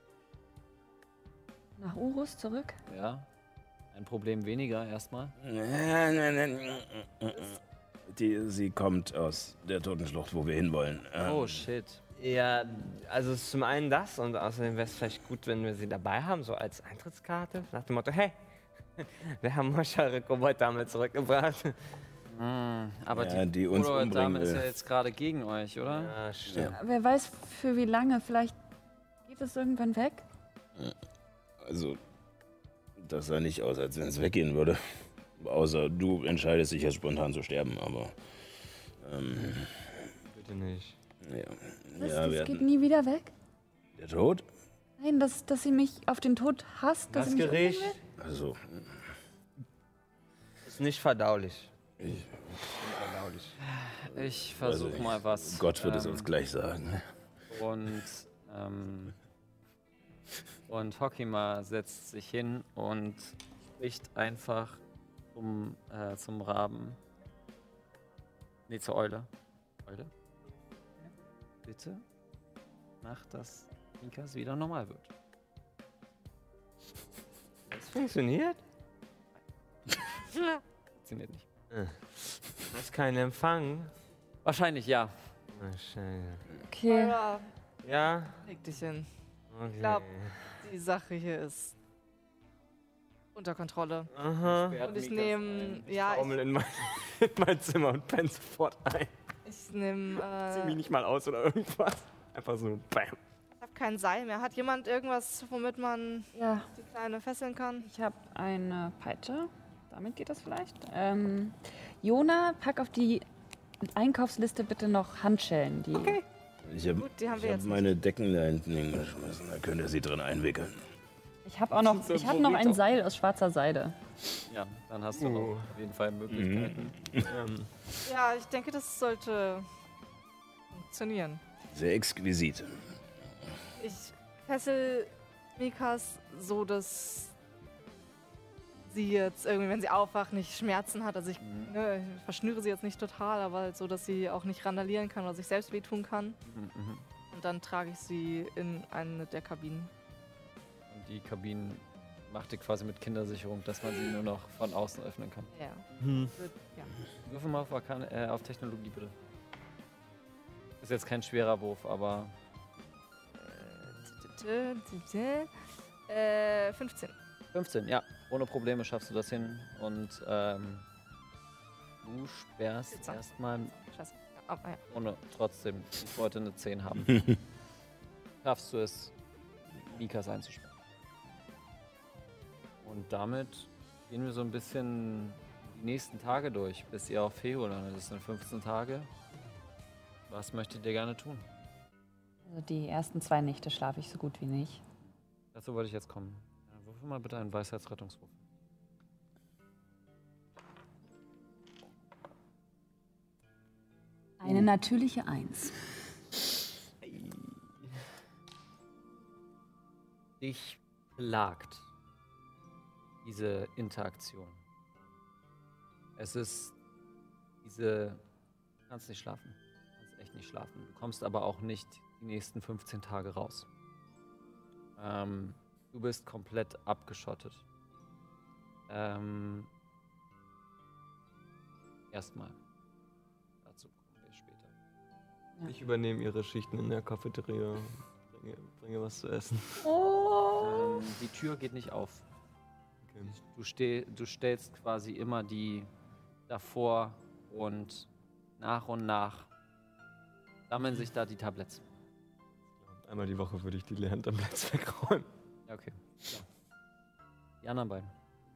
Nach Urus zurück? Ja. Ein Problem weniger erstmal. Die, sie kommt aus der Totenschlucht, wo wir hinwollen. Ähm, Oh shit. Ja, also zum einen das und außerdem wäre es vielleicht gut, wenn wir sie dabei haben, so als Eintrittskarte. Nach dem Motto, hey, wir haben euch eure Kobolddame zurückgebracht. Hm, aber Ja, die, die uns Dame umbringen ist will. ja jetzt gerade gegen euch, oder? Ja, stimmt. Wer weiß für wie lange. Vielleicht geht es irgendwann weg. Also, das sah nicht aus, als wenn es weggehen würde. Außer du entscheidest dich jetzt spontan zu sterben, aber. Ähm, Bitte nicht. ja. Was, ja, wir das geht hatten, nie wieder weg? der Tod? Nein, dass, dass sie mich auf den Tod hasst, dass Das sie mich umbringen Gericht will? Also, ist nicht verdaulich. ich, Verdaulich. Ich versuche also, mal was. Gott wird es ähm, uns gleich sagen. Und, ähm, und Hokima setzt sich hin und spricht einfach zum, äh, zum Raben. Nee, zur Eule. Eule? Bitte mach, dass Mikas wieder normal wird. Das funktioniert? Funktioniert nicht. Du hast keinen Empfang. Wahrscheinlich ja. Oh, scheiße. Okay. Moira, Ja? leg dich hin. Okay. Ich glaub, die Sache hier ist unter Kontrolle. Aha. Sperrt Und ich Mikas nehme, ein. ja, ich, Baumel in mein, in mein Zimmer und penn sofort ein. ich nehme, Zieh mich äh, nicht mal aus oder irgendwas. Einfach so, bam. ich habe kein Seil mehr. Hat jemand irgendwas, womit man Ja, die Kleine fesseln kann? ich habe eine Peitsche. Damit geht das vielleicht. Ähm, Jona, pack auf die Einkaufsliste bitte noch Handschellen. Die Okay. Ich habe Gut, die haben ich wir hab jetzt meine Decken da hinten hingeschmissen. Da könnt ihr sie drin einwickeln. Ich habe auch noch, So ich habe noch ein Burrito. Seil aus schwarzer Seide. Ja, dann hast du Uh. noch auf jeden Fall Möglichkeiten. Ähm, Ja, ich denke, das sollte funktionieren. Sehr exquisit. Ich fessel Mikas so, dass sie jetzt irgendwie, wenn sie aufwacht, nicht Schmerzen hat. Also ich, Mhm. ne, ich verschnüre sie jetzt nicht total, aber halt so, dass sie auch nicht randalieren kann oder sich selbst wehtun kann. Mhm, mhm. Und dann trage ich sie in eine der Kabinen. Und die Kabinen macht ihr quasi mit Kindersicherung, dass man sie nur noch von außen öffnen kann. Ja. hm. Wird, ja. Würfel mal auf, Arkan äh, auf Technologie, bitte. Ist jetzt kein schwerer Wurf, aber Äh, fünfzehn. fünfzehn, ja. Ohne Probleme schaffst du das hin. Und ähm, du sperrst vierzehn. erstmal Scheiße. Ja, ah, ja. ohne trotzdem. Ich wollte eine zehn haben. Schaffst du es, Mikas einzusperren. Und damit gehen wir so ein bisschen die nächsten Tage durch, bis ihr auf Feho landet. Das sind fünfzehn Tage. Was möchtet ihr gerne tun? Also die ersten zwei Nächte schlafe ich so gut wie nicht. Dazu wollte ich jetzt kommen. Ja, würfel mal bitte einen Weisheitsrettungswurf. Eine natürliche Eins. Dich plagt diese Interaktion. Es ist diese... Du kannst nicht schlafen. Du kannst echt nicht schlafen. Du kommst aber auch nicht die nächsten fünfzehn Tage raus. Ähm, du bist komplett abgeschottet. Ähm, erstmal. Dazu kommen wir später. Ich übernehme ihre Schichten in der Cafeteria. Bringe, bringe was zu essen. Oh. Ähm, die Tür geht nicht auf. Okay. Du, steh, du stellst quasi immer die davor und nach und nach sammeln sich da die Tabletts. Einmal die Woche würde ich die leeren Tabletts wegräumen. Ja, okay. Ja. Die anderen beiden.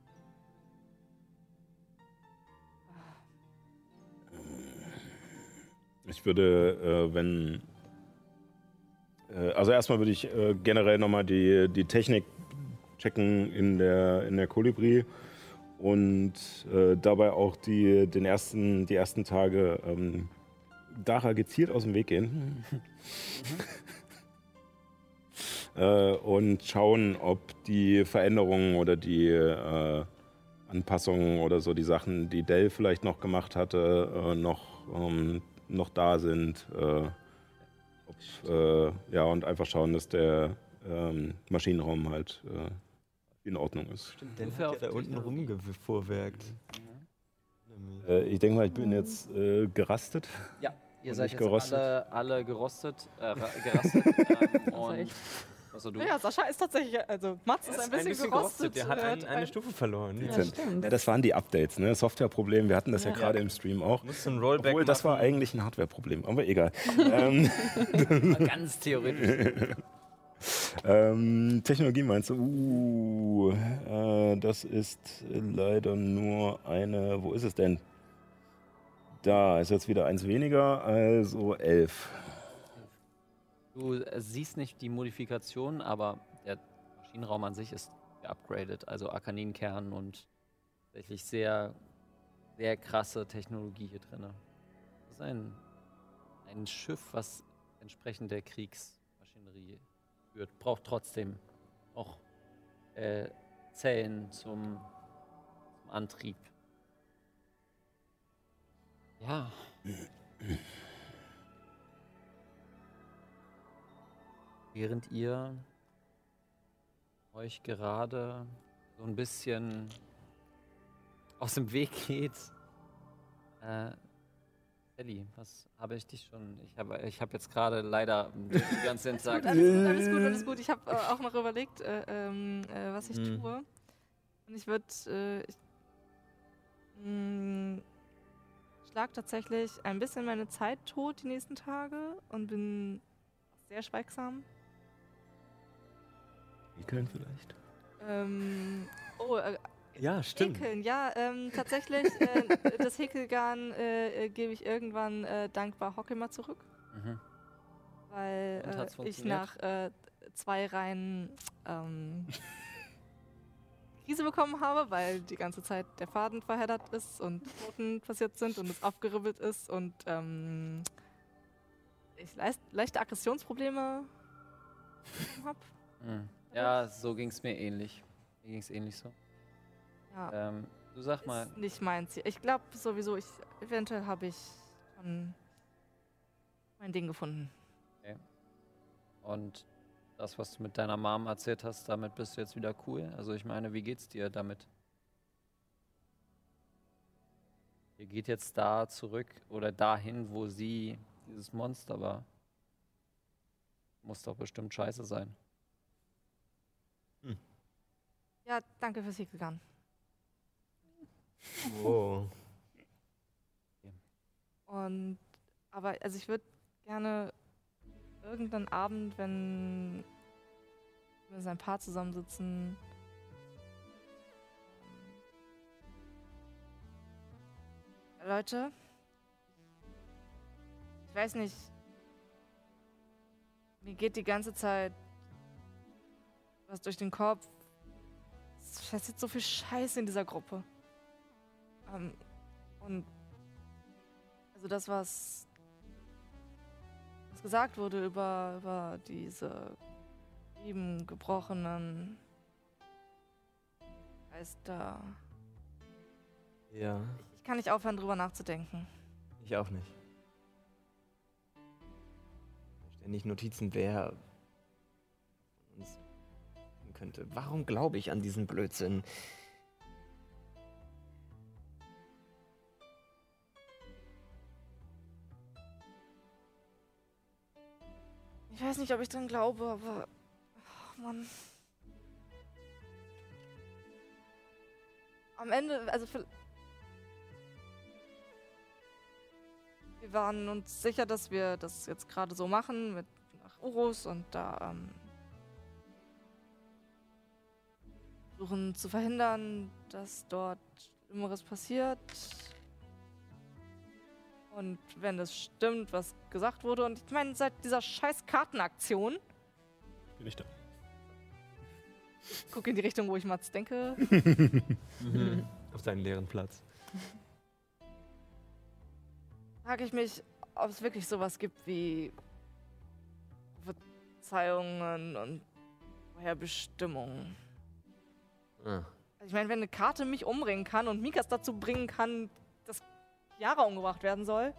Ich würde, äh, wenn. Äh, also, erstmal würde ich äh, generell nochmal die, die Technik checken in der, in der Kolibri und äh, dabei auch die, den ersten, die ersten Tage ähm, Dara gezielt aus dem Weg gehen. äh, und schauen, ob die Veränderungen oder die äh, Anpassungen oder so, die Sachen, die Dell vielleicht noch gemacht hatte, äh, noch, ähm, noch da sind. Äh, ob, äh, ja, und einfach schauen, dass der ähm, Maschinenraum halt äh, in Ordnung ist. Der Würfel hat auf ja da unten Technologie. rumgefuhrwerkt. Äh, ich denke mal, ich bin jetzt äh, gerastet. Ja, ihr Und seid nicht jetzt gerostet. alle, alle gerostet, äh, ra- gerastet. ähm, und echt. was du? Ja, Sascha ist tatsächlich, also Mats ist ein bisschen, gerostet. Der hat äh, ein, eine Stufe verloren. Ja, Dezent. stimmt. Ja, das waren die Updates, ne? Softwareproblem. Wir hatten das ja, Ja. gerade im Stream auch. Musst du ein Rollback Obwohl, das war machen. eigentlich ein Hardwareproblem, aber egal. ähm, Ganz theoretisch. ähm, Technologie meinst du? Uh, äh, das ist leider nur eine. Wo ist es denn? Da ist jetzt wieder eins weniger, also elf. Du äh, siehst nicht die Modifikation, aber der Maschinenraum an sich ist geupgradet. Also Arkaninkern und tatsächlich sehr, sehr krasse Technologie hier drin. Das ist ein, ein Schiff, was entsprechend der Kriegsmaschinerie führt. Braucht trotzdem auch äh, Zellen zum, zum Antrieb. Ja. Während ihr euch gerade so ein bisschen aus dem Weg geht, äh, Ellie, was habe ich dich schon? Ich habe ich hab jetzt gerade leider die ganze Zeit Alles gut, alles gut, alles gut. Ich habe äh, auch noch überlegt, äh, ähm, äh, was ich Hm. tue. Und ich würde, äh, ich mh, schlag tatsächlich ein bisschen meine Zeit tot die nächsten Tage und bin sehr schweigsam. Ekeln vielleicht? Ähm, oh, äh, Ja, stimmt. Häkeln, ja, ähm, tatsächlich, äh, das Häkelgarn äh, äh, gebe ich irgendwann äh, dankbar Hockeymer zurück, Mhm. weil Und hat's äh, ich funktioniert? nach äh, zwei Reihen ähm, Krise bekommen habe, weil die ganze Zeit der Faden verheddert ist und Knoten passiert sind und es aufgeribbelt ist und ähm, ich leist, leichte Aggressionsprobleme habe. Mhm. Ja, so ging es mir ähnlich. Mir ging es ähnlich so. Ja, Ähm, du sag mal, ist nicht mein Ziel. Ich glaube sowieso, ich eventuell habe ich schon mein Ding gefunden. und das, was du mit deiner Mom erzählt hast, damit bist du jetzt wieder cool? Also ich meine, wie geht's dir damit? Ihr geht jetzt da zurück oder dahin, wo sie dieses Monster war. Muss doch bestimmt scheiße sein. Ja, danke fürs Häkelgarn. Oh. Und, aber, also ich würde gerne irgendeinen Abend, wenn wir mit ein Paar zusammensitzen, ähm, Leute, ich weiß nicht, mir geht die ganze Zeit was durch den Kopf. Es passiert so viel Scheiße in dieser Gruppe. Ähm, und also das, was, was gesagt wurde über, über diese lieben, gebrochenen Geister. Ja, Ich, ich kann nicht aufhören, drüber nachzudenken. ich auch nicht. Ständig Notizen, wer von uns sein könnte. Warum glaube ich an diesen Blödsinn? Ich weiß nicht, ob ich dran glaube, aber... Oh Mann. Am Ende, also... Für, wir waren uns sicher, dass wir das jetzt gerade so machen, mit nach Urus und da ähm, versuchen zu verhindern, dass dort Schlimmeres passiert. Und wenn das stimmt, was gesagt wurde, und ich meine, seit dieser scheiß Kartenaktion, Bin ich da. ich gucke in die Richtung, wo ich Mats denke, Mhm. Auf seinen leeren Platz. frage ich mich, ob es wirklich sowas gibt wie Verzeihungen und Vorherbestimmungen. Ah. Also ich meine, wenn eine Karte mich umbringen kann und Mikas dazu bringen kann, dass Chiara umgebracht werden soll,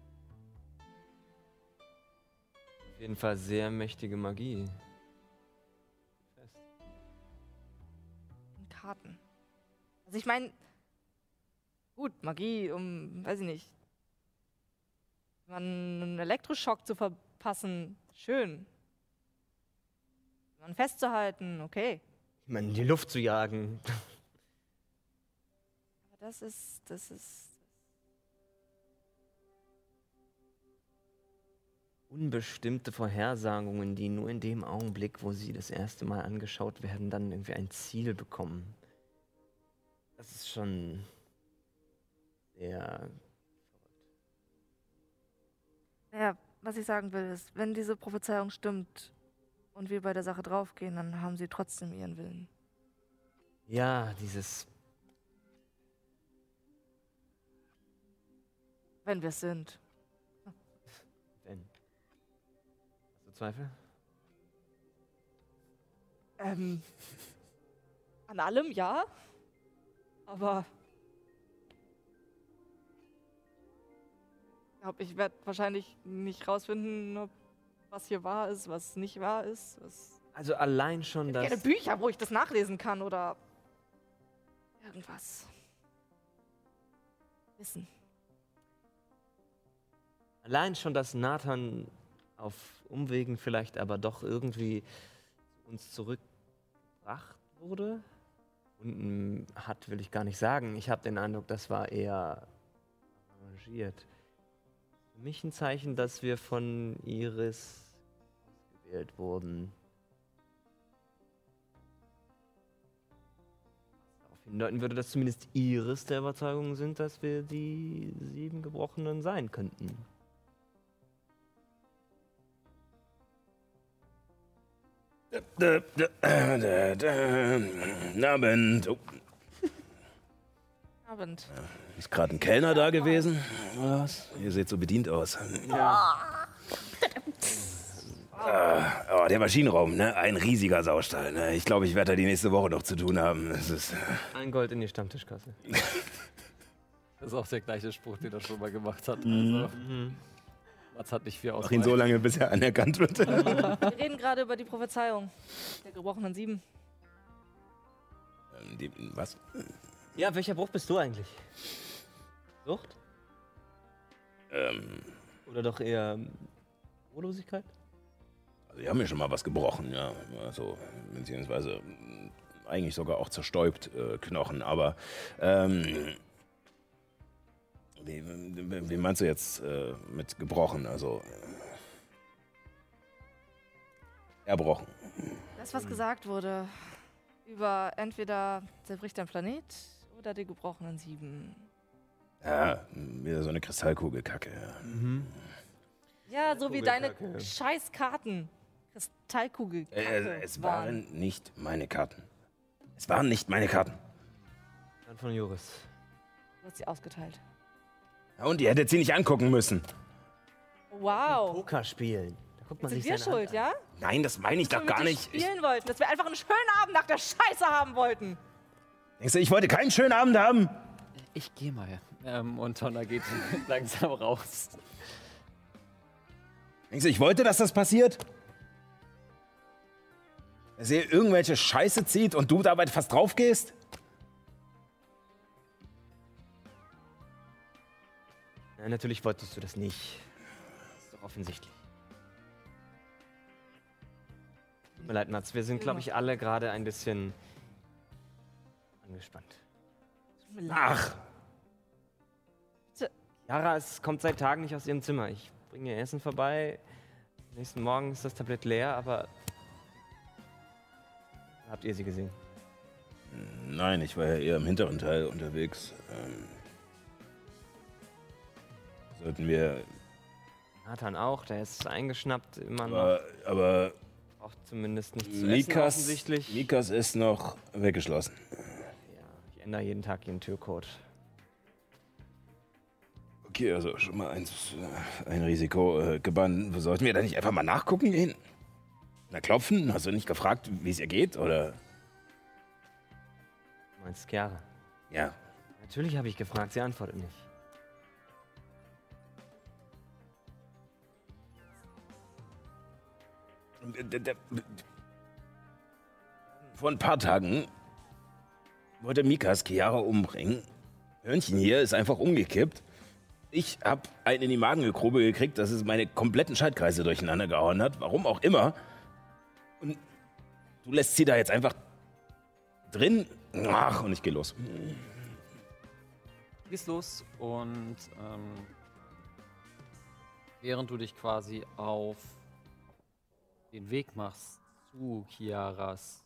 Auf jeden Fall sehr mächtige Magie. Fest. und Karten. Also ich meine, gut, Magie, um, weiß ich nicht, man einen Elektroschock zu verpassen, schön. Man festzuhalten, okay. Ich meine, in die Luft zu jagen. Aber das ist, das ist, Unbestimmte Vorhersagungen, die nur in dem Augenblick, wo sie das erste Mal angeschaut werden, dann irgendwie ein Ziel bekommen. Das ist schon sehr... ja, was ich sagen will, ist, wenn diese Prophezeiung stimmt und wir bei der Sache draufgehen, dann haben sie trotzdem ihren Willen. Ja, dieses... Wenn wir es sind. Wenn. Hast du Zweifel? Ähm, an allem ja, aber ich glaube, ich werde wahrscheinlich nicht rausfinden, ob was hier wahr ist, was nicht wahr ist. Was Also allein schon ich das... hätte gerne Bücher, wo ich das nachlesen kann oder irgendwas. Wissen. Allein schon, dass Nathan auf Umwegen vielleicht aber doch irgendwie zu uns zurückgebracht wurde. Und hat, will ich gar nicht sagen. Ich habe den Eindruck, das war eher arrangiert. Für mich ein Zeichen, dass wir von Iris ausgewählt wurden. Darauf hindeuten würde, dass zumindest Iris der Überzeugung sind, dass wir die sieben Gebrochenen sein könnten. Da, da, da, da. Guten Abend. Oh. Abend. Ist gerade ein Kellner da gewesen? Oder was? Ihr seht so bedient aus. Ja. Ah, oh, der Maschinenraum, ne? Ein riesiger Saustall. Ne? Ich glaube, ich werde da die nächste Woche noch zu tun haben. Es ist, Ein Gold in die Stammtischkasse. Das ist auch der gleiche Spruch, den er schon mal gemacht hat. Mhm. Also, Mats hat nicht viel Mach ihn so lange, bis er anerkannt wird. Wir reden gerade über die Prophezeiung der gebrochenen sieben. Ähm, die, was? Ja, welcher Bruch bist du eigentlich? Sucht? Ähm, Oder doch eher Ruhelosigkeit? also, die haben mir schon mal was gebrochen, ja. Also, beziehungsweise äh, eigentlich sogar auch zerstäubt, äh, Knochen. Aber, ähm, wie, wie, wie meinst du jetzt äh, mit gebrochen? Also, äh, erbrochen. Das, was gesagt wurde über entweder zerbricht ein Planet oder die gebrochenen sieben. Ja, wieder so eine Kristallkugelkacke. Ja. Mhm. Ja, so wie deine Kugelkacke. scheiß Karten. Kristallkugel. Äh, es waren nicht meine Karten. Es waren nicht meine Karten. Dann von Joris. Du hast sie ausgeteilt. Ja, und ihr hättet sie nicht angucken müssen. Wow. Poker spielen. Da guckt man Sind sich wir seine Hand schuld, an. ja? Nein, das meine ich doch Dass wir gar mit dir nicht. Ich, spielen wollten, dass wir einfach einen schönen Abend nach der Scheiße haben wollten. denkst du, ich wollte keinen schönen Abend haben? Ich gehe mal. Ähm, und Tonna geht langsam raus. Denkst du, ich wollte, dass das passiert? Dass ihr irgendwelche Scheiße zieht und du dabei fast drauf gehst? Ja, natürlich wolltest du das nicht. Das ist doch offensichtlich. Tut mir leid, Mats. Wir sind, glaube ich, alle gerade ein bisschen angespannt. Ach, Yara, es kommt seit Tagen nicht aus ihrem Zimmer. Ich bringe ihr Essen vorbei. Am nächsten Morgen ist das Tablett leer, aber... Habt ihr sie gesehen? nein, ich war ja eher im hinteren Teil unterwegs. Ähm, sollten wir... Nathan auch, der ist eingeschnappt immer noch. Aber, aber Braucht zumindest nichts zu essen Mikas, offensichtlich. Mikas ist noch weggeschlossen. Ja, ich ändere jeden Tag ihren Türcode. Okay, also schon mal eins, äh, ein Risiko äh, gebannt. Sollten wir da nicht einfach mal nachgucken gehen? Na, klopfen? Hast du nicht gefragt, wie es ihr geht, oder? Du meinst Chiara? Ja. Natürlich habe ich gefragt, sie antwortet nicht. D- d- Vor ein paar Tagen wollte Mikas Chiara umbringen. Hörnchen hier ist einfach umgekippt. Ich hab einen in die Magengrube gekriegt, dass es meine kompletten Schaltkreise durcheinander gehauen hat. Warum auch immer. Und du lässt sie da jetzt einfach drin. Ach, und ich geh los. Du gehst los und ähm, während du dich quasi auf den Weg machst zu Chiaras,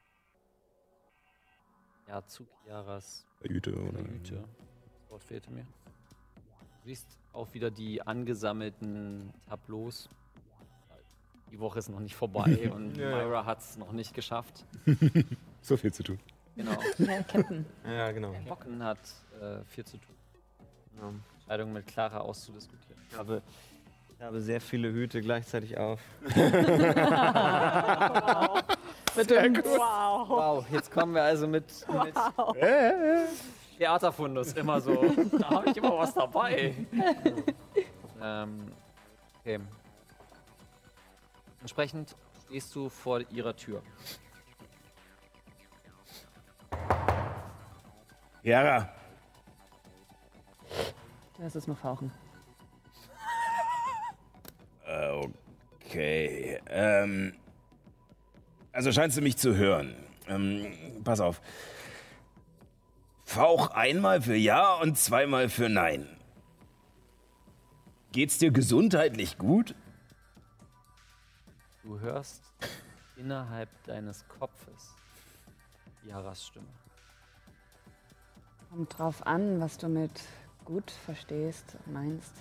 ja, zu Chiaras Hüte oder? Hüte, das Wort fehlte mir. Du siehst auch wieder die angesammelten Tableaus. Die Woche ist noch nicht vorbei und Ja. Myra hat es noch nicht geschafft. So viel zu tun. Genau. Ja, Captain. Ja, genau. Bocken hat äh, viel zu tun. Ja. Entscheidungen mit Clara auszudiskutieren. Ich habe, ich habe sehr viele Hüte gleichzeitig auf. Wow. Wow, jetzt kommen wir also mit, mit Theaterfundus immer so. Da habe ich immer was dabei. ähm, okay. Entsprechend stehst du vor ihrer Tür. Chiara, Lass es mal fauchen. Äh, okay. Ähm, also scheinst du mich zu hören. Ähm, pass auf. Fauch einmal für Ja und zweimal für Nein. Geht's dir gesundheitlich gut? Du hörst innerhalb deines Kopfes Yaras Stimme. Kommt drauf an, was du mit gut verstehst, meinst.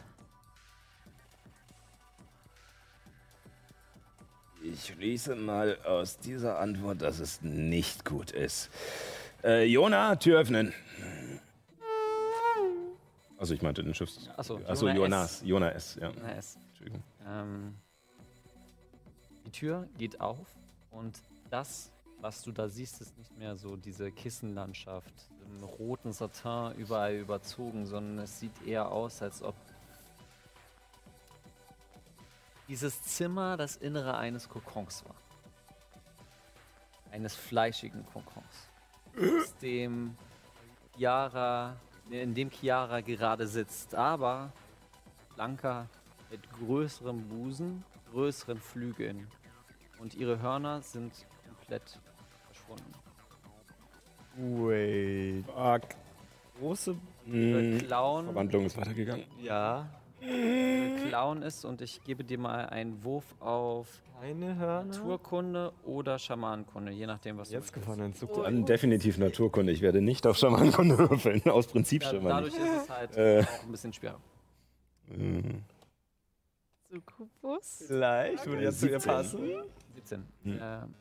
Ich schließe mal aus dieser Antwort, dass es nicht gut ist. Äh, Jona, Tür öffnen. Also ich meinte den Schiffs... Achso, Achso, Jona Jonas. S. Jona S, ja. Jona S. Entschuldigung. Ähm, die Tür geht auf und das, was du da siehst, ist nicht mehr so diese Kissenlandschaft im roten Satin überall überzogen, sondern es sieht eher aus, als ob dieses Zimmer das Innere eines Kokons war. Eines fleischigen Kokons. Aus dem Chiara, in dem Chiara gerade sitzt, aber schlanker, mit größerem Busen, größeren Flügeln. Und ihre Hörner sind komplett verschwunden. Wait. Fuck. Große. Ihre Klauen, Verwandlung ist weitergegangen. Ja. ihre Klauen ist, und ich gebe dir mal einen Wurf auf Keine Hörner. Naturkunde oder Schamanenkunde, je nachdem, was Jetzt du gewonnen. möchtest. Super. Dann definitiv Naturkunde. Ich werde nicht auf Schamanenkunde würfeln. Aus Prinzip Da, schon mal dadurch nicht. ist es halt Äh. auch ein bisschen schwerer. Mhm. Succubus? Vielleicht würde ja zu ihr passen. siebzehn. Hm. Ähm,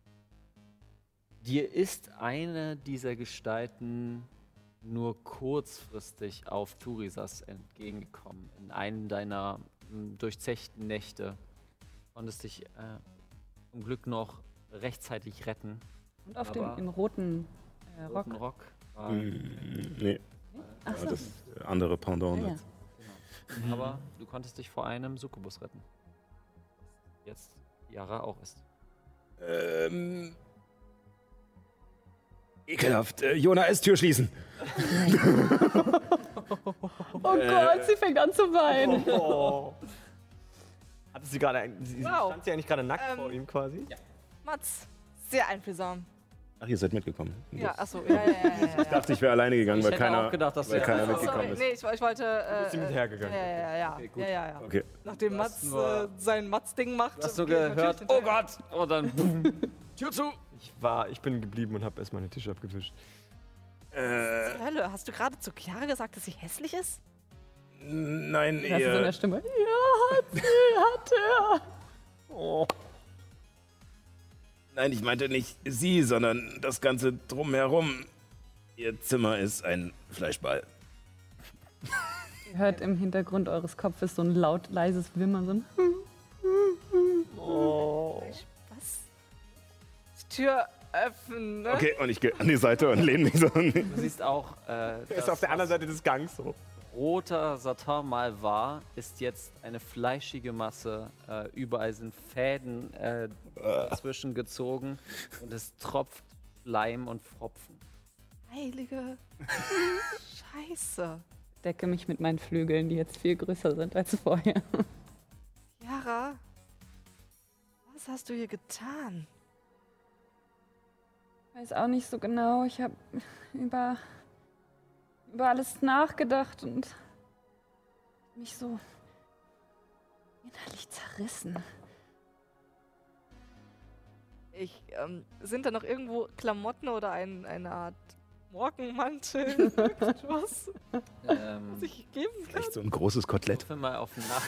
dir ist eine dieser Gestalten nur kurzfristig auf Turisas entgegengekommen. In einem deiner m, durchzechten Nächte. Konntest dich äh, zum Glück noch rechtzeitig retten. Und auf dem Aber im roten äh, Rock. Roten Rock war, Mhm. Nee, Ach so. das andere Pendant. Ah, ja. genau. Aber du konntest dich vor einem Succubus retten. Jetzt Yara auch ist. Ähm. Ekelhaft. Äh, Jona S. Tür schließen. Oh Gott, sie fängt an zu weinen. Oh. Hatte sie gerade. ein- Sie, Wow. Stand sie eigentlich gerade nackt Ähm, vor ihm quasi? Ja. Mats, sehr einfühlsam. Ach, ihr seid mitgekommen. Ja, achso, ja, ja, ja. ja, Ich dachte, ich wäre alleine gegangen, Ich weil hätte keiner. auch gedacht, dass weil du- keiner Oh, mitgekommen Sorry, ist. nee, ich, ich wollte. Äh, bist du mit äh, hergegangen. Ja, ja, ja. Okay, ja, gut. ja, ja, ja. Okay. Nachdem Du hast Mats nur- äh, sein Mats-Ding macht. Hast du gehe ich gehört? natürlich Oh hinterher. Gott! Und dann boom, Tür zu! Ich war, ich bin geblieben und habe erstmal den Tisch abgewischt. Äh, Hölle, hast du gerade zu Chiara gesagt, dass sie hässlich ist? nein, Das ist so in der ihr. Stimme. Ja, hat sie, hat er. Oh. Nein, ich meinte nicht sie, sondern das Ganze drumherum. Ihr Zimmer ist ein Fleischball. Ihr hört im Hintergrund eures Kopfes so ein laut, leises Wimmern. So ein Oh. Was? Die Tür öffnen, ne? Okay, und ich gehe an die Seite und lehne mich so an. Du siehst auch, äh, Er ist das, auf der anderen was Seite des Gangs so. roter Satin mal war, ist jetzt eine fleischige Masse. Äh, überall sind Fäden äh, dazwischen gezogen und es tropft Leim und Pfropfen. Heilige Scheiße. decke mich mit meinen Flügeln, die jetzt viel größer sind als vorher. Chiara, was hast du hier getan? Weiß auch nicht so genau. Ich habe über, über alles nachgedacht und mich so innerlich zerrissen. Ich, ähm, sind da noch irgendwo Klamotten oder ein, eine Art Morgenmantel? Irgendwas, Ähm, was ich geben kann? Vielleicht so ein großes Kotelett. würfel mal auf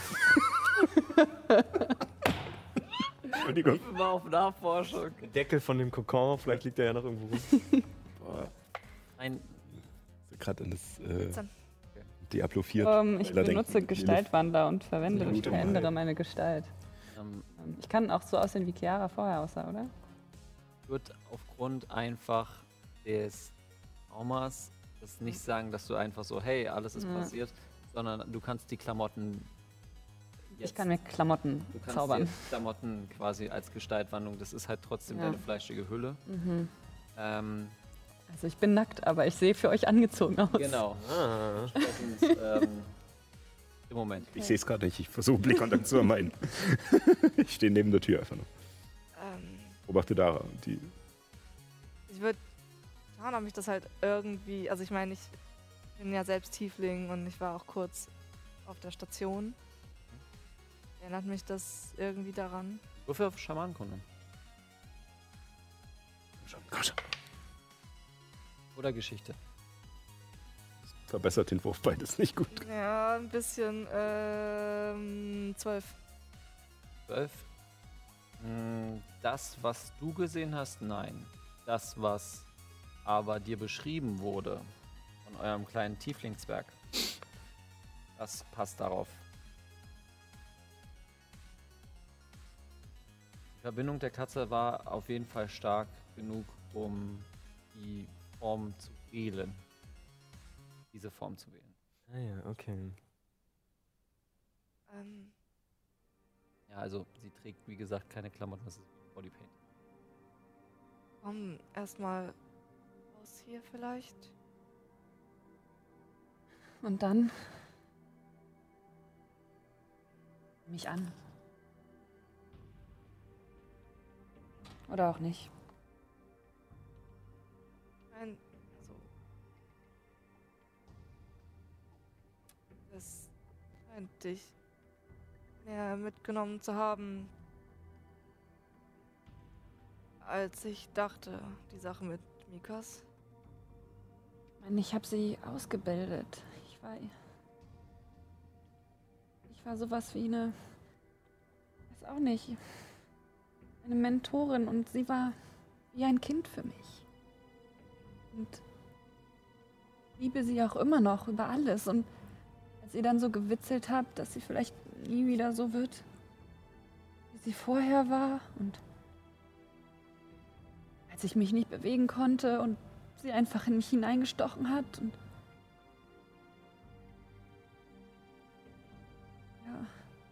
Nach Entschuldigung. würfel mal auf Nachforschung. Deckel von dem Kokon, vielleicht liegt er ja noch irgendwo rum. Boah, Ein, gerade an das äh, Dann- Diablo vier. Ähm, ich Trailer benutze denken. Gestaltwandler und verwende, Blut im verändere Ei. meine Gestalt. ähm, Ähm, Ich kann auch so aussehen, wie Chiara vorher aussah, oder? wird aufgrund einfach des Traumas das nicht sagen, dass du einfach so, hey, alles ist Ja. passiert, sondern du kannst die Klamotten jetzt, Ich kann mir Klamotten du kannst zaubern. jetzt Klamotten quasi als Gestaltwandlung, das ist halt trotzdem Ja. deine fleischige Hülle. Mhm. Ähm, Also ich bin nackt, aber ich sehe für euch angezogen aus. genau. Ah. Entsprechend, ähm, Im Moment. Ich sehe es gerade nicht, ich versuche Blickkontakt zu vermeiden. Ich stehe neben der Tür einfach nur. Ähm, Beobachte Dara. Und die ich würde schauen, ob ich das halt irgendwie. Also, ich meine, ich bin ja selbst Tiefling und ich war auch kurz auf der Station. Erinnert mich das irgendwie daran? Wofür auf Schamanenkunde? Oder Geschichte? verbessert den Wurf beides nicht gut. Ja, ein bisschen. Ähm, zwölf. Zwölf? Mm, Das, was du gesehen hast, nein. Das, was aber dir beschrieben wurde von eurem kleinen Tieflingsberg, das passt darauf. Die Verbindung der Katze war auf jeden Fall stark genug, um die Form zu wählen. Diese Form zu wählen. Ah ja, okay. Ähm, Ja, also sie trägt, wie gesagt, keine Klamotten, das ist Bodypaint. komm, erstmal raus hier vielleicht. Und dann? Mich an. Oder auch nicht. Nein, also. Es scheint dich mehr mitgenommen zu haben, als ich dachte. Die Sache mit Mikas. Ich meine, ich habe sie ausgebildet. Ich war. Ich war sowas wie eine. Weiß auch nicht. Eine Mentorin und sie war wie ein Kind für mich. Und liebe sie auch immer noch über alles. Und als ihr dann so gewitzelt habt, dass sie vielleicht nie wieder so wird, wie sie vorher war, und als ich mich nicht bewegen konnte und sie einfach in mich hineingestochen hat und ja.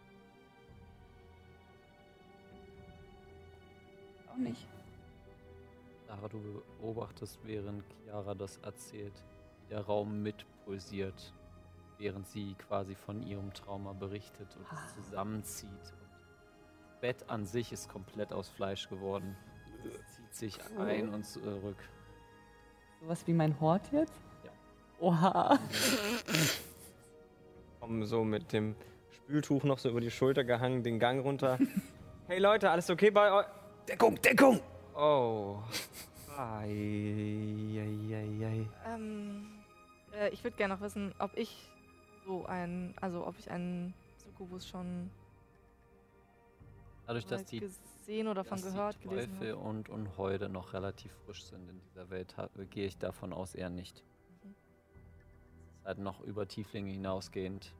Auch nicht. Sarah, du beobachtest, während Chiara das erzählt, wie der Raum mitpulsiert, während sie quasi von ihrem Trauma berichtet und es zusammenzieht. Und das Bett an sich ist komplett aus Fleisch geworden. Es zieht sich ein und zurück. Sowas wie mein Hort jetzt? Ja. Oha. Kommen so mit dem Spültuch noch so über die Schulter gehangen, den Gang runter. Hey Leute, alles okay bei euch? Deckung, Deckung! Oh. Ai, ai, ai, ai. Ähm, äh, ich würde gerne noch wissen, ob ich so ein, also ob ich einen Succubus schon Dadurch, dass mal die, gesehen oder von dass gehört, die gelesen Teufel habe. und Unholde noch relativ frisch sind in dieser Welt, ha- gehe ich davon aus eher nicht. Mhm. Es ist halt noch über Tieflinge hinausgehend.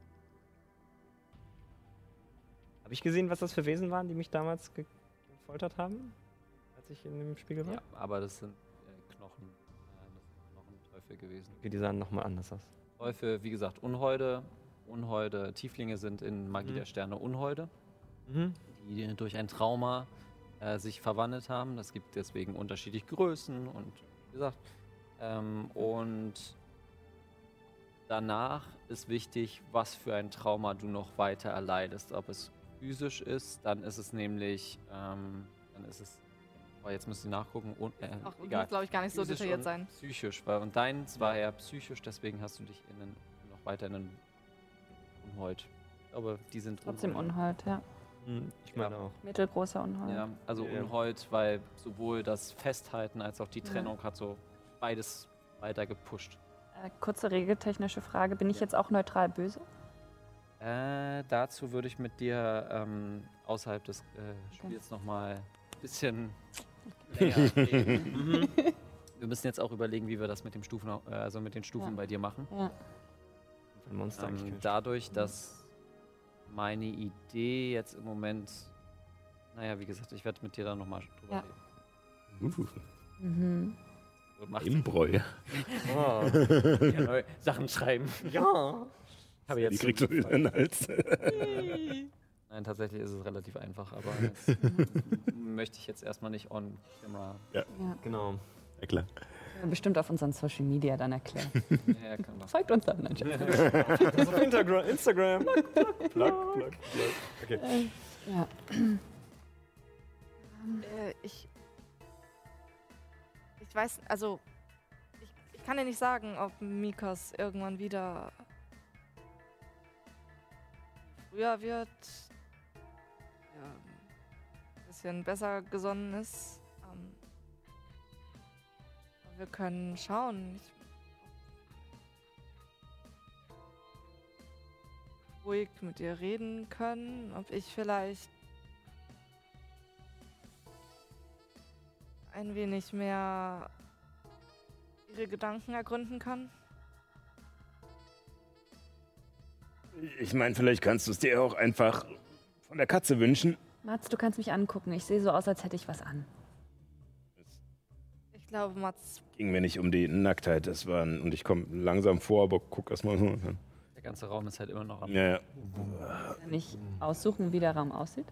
Habe ich gesehen, was das für Wesen waren, die mich damals ge gefoltert haben? Als ich in dem Spiegel war? Ja, aber das sind äh, Knochen. Äh, das sind Knochenteufel gewesen. Okay, die sahen nochmal anders aus. Teufel, wie gesagt, Unholde. Unholde, Tieflinge sind in Magie Mhm. der Sterne Unholde, Mhm. die durch ein Trauma äh, sich verwandelt haben. Das gibt deswegen unterschiedliche Größen und wie gesagt. Ähm, und danach ist wichtig, was für ein Trauma du noch weiter erleidest. Ob es physisch ist, dann ist es nämlich, ähm, dann ist es, oh, jetzt müsst ihr nachgucken, und, äh, Ach, egal. muss glaube ich gar nicht so Physisch detailliert und sein. Psychisch, weil und deins war eher psychisch, deswegen hast du dich in einen, noch weiter in einen Unhold. Ich glaube, die sind Trotzdem Unhold. Unhold, ja. Mhm, ich meine Ja. auch. Mittelgroßer Unhold. Ja, also Ja, ja. Unhold, weil sowohl das Festhalten als auch die Ja. Trennung hat so beides weiter gepusht. Äh, kurze regeltechnische Frage. Bin ich Ja. jetzt auch neutral böse? Äh, dazu würde ich mit dir ähm, außerhalb des äh, Spiels nochmal ein bisschen länger reden. Wir müssen jetzt auch überlegen, wie wir das mit dem Stufen, äh, also mit den Stufen Ja. bei dir machen. Ja. Ein Monster eigentlich Ähm, keine dadurch, dass meine Idee jetzt im Moment, naja, wie gesagt, ich werde mit dir dann nochmal drüber Ja. reden. Uh, Mhm. So, macht Imbräu. Oh. ja, neu Sachen schreiben. Ja. Habe Die jetzt kriegt schon wieder in den Hals. Nein, tatsächlich ist es relativ einfach, aber das möchte ich jetzt erstmal nicht on camera. Ja. Genau. Ja, klar. Bestimmt auf unseren Social Media dann erklären. Ja, kann doch. Folgt uns dann. Nein, Das auf Instagram. Instagram. Plug, plug, plug. Okay. äh, ja. Äh, ich. Ich weiß, also. Ich, ich kann dir nicht sagen, ob Mikos irgendwann wieder. früher wird. Ja, ein bisschen besser gesonnen ist. Ähm, aber wir können schauen. Ich, ruhig mit ihr reden können, ob ich vielleicht ein wenig mehr ihre Gedanken ergründen kann. Ich meine, vielleicht kannst du es dir auch einfach von der Katze wünschen. Mats, du kannst mich angucken. Ich sehe so aus, als hätte ich was an. Ich glaube, Mats. Ging mir nicht um die Nacktheit, das war ein, und ich komme langsam vor, aber guck erst mal so. Der ganze Raum ist halt immer noch am. Ja, ja. Kann ich aussuchen, wie der Raum aussieht?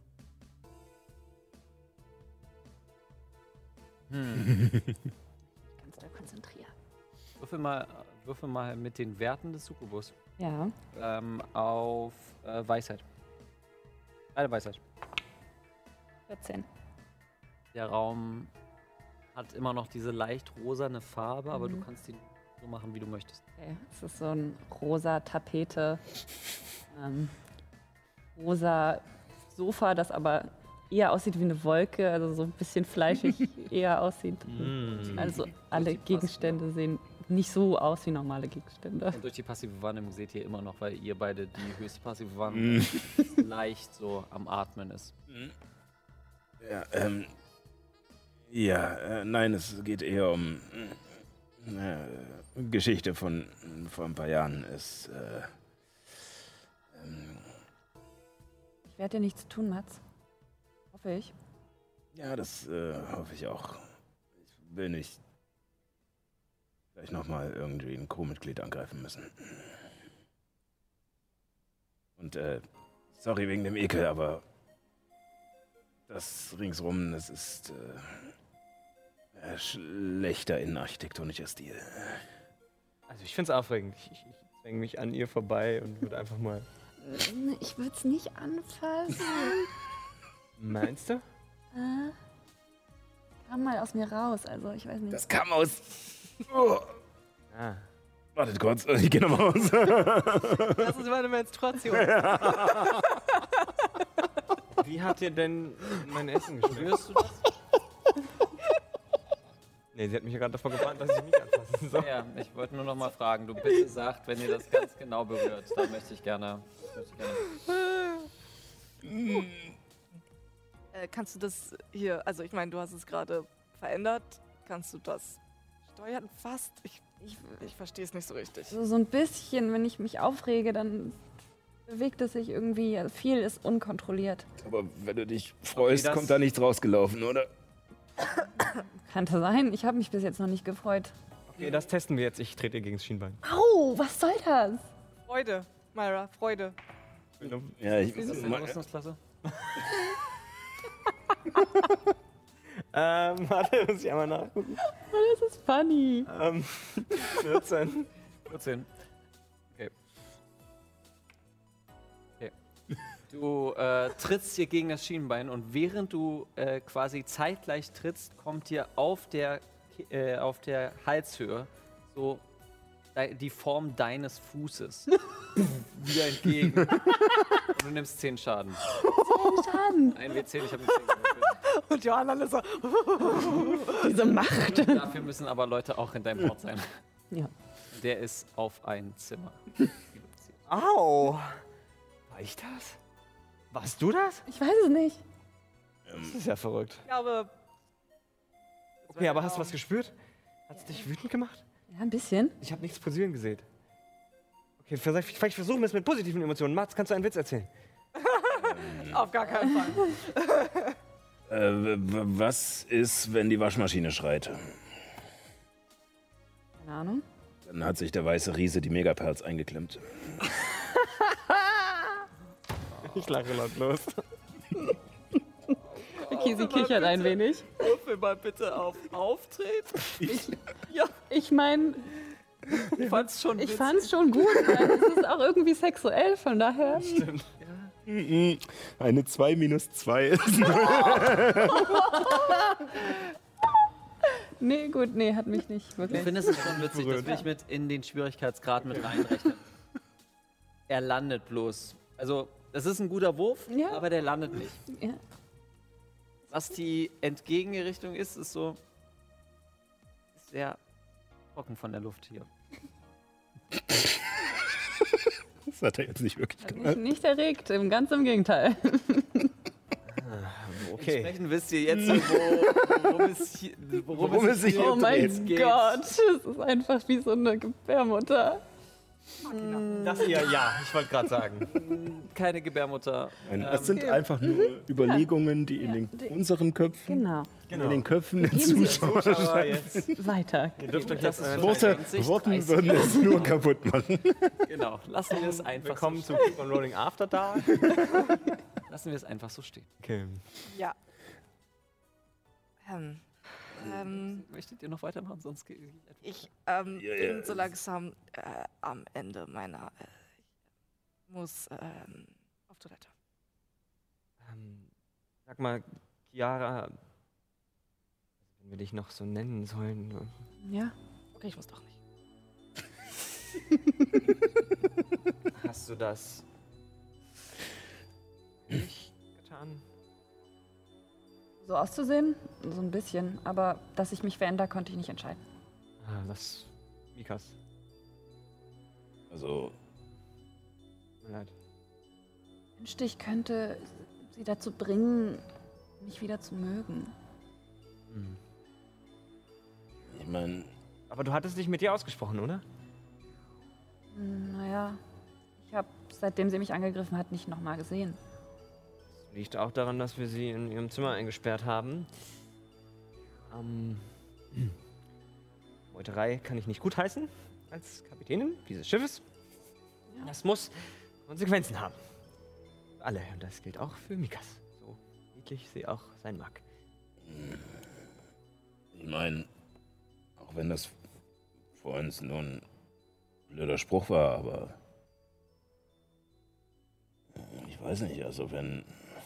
Hm. Ganz doll konzentrieren. Würfel mal, würfel mal mit den Werten des Succubus Ja. ähm, auf äh, Weisheit. Eine Weisheit. vierzehn. Der Raum hat immer noch diese leicht rosane Farbe, aber du Mhm. kannst ihn so machen, wie du möchtest. Okay. Es ist so ein rosa Tapete. Ähm, rosa Sofa, das aber eher aussieht wie eine Wolke, also so ein bisschen fleischig eher aussieht. Mm. Also alle Gegenstände sehen nicht so aus wie normale Gegenstände. Und durch die passive Wahrnehmung seht ihr immer noch, weil ihr beide die höchste passive Wahrnehmung leicht so am Atmen ist. Ja, ähm. Ja, äh, nein, es geht eher um. Äh, Geschichte von vor ein paar Jahren. Es. Äh, ähm, Ich werde dir nichts tun, Mats. Hoffe ich. ja, das äh, hoffe ich auch. Ich will nicht gleich nochmal irgendwie ein Crewmitglied angreifen müssen. Und, äh, sorry wegen dem Ekel, aber das ringsrum, das ist äh, äh, schlechter innenarchitektonischer Stil. Also ich find's aufregend. Ich, ich, ich zwänge mich an ihr vorbei und würde einfach mal... Ich würde es nicht anfassen. Meinst du? äh, kam mal aus mir raus, also ich weiß nicht. Das kam aus. Oh. Ah. Wartet kurz, ich gehe nochmal raus. Das ist meine Menstruation. Wie hat dir denn mein Essen geschmeckt? Spürst du das? Nee, sie hat mich ja gerade davor gewarnt, dass ich mich anfassen soll. Ja, ich wollte nur noch mal fragen, du bitte sagt, wenn ihr das ganz genau berührt, dann möchte ich gerne. Möchte ich gerne. Äh, kannst du das hier, also ich meine, du hast es gerade verändert. Kannst du das steuern fast? Ich, ich, ich verstehe es nicht so richtig. So, so ein bisschen, wenn ich mich aufrege, dann bewegt es sich irgendwie. Also viel ist unkontrolliert. Aber wenn du dich freust, Okay, das- kommt da nichts rausgelaufen, oder? Könnte sein. Ich habe mich bis jetzt noch nicht gefreut. Okay, das testen wir jetzt. Ich trete ihr gegen das Schienbein. Au, was soll das? Freude, Myra, Freude. Ja, ich Ist das deine Rüstungsklasse? Ähm, warte, muss ich einmal nachgucken. Oh, das ist funny. Ähm, vierzehn. vierzehn. Okay. Okay. Du äh, trittst dir gegen das Schienbein und während du äh, quasi zeitgleich trittst, kommt dir auf der, Ki- äh, auf der Halshöhe so dei- die Form deines Fußes wieder entgegen. Und du nimmst zehn Schaden. Schaden. Ein W zehn, ich habe eine zehn gewürfelt. Und Johanna ist so. Diese Macht. Dafür müssen aber Leute auch in deinem Ort sein. Ja. Der ist auf ein Zimmer. Au! War ich das? Warst du das? Ich weiß es nicht. Das ist ja verrückt. Ich glaube. Okay, aber hast du was gespürt? Hat es dich wütend gemacht? Ja, ein bisschen. Ich habe nichts pulsieren gesehen. Okay, vielleicht, vielleicht versuchen wir es mit positiven Emotionen. Mats, kannst du einen Witz erzählen? Auf gar keinen Fall. Äh, w- w- was ist, wenn die Waschmaschine schreit? Keine Ahnung. Dann hat sich der weiße Riese die Megaperls eingeklemmt. Ich lache lautlos. Okay, sie kichert ein wenig. Würfel mal bitte auf Auftreten. Ich, Ich meine, Ich fand's schon ich witzig. fand's schon gut, weil es ist auch irgendwie sexuell, von daher. Stimmt. Mhm. Eine zwei minus zwei ist Nee, gut, nee, hat mich nicht Ich wirklich. finde es ist schon witzig, das will ich mit in den Schwierigkeitsgrad mit reinrechnen. Er landet bloß. Also, es ist ein guter Wurf, Ja. aber der landet nicht. Ja. Was die Entgegenrichtung ist, ist so ist sehr trocken von der Luft hier. Das hat er jetzt nicht wirklich Hat gemacht. mich nicht erregt, im- ganz im Gegenteil. Okay. Entsprechend wisst ihr jetzt, wo, worum es, hier, worum Worum es es sich hier hier Oh mein dreht. geht. Gott, es ist einfach wie so eine Gebärmutter. Das hier, ja, ich wollte gerade sagen. Keine Gebärmutter. Nein, Ähm, das sind einfach nur Überlegungen, die in den, unseren Köpfen, Genau. in den Köpfen der Geben Sie Zuschauer Aber jetzt, Weiter. ihr dürft euch Das jetzt ist euren schon- Worte, zwanzig, Worten dreißig. würden es nur kaputt machen. Genau, lassen wir es einfach Willkommen so zu Keep on Rolling After Dark. Lassen wir es einfach so stehen. Okay. Ja. Ähm, ähm, Möchtet ihr noch weitermachen? Sonst gehe ich einfach. ich ähm, Ja, ja. bin so langsam äh, am Ende meiner. Äh, ich muss ähm, auf Toilette. Ähm, sag mal, Chiara, wenn wir dich noch so nennen sollen. Ja. Okay, ich muss doch nicht. Hast du das nicht getan? So auszusehen? So ein bisschen. Aber dass ich mich verändere, konnte ich nicht entscheiden. Ah, das. Mikas. Also, Tut mir leid. Ich wünschte, ich könnte sie dazu bringen, mich wieder zu mögen. Hm. ich meine, Aber du hattest dich mit dir ausgesprochen, oder? Hm, Naja, ich habe, seitdem sie mich angegriffen hat, nicht nochmal gesehen. Das liegt auch daran, dass wir sie in ihrem Zimmer eingesperrt haben. Ähm. Meuterei kann ich nicht gutheißen als Kapitänin dieses Schiffes. Ja. Das muss Konsequenzen haben. Für alle. Und das gilt auch für Mikas. So niedlich sie auch sein mag. ich meine, auch wenn das vor uns nur ein blöder Spruch war, aber ich weiß nicht, also wenn,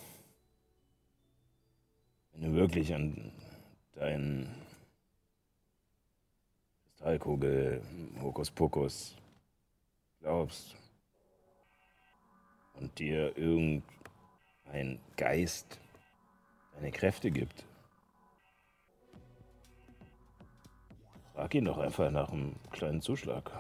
wenn du wirklich an deinen Kristallkugel, Hokuspokus glaubst und dir irgendein Geist deine Kräfte gibt, frag ihn doch einfach nach einem kleinen Zuschlag.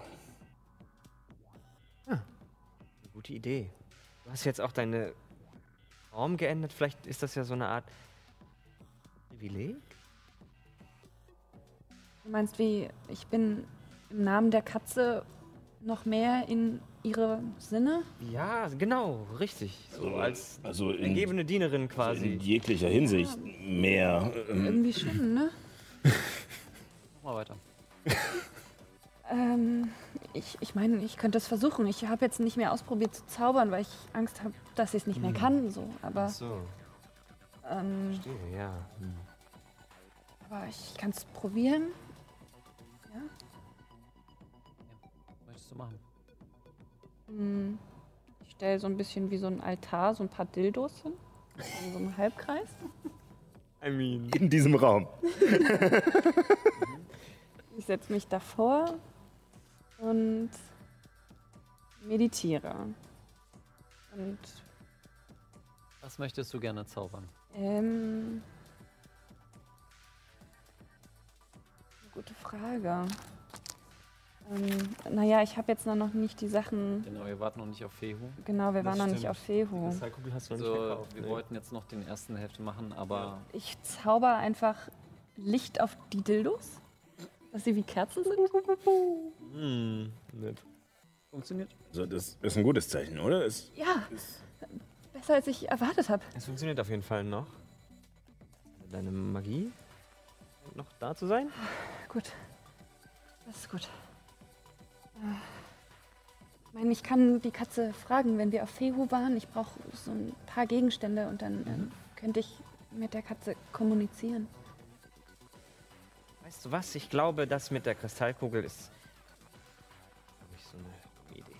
Eine gute Idee. Du hast jetzt auch deine Form geändert. Vielleicht ist das ja so eine Art Privileg? Du meinst, wie ich bin im Namen der Katze noch mehr in ihre Sinne? Ja, genau, richtig. So als Also in, ergebene Dienerin in quasi. jeglicher Hinsicht mehr. Ähm, Irgendwie schon, ne? Mach mal weiter. Ähm, ich ich meine, ich könnte es versuchen. Ich habe jetzt nicht mehr ausprobiert zu zaubern, weil ich Angst habe, dass ich es nicht mehr kann. So. Aber, so, ähm, verstehe, ja. Hm. aber ich kann es probieren. Ja? Was möchtest du machen? Hm, Ich stelle so ein bisschen wie so ein Altar, so ein paar Dildos hin. In so einem Halbkreis. I mean. In diesem Raum. Ich setze mich davor und meditiere. Und Was möchtest du gerne zaubern? ähm, gute Frage. Ähm, naja, ich habe jetzt noch nicht die Sachen. Genau, wir warten noch nicht auf Fehu. Genau, wir Das waren noch nicht stimmt. auf Fehu. Die Kristallkugel hast du noch nicht Also, verkauft. wir ne? wollten jetzt noch den ersten Hälfte machen, aber Ich zauber einfach Licht auf die Dildos, dass sie wie Kerzen sind. Hm, nett. funktioniert. Also das ist ein gutes Zeichen, oder? Es, Ja, besser als ich erwartet habe. Es funktioniert auf jeden Fall noch. Deine Magie scheint noch da zu sein. Gut, das ist gut. Äh, Ich meine, ich kann die Katze fragen, wenn wir auf Fehu waren. Ich brauche so ein paar Gegenstände und dann ähm, könnte ich mit der Katze kommunizieren. Weißt du was? Ich glaube, das mit der Kristallkugel ist nicht so eine Idee.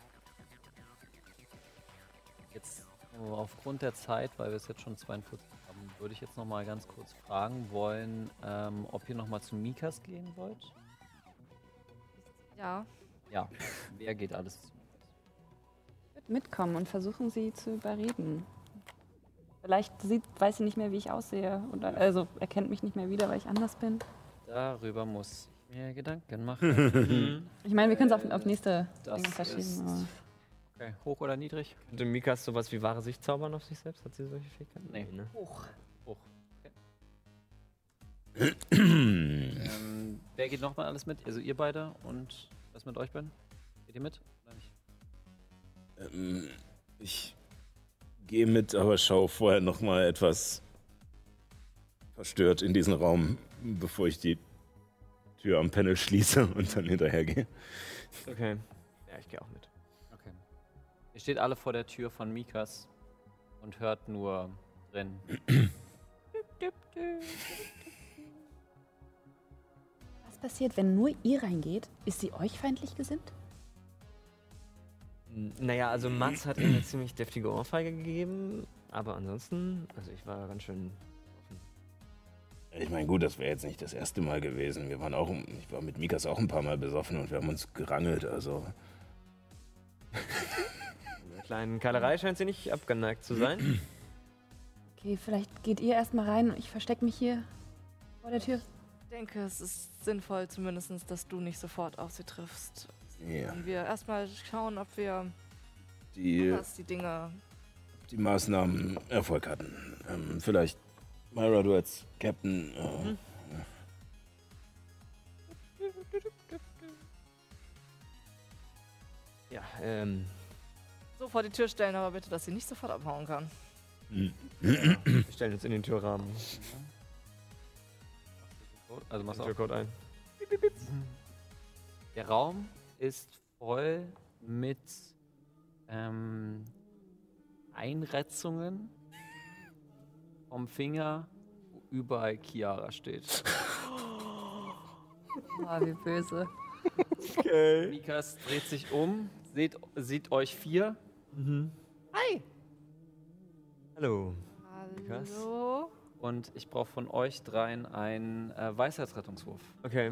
Jetzt oh, aufgrund der Zeit, weil wir es jetzt schon zweiundvierzig haben, würde ich jetzt noch mal ganz kurz fragen wollen, ähm, ob ihr noch mal zu Mikas gehen wollt. Ja. Ja, wer geht alles zu? Ich würde mitkommen und versuchen, sie zu überreden. Vielleicht sieht, weiß sie nicht mehr, wie ich aussehe. Oder, also erkennt mich nicht mehr wieder, weil ich anders bin. Darüber muss ich mir Gedanken machen. Ich meine, wir können es auf, auf nächste Das Dinge verschieben. ist- aber- Okay, hoch oder niedrig? Könnte Mikas sowas wie wahre Sicht zaubern auf sich selbst? Hat sie solche Fähigkeiten? Nee. ne? Hoch. Hoch. Okay. ähm, wer geht nochmal alles mit? Also ihr beide und was mit euch beiden? Geht ihr mit oder nicht? Ähm, ich gehe mit, aber schau vorher noch mal etwas verstört in diesen Raum, bevor ich die Tür am Panel schließe und dann hinterhergehe. Okay. Ja, ich gehe auch mit. Okay. Ihr steht alle vor der Tür von Mikas und hört nur drin. Was passiert, wenn nur ihr reingeht? Ist sie euch feindlich gesinnt? N- Naja, also Mats hat ihm eine ziemlich deftige Ohrfeige gegeben, aber ansonsten, also ich war ganz schön offen. Ich meine, gut, das wäre jetzt nicht das erste Mal gewesen. Wir waren auch, ich war mit Mikas auch ein paar Mal besoffen und wir haben uns gerangelt, also. Der kleinen Keilerei scheint sie nicht abgeneigt zu sein. Okay, vielleicht geht ihr erstmal rein und ich verstecke mich hier vor der Tür. Ich denke, es ist sinnvoll zumindest, dass du nicht sofort auf sie triffst. Ja. Und wir erstmal schauen, ob wir Die, anders die Dinge. die Maßnahmen Erfolg hatten. Ähm, vielleicht, Myra, du als Captain. Äh, Mhm. Ja, ähm, so vor die Tür stellen, aber bitte, dass sie nicht sofort abhauen kann. wir stellen uns in den Türrahmen. Also machst Den du auch. Türcode ein. Der Raum ist voll mit ähm, Einrätzungen vom Finger, wo überall Chiara steht. Oh, wie böse. Okay. Mikas dreht sich um, seht, sieht euch vier. Mhm. Hi! Hallo. Lukas? Hallo? Und ich brauche von euch dreien einen äh, Weisheitsrettungswurf. Okay.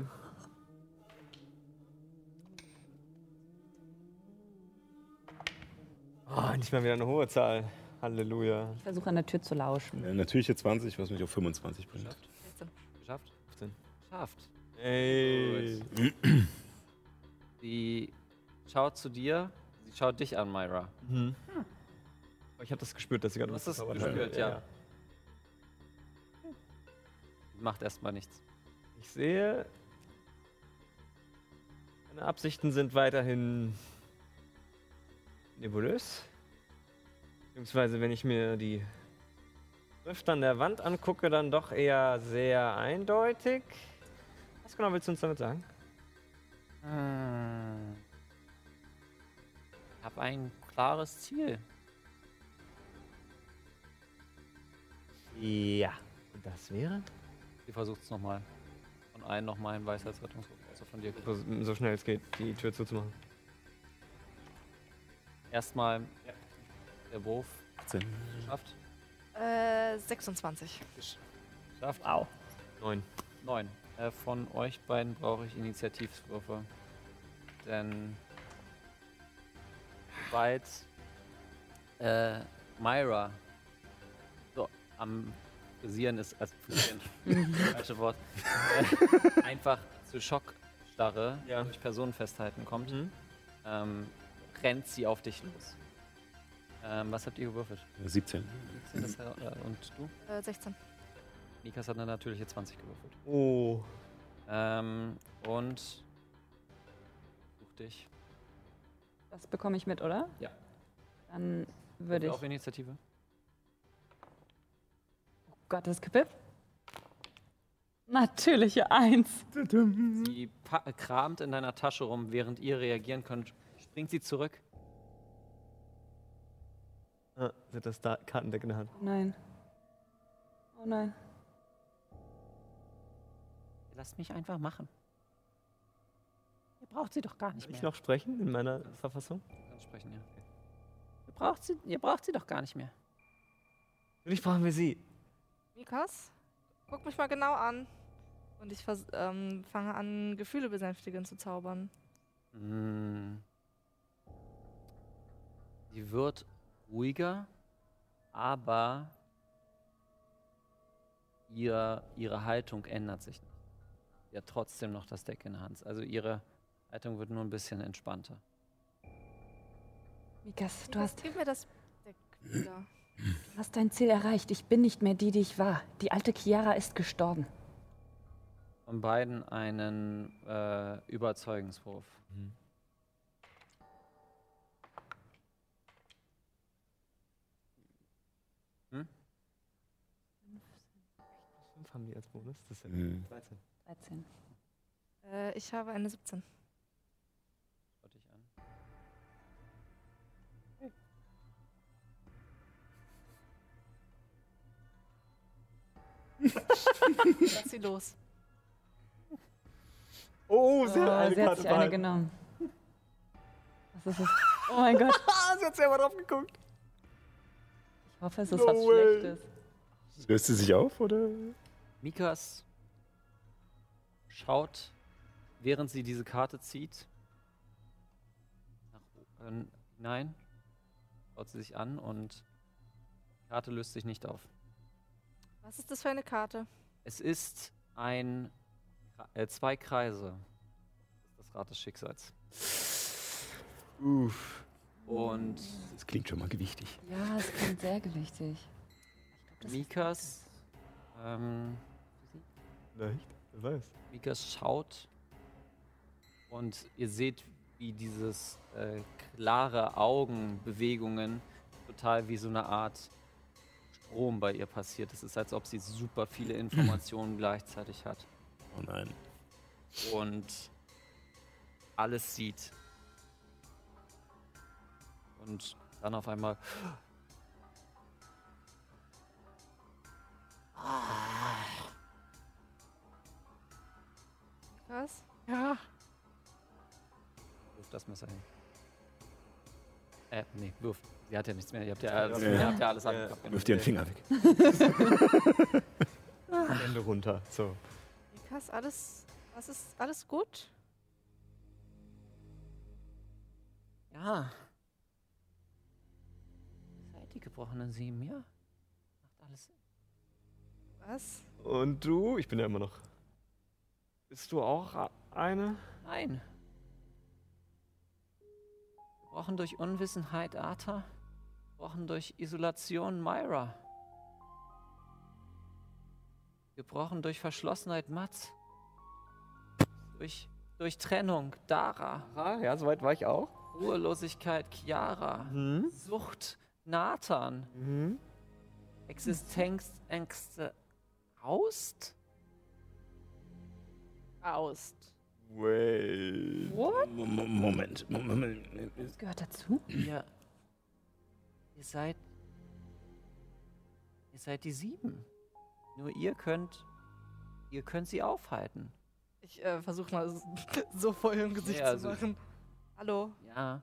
Oh, nicht mal wieder eine hohe Zahl. Halleluja. Ich versuche an der Tür zu lauschen. Eine natürliche zwanzig, was mich auf fünfundzwanzig bringt. sechzehn. Geschafft? fünfzehn. Geschafft. Ey. Sie schaut zu dir, sie schaut dich an, Myra. Mhm. Oh, ich habe das gespürt, dass sie gerade Du was hast das gezaubert hat. gespürt, ja. Macht erstmal nichts. Ich sehe, meine Absichten sind weiterhin nebulös. Beziehungsweise, wenn ich mir die Schrift an der Wand angucke, dann doch eher sehr eindeutig. Was genau willst du uns damit sagen? Hm. Ich habe ein klares Ziel. Ja. Und das wäre? Sie versucht es nochmal. Von einem nochmal einen Weisheitsrettungswurf, also von dir. So, so schnell es geht, die Tür zuzumachen. Erstmal der Wurf achtzehn. geschafft. Äh, sechsundzwanzig. Geschafft. Au. Neun. Neun. Äh, von euch beiden brauche ich Initiativwürfe. Denn sobald äh, Myra so am Frisieren ist, also Frisieren, falsche Wort, äh, einfach zu Schockstarre Ja. durch Personen festhalten kommt, Mhm. ähm, rennt sie auf dich los. Ähm, was habt ihr gewürfelt? siebzehn. siebzehn das, äh, und du? Äh, sechzehn. Mikas hat eine natürliche zwanzig gewürfelt. Oh. Ähm, und such dich. Das bekomme ich mit, oder? Ja. Dann würde ich... Auf Initiative. Oh Gott, das Kippe. Natürliche Eins. Sie pa- kramt in deiner Tasche rum, während ihr reagieren könnt. Springt sie zurück. Ah, sie hat das da Kartendeck in der Hand. Oh nein. Oh nein. Lasst mich einfach machen. Ihr braucht sie doch gar nicht Kann ich mehr. noch sprechen in meiner Verfassung? Kannst sprechen, ja. Ihr braucht sie, ihr braucht sie doch gar nicht mehr. Natürlich brauchen wir sie. Mikas, guck mich mal genau an. Und ich vers ähm, fange an, Gefühle besänftigen zu zaubern. Mm. Sie wird ruhiger, aber ihr, ihre Haltung ändert sich nicht. Sie hat trotzdem noch das Deck in der Hand. Also ihre Haltung wird nur ein bisschen entspannter. Mikas, du Mikas, hast, gib mir das Deck wieder. du hast dein Ziel erreicht. Ich bin nicht mehr die, die ich war. Die alte Chiara ist gestorben. Von beiden einen äh, Überzeugungswurf. Mhm. Hm? Fünf haben die als Bonus. Das sind Mhm. dreizehn. dreizehn. Äh, ich habe eine siebzehn. Schau dich an. Lass sie los. Oh, sie hat Oh, eine sie hat Karte sich eine behalten. genommen. Was ist es? Oh mein Gott. Ah, sie hat selber drauf geguckt. Ich hoffe, es ist No was way. Schlechtes. Löst sie sich auf, oder? Mikas schaut, während sie diese Karte zieht, nach äh, hinein, schaut sie sich an und die Karte löst sich nicht auf. Was ist das für eine Karte? Es ist ein Kra- äh, zwei Kreise. Das ist das Rad des Schicksals. Uff. Und Das klingt schon mal gewichtig. Ja, es klingt sehr gewichtig. Ich glaub, das ist- Mikas, ähm, Vielleicht, wer weiß. Mikas schaut und ihr seht, wie dieses äh, klare Augenbewegungen total wie so eine Art Strom bei ihr passiert. Es ist, als ob sie super viele Informationen gleichzeitig hat Oh nein. und alles sieht. Und dann auf einmal Was? wirft das Messer hin. Äh, nee, wirft. Sie hat ja nichts mehr. Ihr habt ja, Ja. ihr habt ja alles Ja. angehabt. Wirf dir den Finger weg. Hände runter. So. Mikas, alles, was ist alles gut? Ja. Seid die gebrochenen sieben, ja? Macht alles Sinn. Was? Und du? Ich bin ja immer noch. Bist du auch a- eine? Nein. Gebrochen durch Unwissenheit Arthur. Gebrochen durch Isolation Myra. Gebrochen durch Verschlossenheit Mats. Durch, durch Trennung Dara. Ah, ja, soweit war ich auch. Ruhelosigkeit Chiara. Mhm. Sucht Nathan. Mhm. Existenzängste Aust? Aust. Wait. What? Mo- Mo- Moment. Mo- Moment. Das gehört dazu. Ihr, ihr seid, ihr seid die Sieben. Nur ihr könnt, ihr könnt sie aufhalten. Ich äh, versuche mal s- so vor ihrem Gesicht Ja, also- zu machen. Hallo, Ja.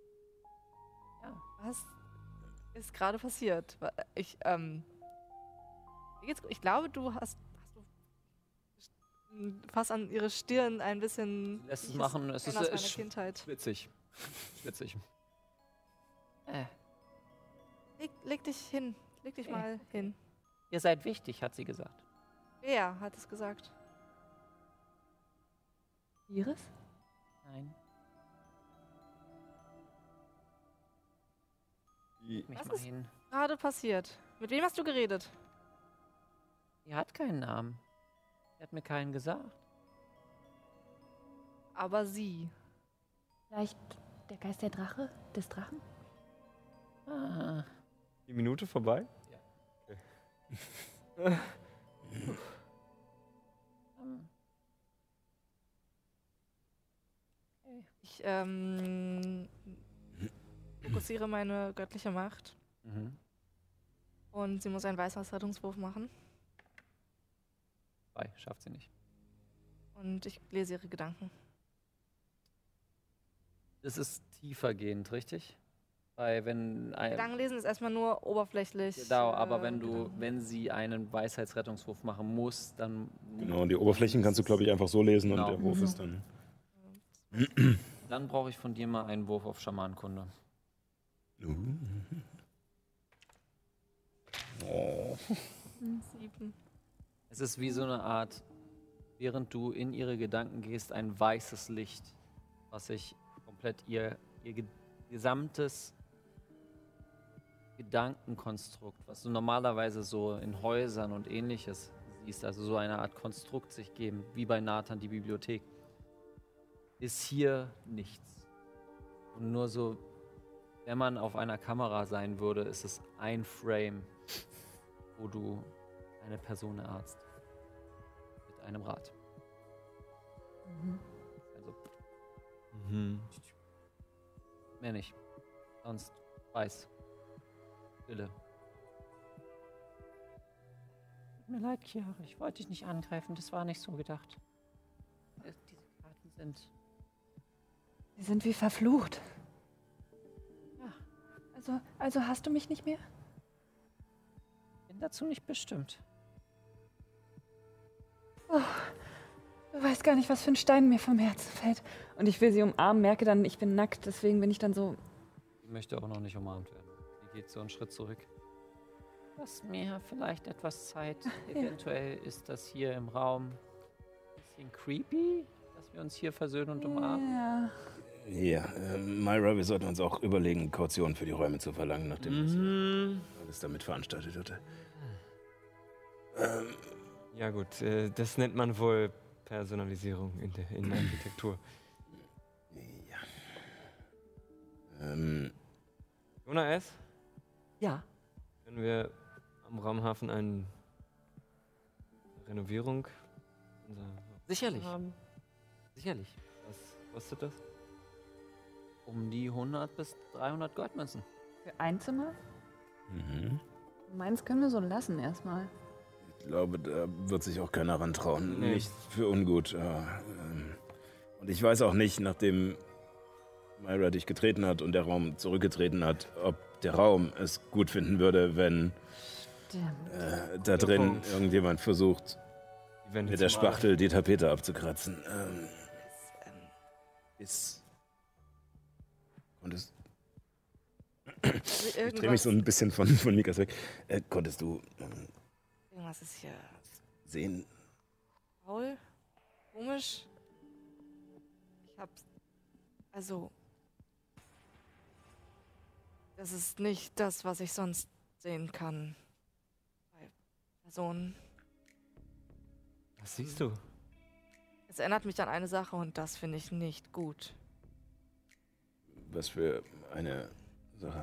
was ist gerade passiert? Wa- Ich, ähm. Mir geht's gut. Ich glaube, du hast, hast du m, fast an ihre Stirn ein bisschen. Lässt es ich machen. Es ist, kenne aus äh, meiner sch- Kindheit. schwitzig. Schwitzig. Äh, Leg, leg dich hin. Leg dich Okay. mal hin. ihr seid wichtig, hat sie gesagt. Wer hat es gesagt? Iris? Nein. Die- Mich Was mal ist- hin. Gerade passiert. Mit wem hast du geredet? Sie hat keinen Namen. Sie hat mir keinen gesagt. Aber sie. Vielleicht der Geist der Drache? Des Drachen? Ah, Die Minute vorbei? ähm, Ich ähm, fokussiere meine göttliche Macht Mhm. und sie muss einen Weisheitsrettungswurf machen. Zwei, schafft sie nicht. Und ich lese ihre Gedanken. Das ist tiefergehend, richtig? Weil wenn ein, Gedanken lesen ist erstmal nur oberflächlich. Genau, aber äh, wenn du, Gedanken. wenn sie einen Weisheitsrettungswurf machen muss, dann Genau, und die Oberflächen kannst du, glaube ich, einfach so lesen Genau. und der Wurf ist dann. dann brauche ich von dir mal einen Wurf auf Schamanenkunde. Oh. Sieben. Es ist wie so eine Art, während du in ihre Gedanken gehst, ein weißes Licht, was sich komplett ihr, ihr ge- gesamtes Gedankenkonstrukt, was du normalerweise so in Häusern und ähnliches siehst, also so eine Art Konstrukt sich geben, wie bei Nathan die Bibliothek, ist hier nichts. Und nur so, wenn man auf einer Kamera sein würde, ist es ein Frame, wo du eine Person erarzt. Mit einem Rad. Also, Mhm. mehr nicht. Sonst weiß. Wille. Tut mir leid, Chiara, ich wollte dich nicht angreifen, das war nicht so gedacht. Äh, Diese Karten sind... Sie sind wie verflucht. Ja, Also, also hast du mich nicht mehr? bin dazu nicht bestimmt. Du weißt gar nicht, was für ein Stein mir vom Herzen fällt. Und ich will sie umarmen, merke dann, ich bin nackt, deswegen bin ich dann so... Sie möchte auch noch nicht umarmt werden. Sie geht so einen Schritt zurück. Lass mir vielleicht etwas Zeit. Ja. Eventuell ist das hier im Raum ein bisschen creepy, dass wir uns hier versöhnen und umarmen. Ja. Ja, äh, Myra, wir sollten uns auch überlegen, Kaution für die Räume zu verlangen, nachdem das Mhm. alles damit veranstaltet wurde. Ähm, Ja gut, äh, das nennt man wohl Personalisierung in der, in der Architektur. ja. Ähm, Jona S., Ja. können wir am Raumhafen eine Renovierung unserer Sicherlich. haben? Sicherlich. Was kostet das? Um die hundert bis dreihundert Goldmünzen. Für ein Zimmer? mhm. Meins können wir so lassen erstmal. Ich glaube, da wird sich auch keiner rantrauen. Nee. Nicht für ungut. Ja, ähm. Und ich weiß auch nicht, nachdem Myra dich getreten hat und der Raum zurückgetreten hat, ob der Raum es gut finden würde, wenn Stimmt. äh, da drin Punkt. irgendjemand versucht, Die Wände mit der zu malen. Spachtel die Tapete abzukratzen. Ähm, Ähm, ist. Konntest, also ich drehe mich irgendwas, so ein bisschen von, von Mikas weg. Äh, konntest du ähm, irgendwas ist hier sehen? faul, komisch. Ich hab's. Also. Das ist nicht das, was ich sonst sehen kann. Bei Personen. Was siehst du? Es erinnert mich an eine Sache und das finde ich nicht gut. Was für eine Sache.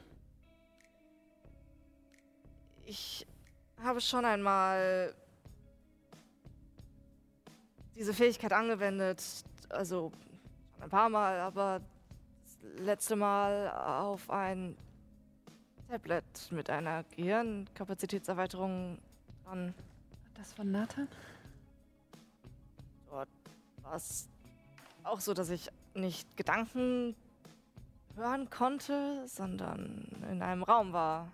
Ich habe schon einmal diese Fähigkeit angewendet, also schon ein paar Mal, aber das letzte Mal auf ein Tablet mit einer Gehirnkapazitätserweiterung dran. Das von Nathan? Dort war es auch so, dass ich nicht Gedanken hören konnte, sondern in einem Raum war.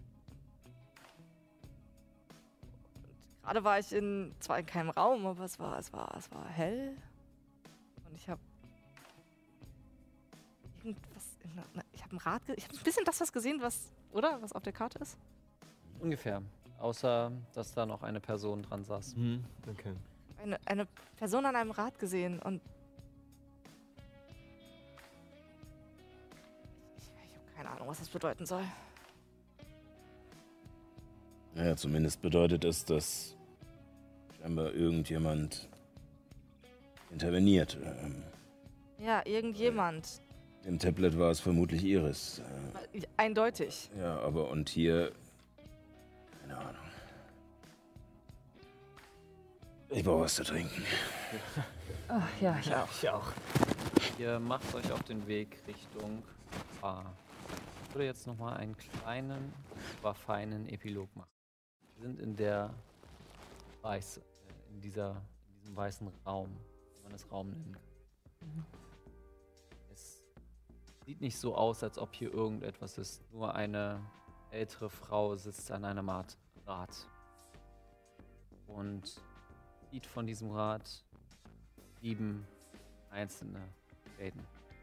Und gerade war ich in, zwar in keinem Raum, aber es war, es war, es war hell. Und ich habe irgendwas, in, na, ich habe ein Rad, ge- ich habe ein bisschen das was gesehen, was, oder? Was auf der Karte ist? Ungefähr. Außer, dass da noch eine Person dran saß. Mhm. Okay. Eine, eine Person an einem Rad gesehen und ich, ich habe keine Ahnung, was das bedeuten soll. Naja, zumindest bedeutet es, dass scheinbar irgendjemand interveniert. Ähm, Ja, irgendjemand. Im Tablet war es vermutlich Iris. Äh, Eindeutig. ja, aber und hier. Keine Ahnung. Ich brauche was zu trinken. Ach ja, ich auch. Ich auch. Ihr macht euch auf den Weg Richtung Bar. Ich würde jetzt nochmal einen kleinen, aber feinen Epilog machen. Wir sind in der Weiß, äh, in, dieser, in diesem weißen Raum, wenn man es Raum nennen kann. Mhm. Es sieht nicht so aus, als ob hier irgendetwas ist. Nur eine ältere Frau sitzt an einem Art Rad und zieht von diesem Rad sieben einzelne Fäden.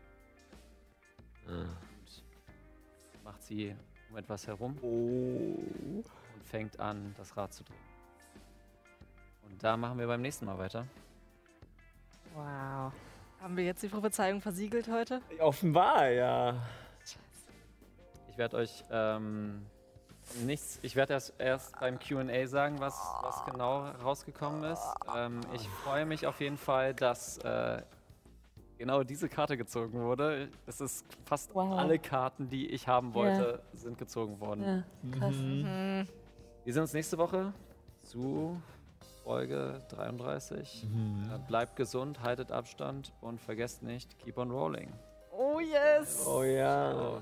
Ah. Und macht sie um etwas herum Oh. und fängt an, das Rad zu drehen. Und da machen wir beim nächsten Mal weiter. Wow. Haben wir jetzt die Prophezeiung versiegelt heute? Offenbar, ja. Ich werde euch ähm, nichts, ich werde erst, erst beim Q und A sagen, was, was genau rausgekommen ist. Ähm, ich freue mich auf jeden Fall, dass äh, genau diese Karte gezogen wurde. Es ist fast Wow. alle Karten, die ich haben wollte, sind gezogen worden. Ja, krass. Mhm. Wir sehen uns nächste Woche zu Folge dreiunddreißig. Mhm. Äh, bleibt gesund, haltet Abstand und vergesst nicht, keep on rolling. Oh yes! Oh ja. Los.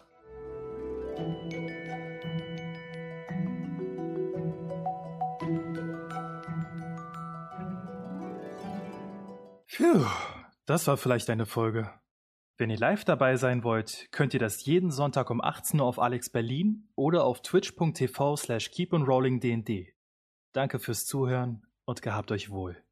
Puh, das war vielleicht eine Folge. Wenn ihr live dabei sein wollt, könnt ihr das jeden Sonntag um achtzehn Uhr auf Alex Berlin oder auf twitch punkt tv slash keeponrollingdnd. Danke fürs Zuhören und gehabt euch wohl.